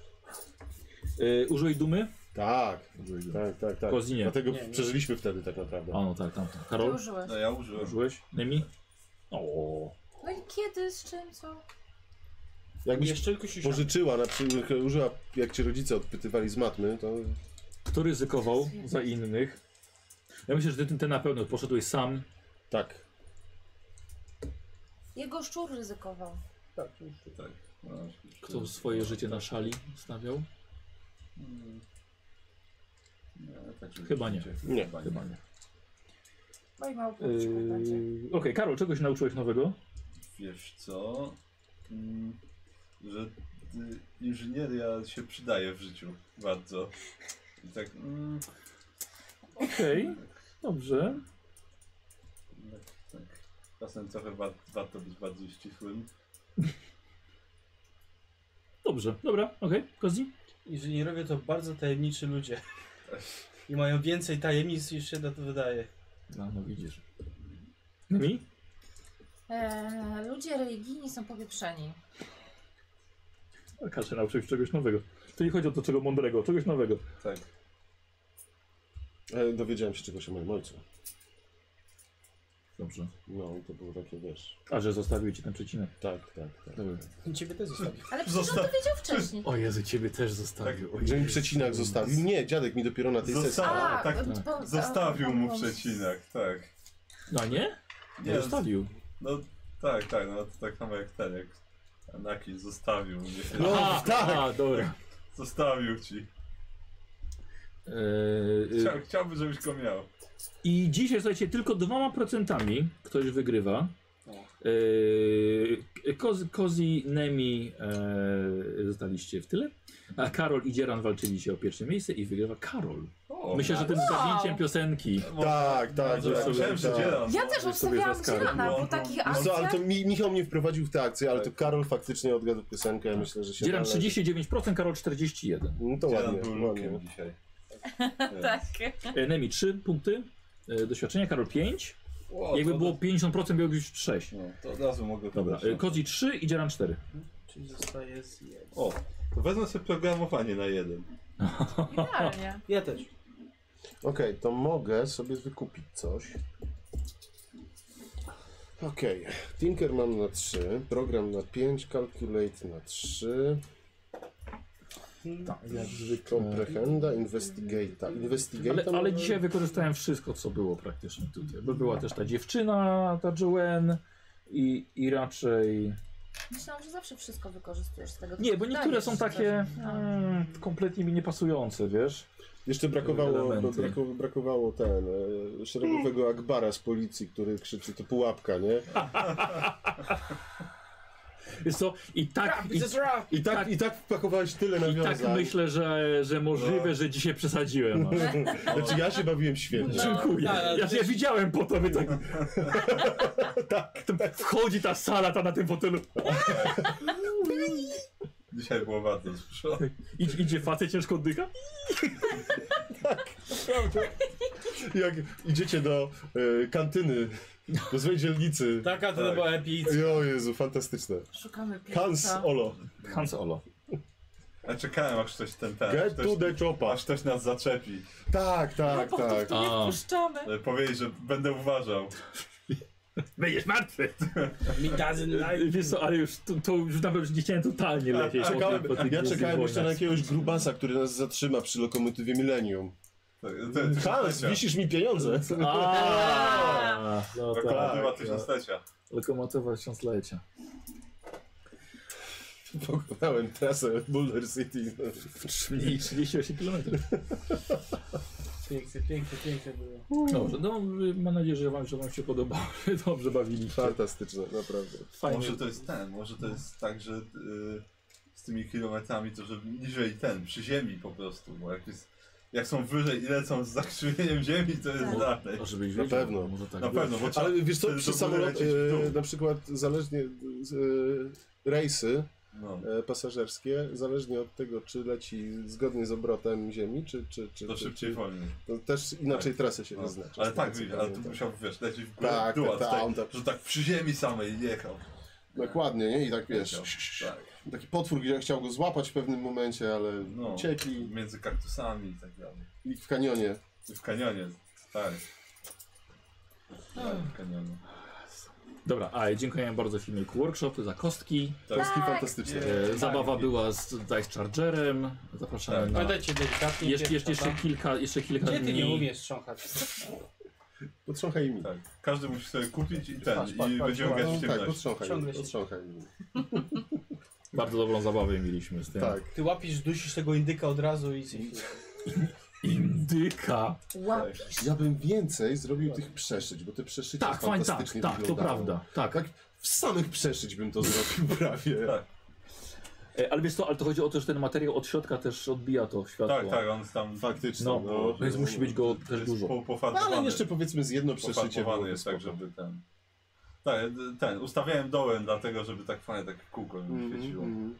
Yy, użyłeś dumy? Tak, Użyłeś dumy. tak, tak, tak. Kozinie. Dlatego Nie, nie. przeżyliśmy wtedy tak naprawdę. A no tak, tam. tam. Ty Karol? użyłeś. no ja użyłem. Użyłeś? Nemi? O. No i kiedy, z czym, co? Jakbyś Jeszcze kościusia. pożyczyła, na przykład użyła, jak cię rodzice odpytywali z matmy, to... Kto ryzykował za innych? Ja myślę, że ty, ty na pewno poszedłeś sam. Tak. Jego szczur ryzykował. Tak, już. Tak. No, Kto swoje życie na szali stawiał? Mm. Nie, tak, żeby Chyba nie. życie- Nie, chyba Chyba nie. Oj, mało kurczków będzie. Yy, Okej, Karol, czegoś nauczyłeś nowego? Wiesz co? Mm, że y, inżynieria się przydaje w życiu bardzo. I tak. Mm, Okej, dobrze. tak, tak. Czasem trochę wa warto być bardziej ścisłym. Dobrze, dobra, okej, Kozi? Inżynierowie to bardzo tajemniczy ludzie. I mają więcej tajemnic niż się na to wydaje. No, no widzisz. Mi? Eee, ludzie religijni są powieprzeni. Kasia nauczył się czegoś nowego. To nie chodzi o to czego mądrego, czegoś nowego. Tak. E, dowiedziałem się czegoś o moim ojcu. Dobrze. No, to było takie, wiesz... A, że zostawił ci ten przecinek. Tak, tak, tak. Dobra. I ciebie też zostawił. Ale przecież on to wiedział wcześniej. O Jezu, ciebie też zostawił. O Że mi Jezu. przecinak zostawił? Nie, dziadek mi dopiero na tej Zosta- sesji. A, tak, bo- bo- Zostawił mu bo- przecinak, tak. No nie? Nie Nie, zostawił. No tak, tak, no to tak samo jak ten, jak Anakin zostawił mnie. No, Aha, tak. A, dobra. Zostawił ci. Eee, Chcia, chciałby, żebyś go miał. I dzisiaj, słuchajcie, tylko dwoma procentami ktoś wygrywa. Eee, Kozi, Kozi, Nemi eee, zostaliście w tyle, a Karol i Dzieran walczyli się o pierwsze miejsce i wygrywa Karol. O, Myślę, że tym Wow. zgadnięciem piosenki. Tak, tak, Że tak. sobie- Myślałem, że tak. dzielam. Ja też sobie obstawiałam zaskarbił. Dzierana, bo No, takich no. Wiesz co, ale akcjach... to mi, Michał mnie wprowadził w tę akcję, ale to Karol faktycznie odgadł piosenkę, myślę, że się Dzieran należy. trzydzieści dziewięć procent, Karol czterdzieści jeden procent. No to Dzielam ładnie, był ładnie. lukiem dzisiaj. Tak. E, Nemi trzy punkty e, doświadczenia, Karol pięć. O, Jakby to- było pięćdziesiąt procent, miałbyś już sześć. No, to od razu mogę Dobra, podać. e, Kozi trzy i Dzieran cztery. Czyli zostaje z jeden. O, to wezmę sobie programowanie na jeden. Idealnie. Ja też. Okej, to mogę sobie wykupić coś. Okej, Tinker mam na trzy, program na pięć, Calculate na trzy, Tak, jak zwykle. Comprehenda, Investigata. Investigata Ale, ale może- dzisiaj wykorzystałem wszystko, co było praktycznie tutaj. Bo była też ta dziewczyna, ta Joanne i, i raczej... Myślałam, że zawsze wszystko wykorzystujesz z tego. co Nie, bo niektóre dajesz, są że- takie No. mm, kompletnie mi niepasujące, wiesz? Jeszcze brakowało, elementy. brako, brakowało ten, e, szeregowego Akbara z policji, który krzyczy, to pułapka, nie? Wiesz co, i tak, i, I tak, Tak. i tak wpakowałeś tyle i nawiązań. tak myślę, że, że możliwe, że dzisiaj przesadziłem. aż. Znaczy ja się bawiłem świetnie. Dziękuję. tak, Ja, to ja jest- widziałem po tobie tak. tak. to Wchodzi ta sala ta na tym fotelu. Dzisiaj było bardzo dużo. Idź, idzie facet, ciężko oddycha. Jak idziecie do e, kantyny, do złej dzielnicy. Taka to Tak. była epicka. O Jezu, fantastyczne. Szukamy pizza. Hans Olo. Hans Olo. Ja czekałem, aż ktoś ten ten. Get ktoś, to the chopper. aż ktoś nas zaczepi. Tak, tak, tak. Nie A. wpuszczamy. E, Powiedzieć, że będę uważał. Będziesz martwy. Me doesn't like. Wiesz co, ale już to, to już naprawdę już nie chciałem totalnie lecieć. po Czekałem, tych- po tych ja Gwiezdnych czekałem jeszcze na Wojnach. jakiegoś grubasa, który nas zatrzyma przy lokomotywie Millennium. To, to, Hans, wisisz mi pieniądze. A, no tak. Lokomotywa tak. tysiąclecia. Lokomotywa tysiąclecia. Pokonałem trasę Boulder City. Mniej trzydzieści osiem kilometrów. Piękne, piękne, piękne było. Dobrze, no mam nadzieję, że wam, że wam się podobało, że dobrze bawiliście. Fantastyczne, naprawdę. Fajnie. Może to jest ten, może to jest tak, że y, z tymi kilometrami to, że niżej ten, przy ziemi po prostu, bo jak jest, jak są wyżej i lecą z zakrzywieniem ziemi, to jest Tak. dalej. A żebyś Na wiedział, pewno. Może tak Na być. pewno, bo trzeba, Ale wiesz co, wtedy przy to będzie samolot, lecieć w dół. e, na przykład zależnie e, rejsy No, e, pasażerskie, zależnie od tego, czy leci zgodnie z obrotem ziemi, czy, czy, czy, to czy, szybciej czy wolniej. to też inaczej Tak. trasę się No. wyznacza. Ale z tak, tego, co wiesz, ale tu pamiętam. musiał, wiesz, lecieć w górę, Tak, w dół, a tak, tutaj, on tak- że tak przy ziemi samej jechał. Dokładnie, nie? I tak wiesz, Tak, taki potwór, gdzie chciał go złapać w pewnym momencie, ale No. uciekli między kaktusami i tak dalej. i w kanionie. I w kanionie, tak. Tak, w kanionie. Dobra, a dziękuję bardzo filmiku Workshop za kostki. Kostki fantastyczne. E, zabawa była z Dice Chargerem. Zapraszamy na... Pamiętajcie delikatnie. Jeszcze, jeszcze, pierwsza, jeszcze, kilka, jeszcze kilka Gdzie ty dni. nie umiesz trząchać? Potrząchaj mi. Tak, każdy musi sobie kupić i ten, Patrz, patrz, i patrz, będziemy grać w No, tak, ciemności. potrząchaj Ciągle mi. się- Potrząchaj mi. Bardzo dobrą zabawę mieliśmy z tym. Tak. Ty łapisz, dusisz tego indyka od razu i... Indyka. Łapisz. Ja bym więcej zrobił tych przeszyć, bo te przeszycia Tak, fajnie, tak, fantastycznie tak, to wyglądają. prawda. Tak. Tak, w samych przeszyć bym to zrobił prawie. Tak. E, ale wiesz co, ale to chodzi o to, że ten materiał od środka też odbija to światło. Tak, tak, on tam Faktycznie. No, No, więc musi być go też jest dużo. pół No, pofarbowany. ale jeszcze powiedzmy z jedno przeszycie Pofarbowany byłoby jest tak, spoko. żeby ten... Tak, ten, ustawiałem dołem dlatego, żeby tak fajnie tak kółko mi Mhm, świeciło. mhm.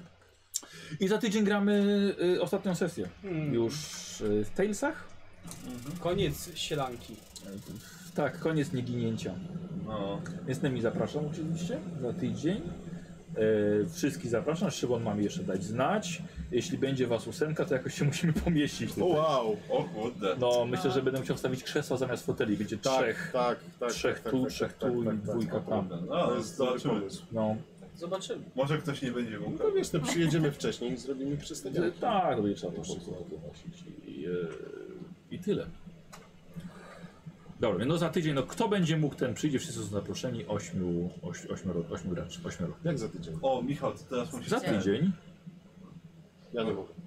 I za tydzień gramy y, ostatnią sesję. Hmm. Już y, w Talesach. Koniec sielanki. Y, tak, koniec nieginięcia. No, Więc nami zapraszam oczywiście za tydzień. E, wszystkich zapraszam. Szymon ma mi jeszcze dać znać. Jeśli będzie was ósemka, to jakoś się musimy pomieścić O tutaj. wow! o kurde. No, myślę, że będę musiał wstawić krzesła zamiast foteli. Będzie Tak, trzech. tak, tak. trzech tak, tu, tak, trzech tak, tu tak, i tak, dwójka tak, tam. tak. No, To jest dobry zobaczymy. pomysł. No, Zobaczymy. Może ktoś nie będzie mógł. No wiesz, to przyjedziemy wcześniej i zrobimy e, przestawianie. tak, to będzie trzeba po prostu wynosić. I, e, I tyle. Dobra, no za tydzień, no kto będzie mógł, ten przyjdzie, wszyscy są zaproszeni, ośmiu, oś, ośmioro, ośmiu graczy, ośmioro. Jak za tydzień? O, Michał, ty teraz musisz... Za tydzień? Ja nie mogę.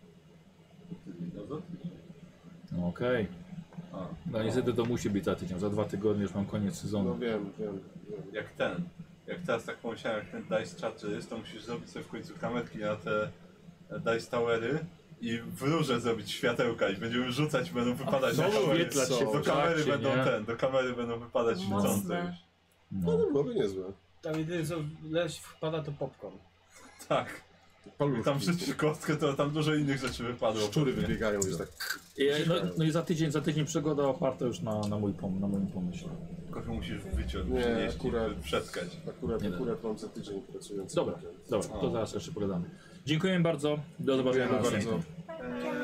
No, za tydzień. No okej. A, No niestety to musi być za tydzień, za dwa tygodnie już mam koniec No sezonu. wiem, wiem, wiem. Jak ten. Jak teraz tak pomyślałem, jak ten Dice Charger jest, to musisz zrobić sobie w końcu kamerki na te Dice Towery i w rurze zrobić światełka i będziemy rzucać, będą wypadać No, na kamery. oświetlać się Do w kamery trakcie, będą nie? ten, do kamery będą wypadać Mocne. świecące już. No No. to byłoby niezłe. Tam jedyne co leś wpada to popcorn. Tak. Paluszki. Jak tam wrzucisz kostkę, to tam dużo innych rzeczy wypadło. Szczury pewnie. wybiegają już tak. I, no, no i za tydzień, za tydzień przygoda oparta już na, na, mój pom, na moim pomyśle. Tylko musisz wyciąć, Nie, przynieść akurat- i przetkać. Akurat, Nie da. akurat mam za tydzień pracujący. Dobra, weekend. dobra, to zaraz jeszcze pogadamy. Dziękuję bardzo, do zobaczenia Dziękuję na bardzo. następnym.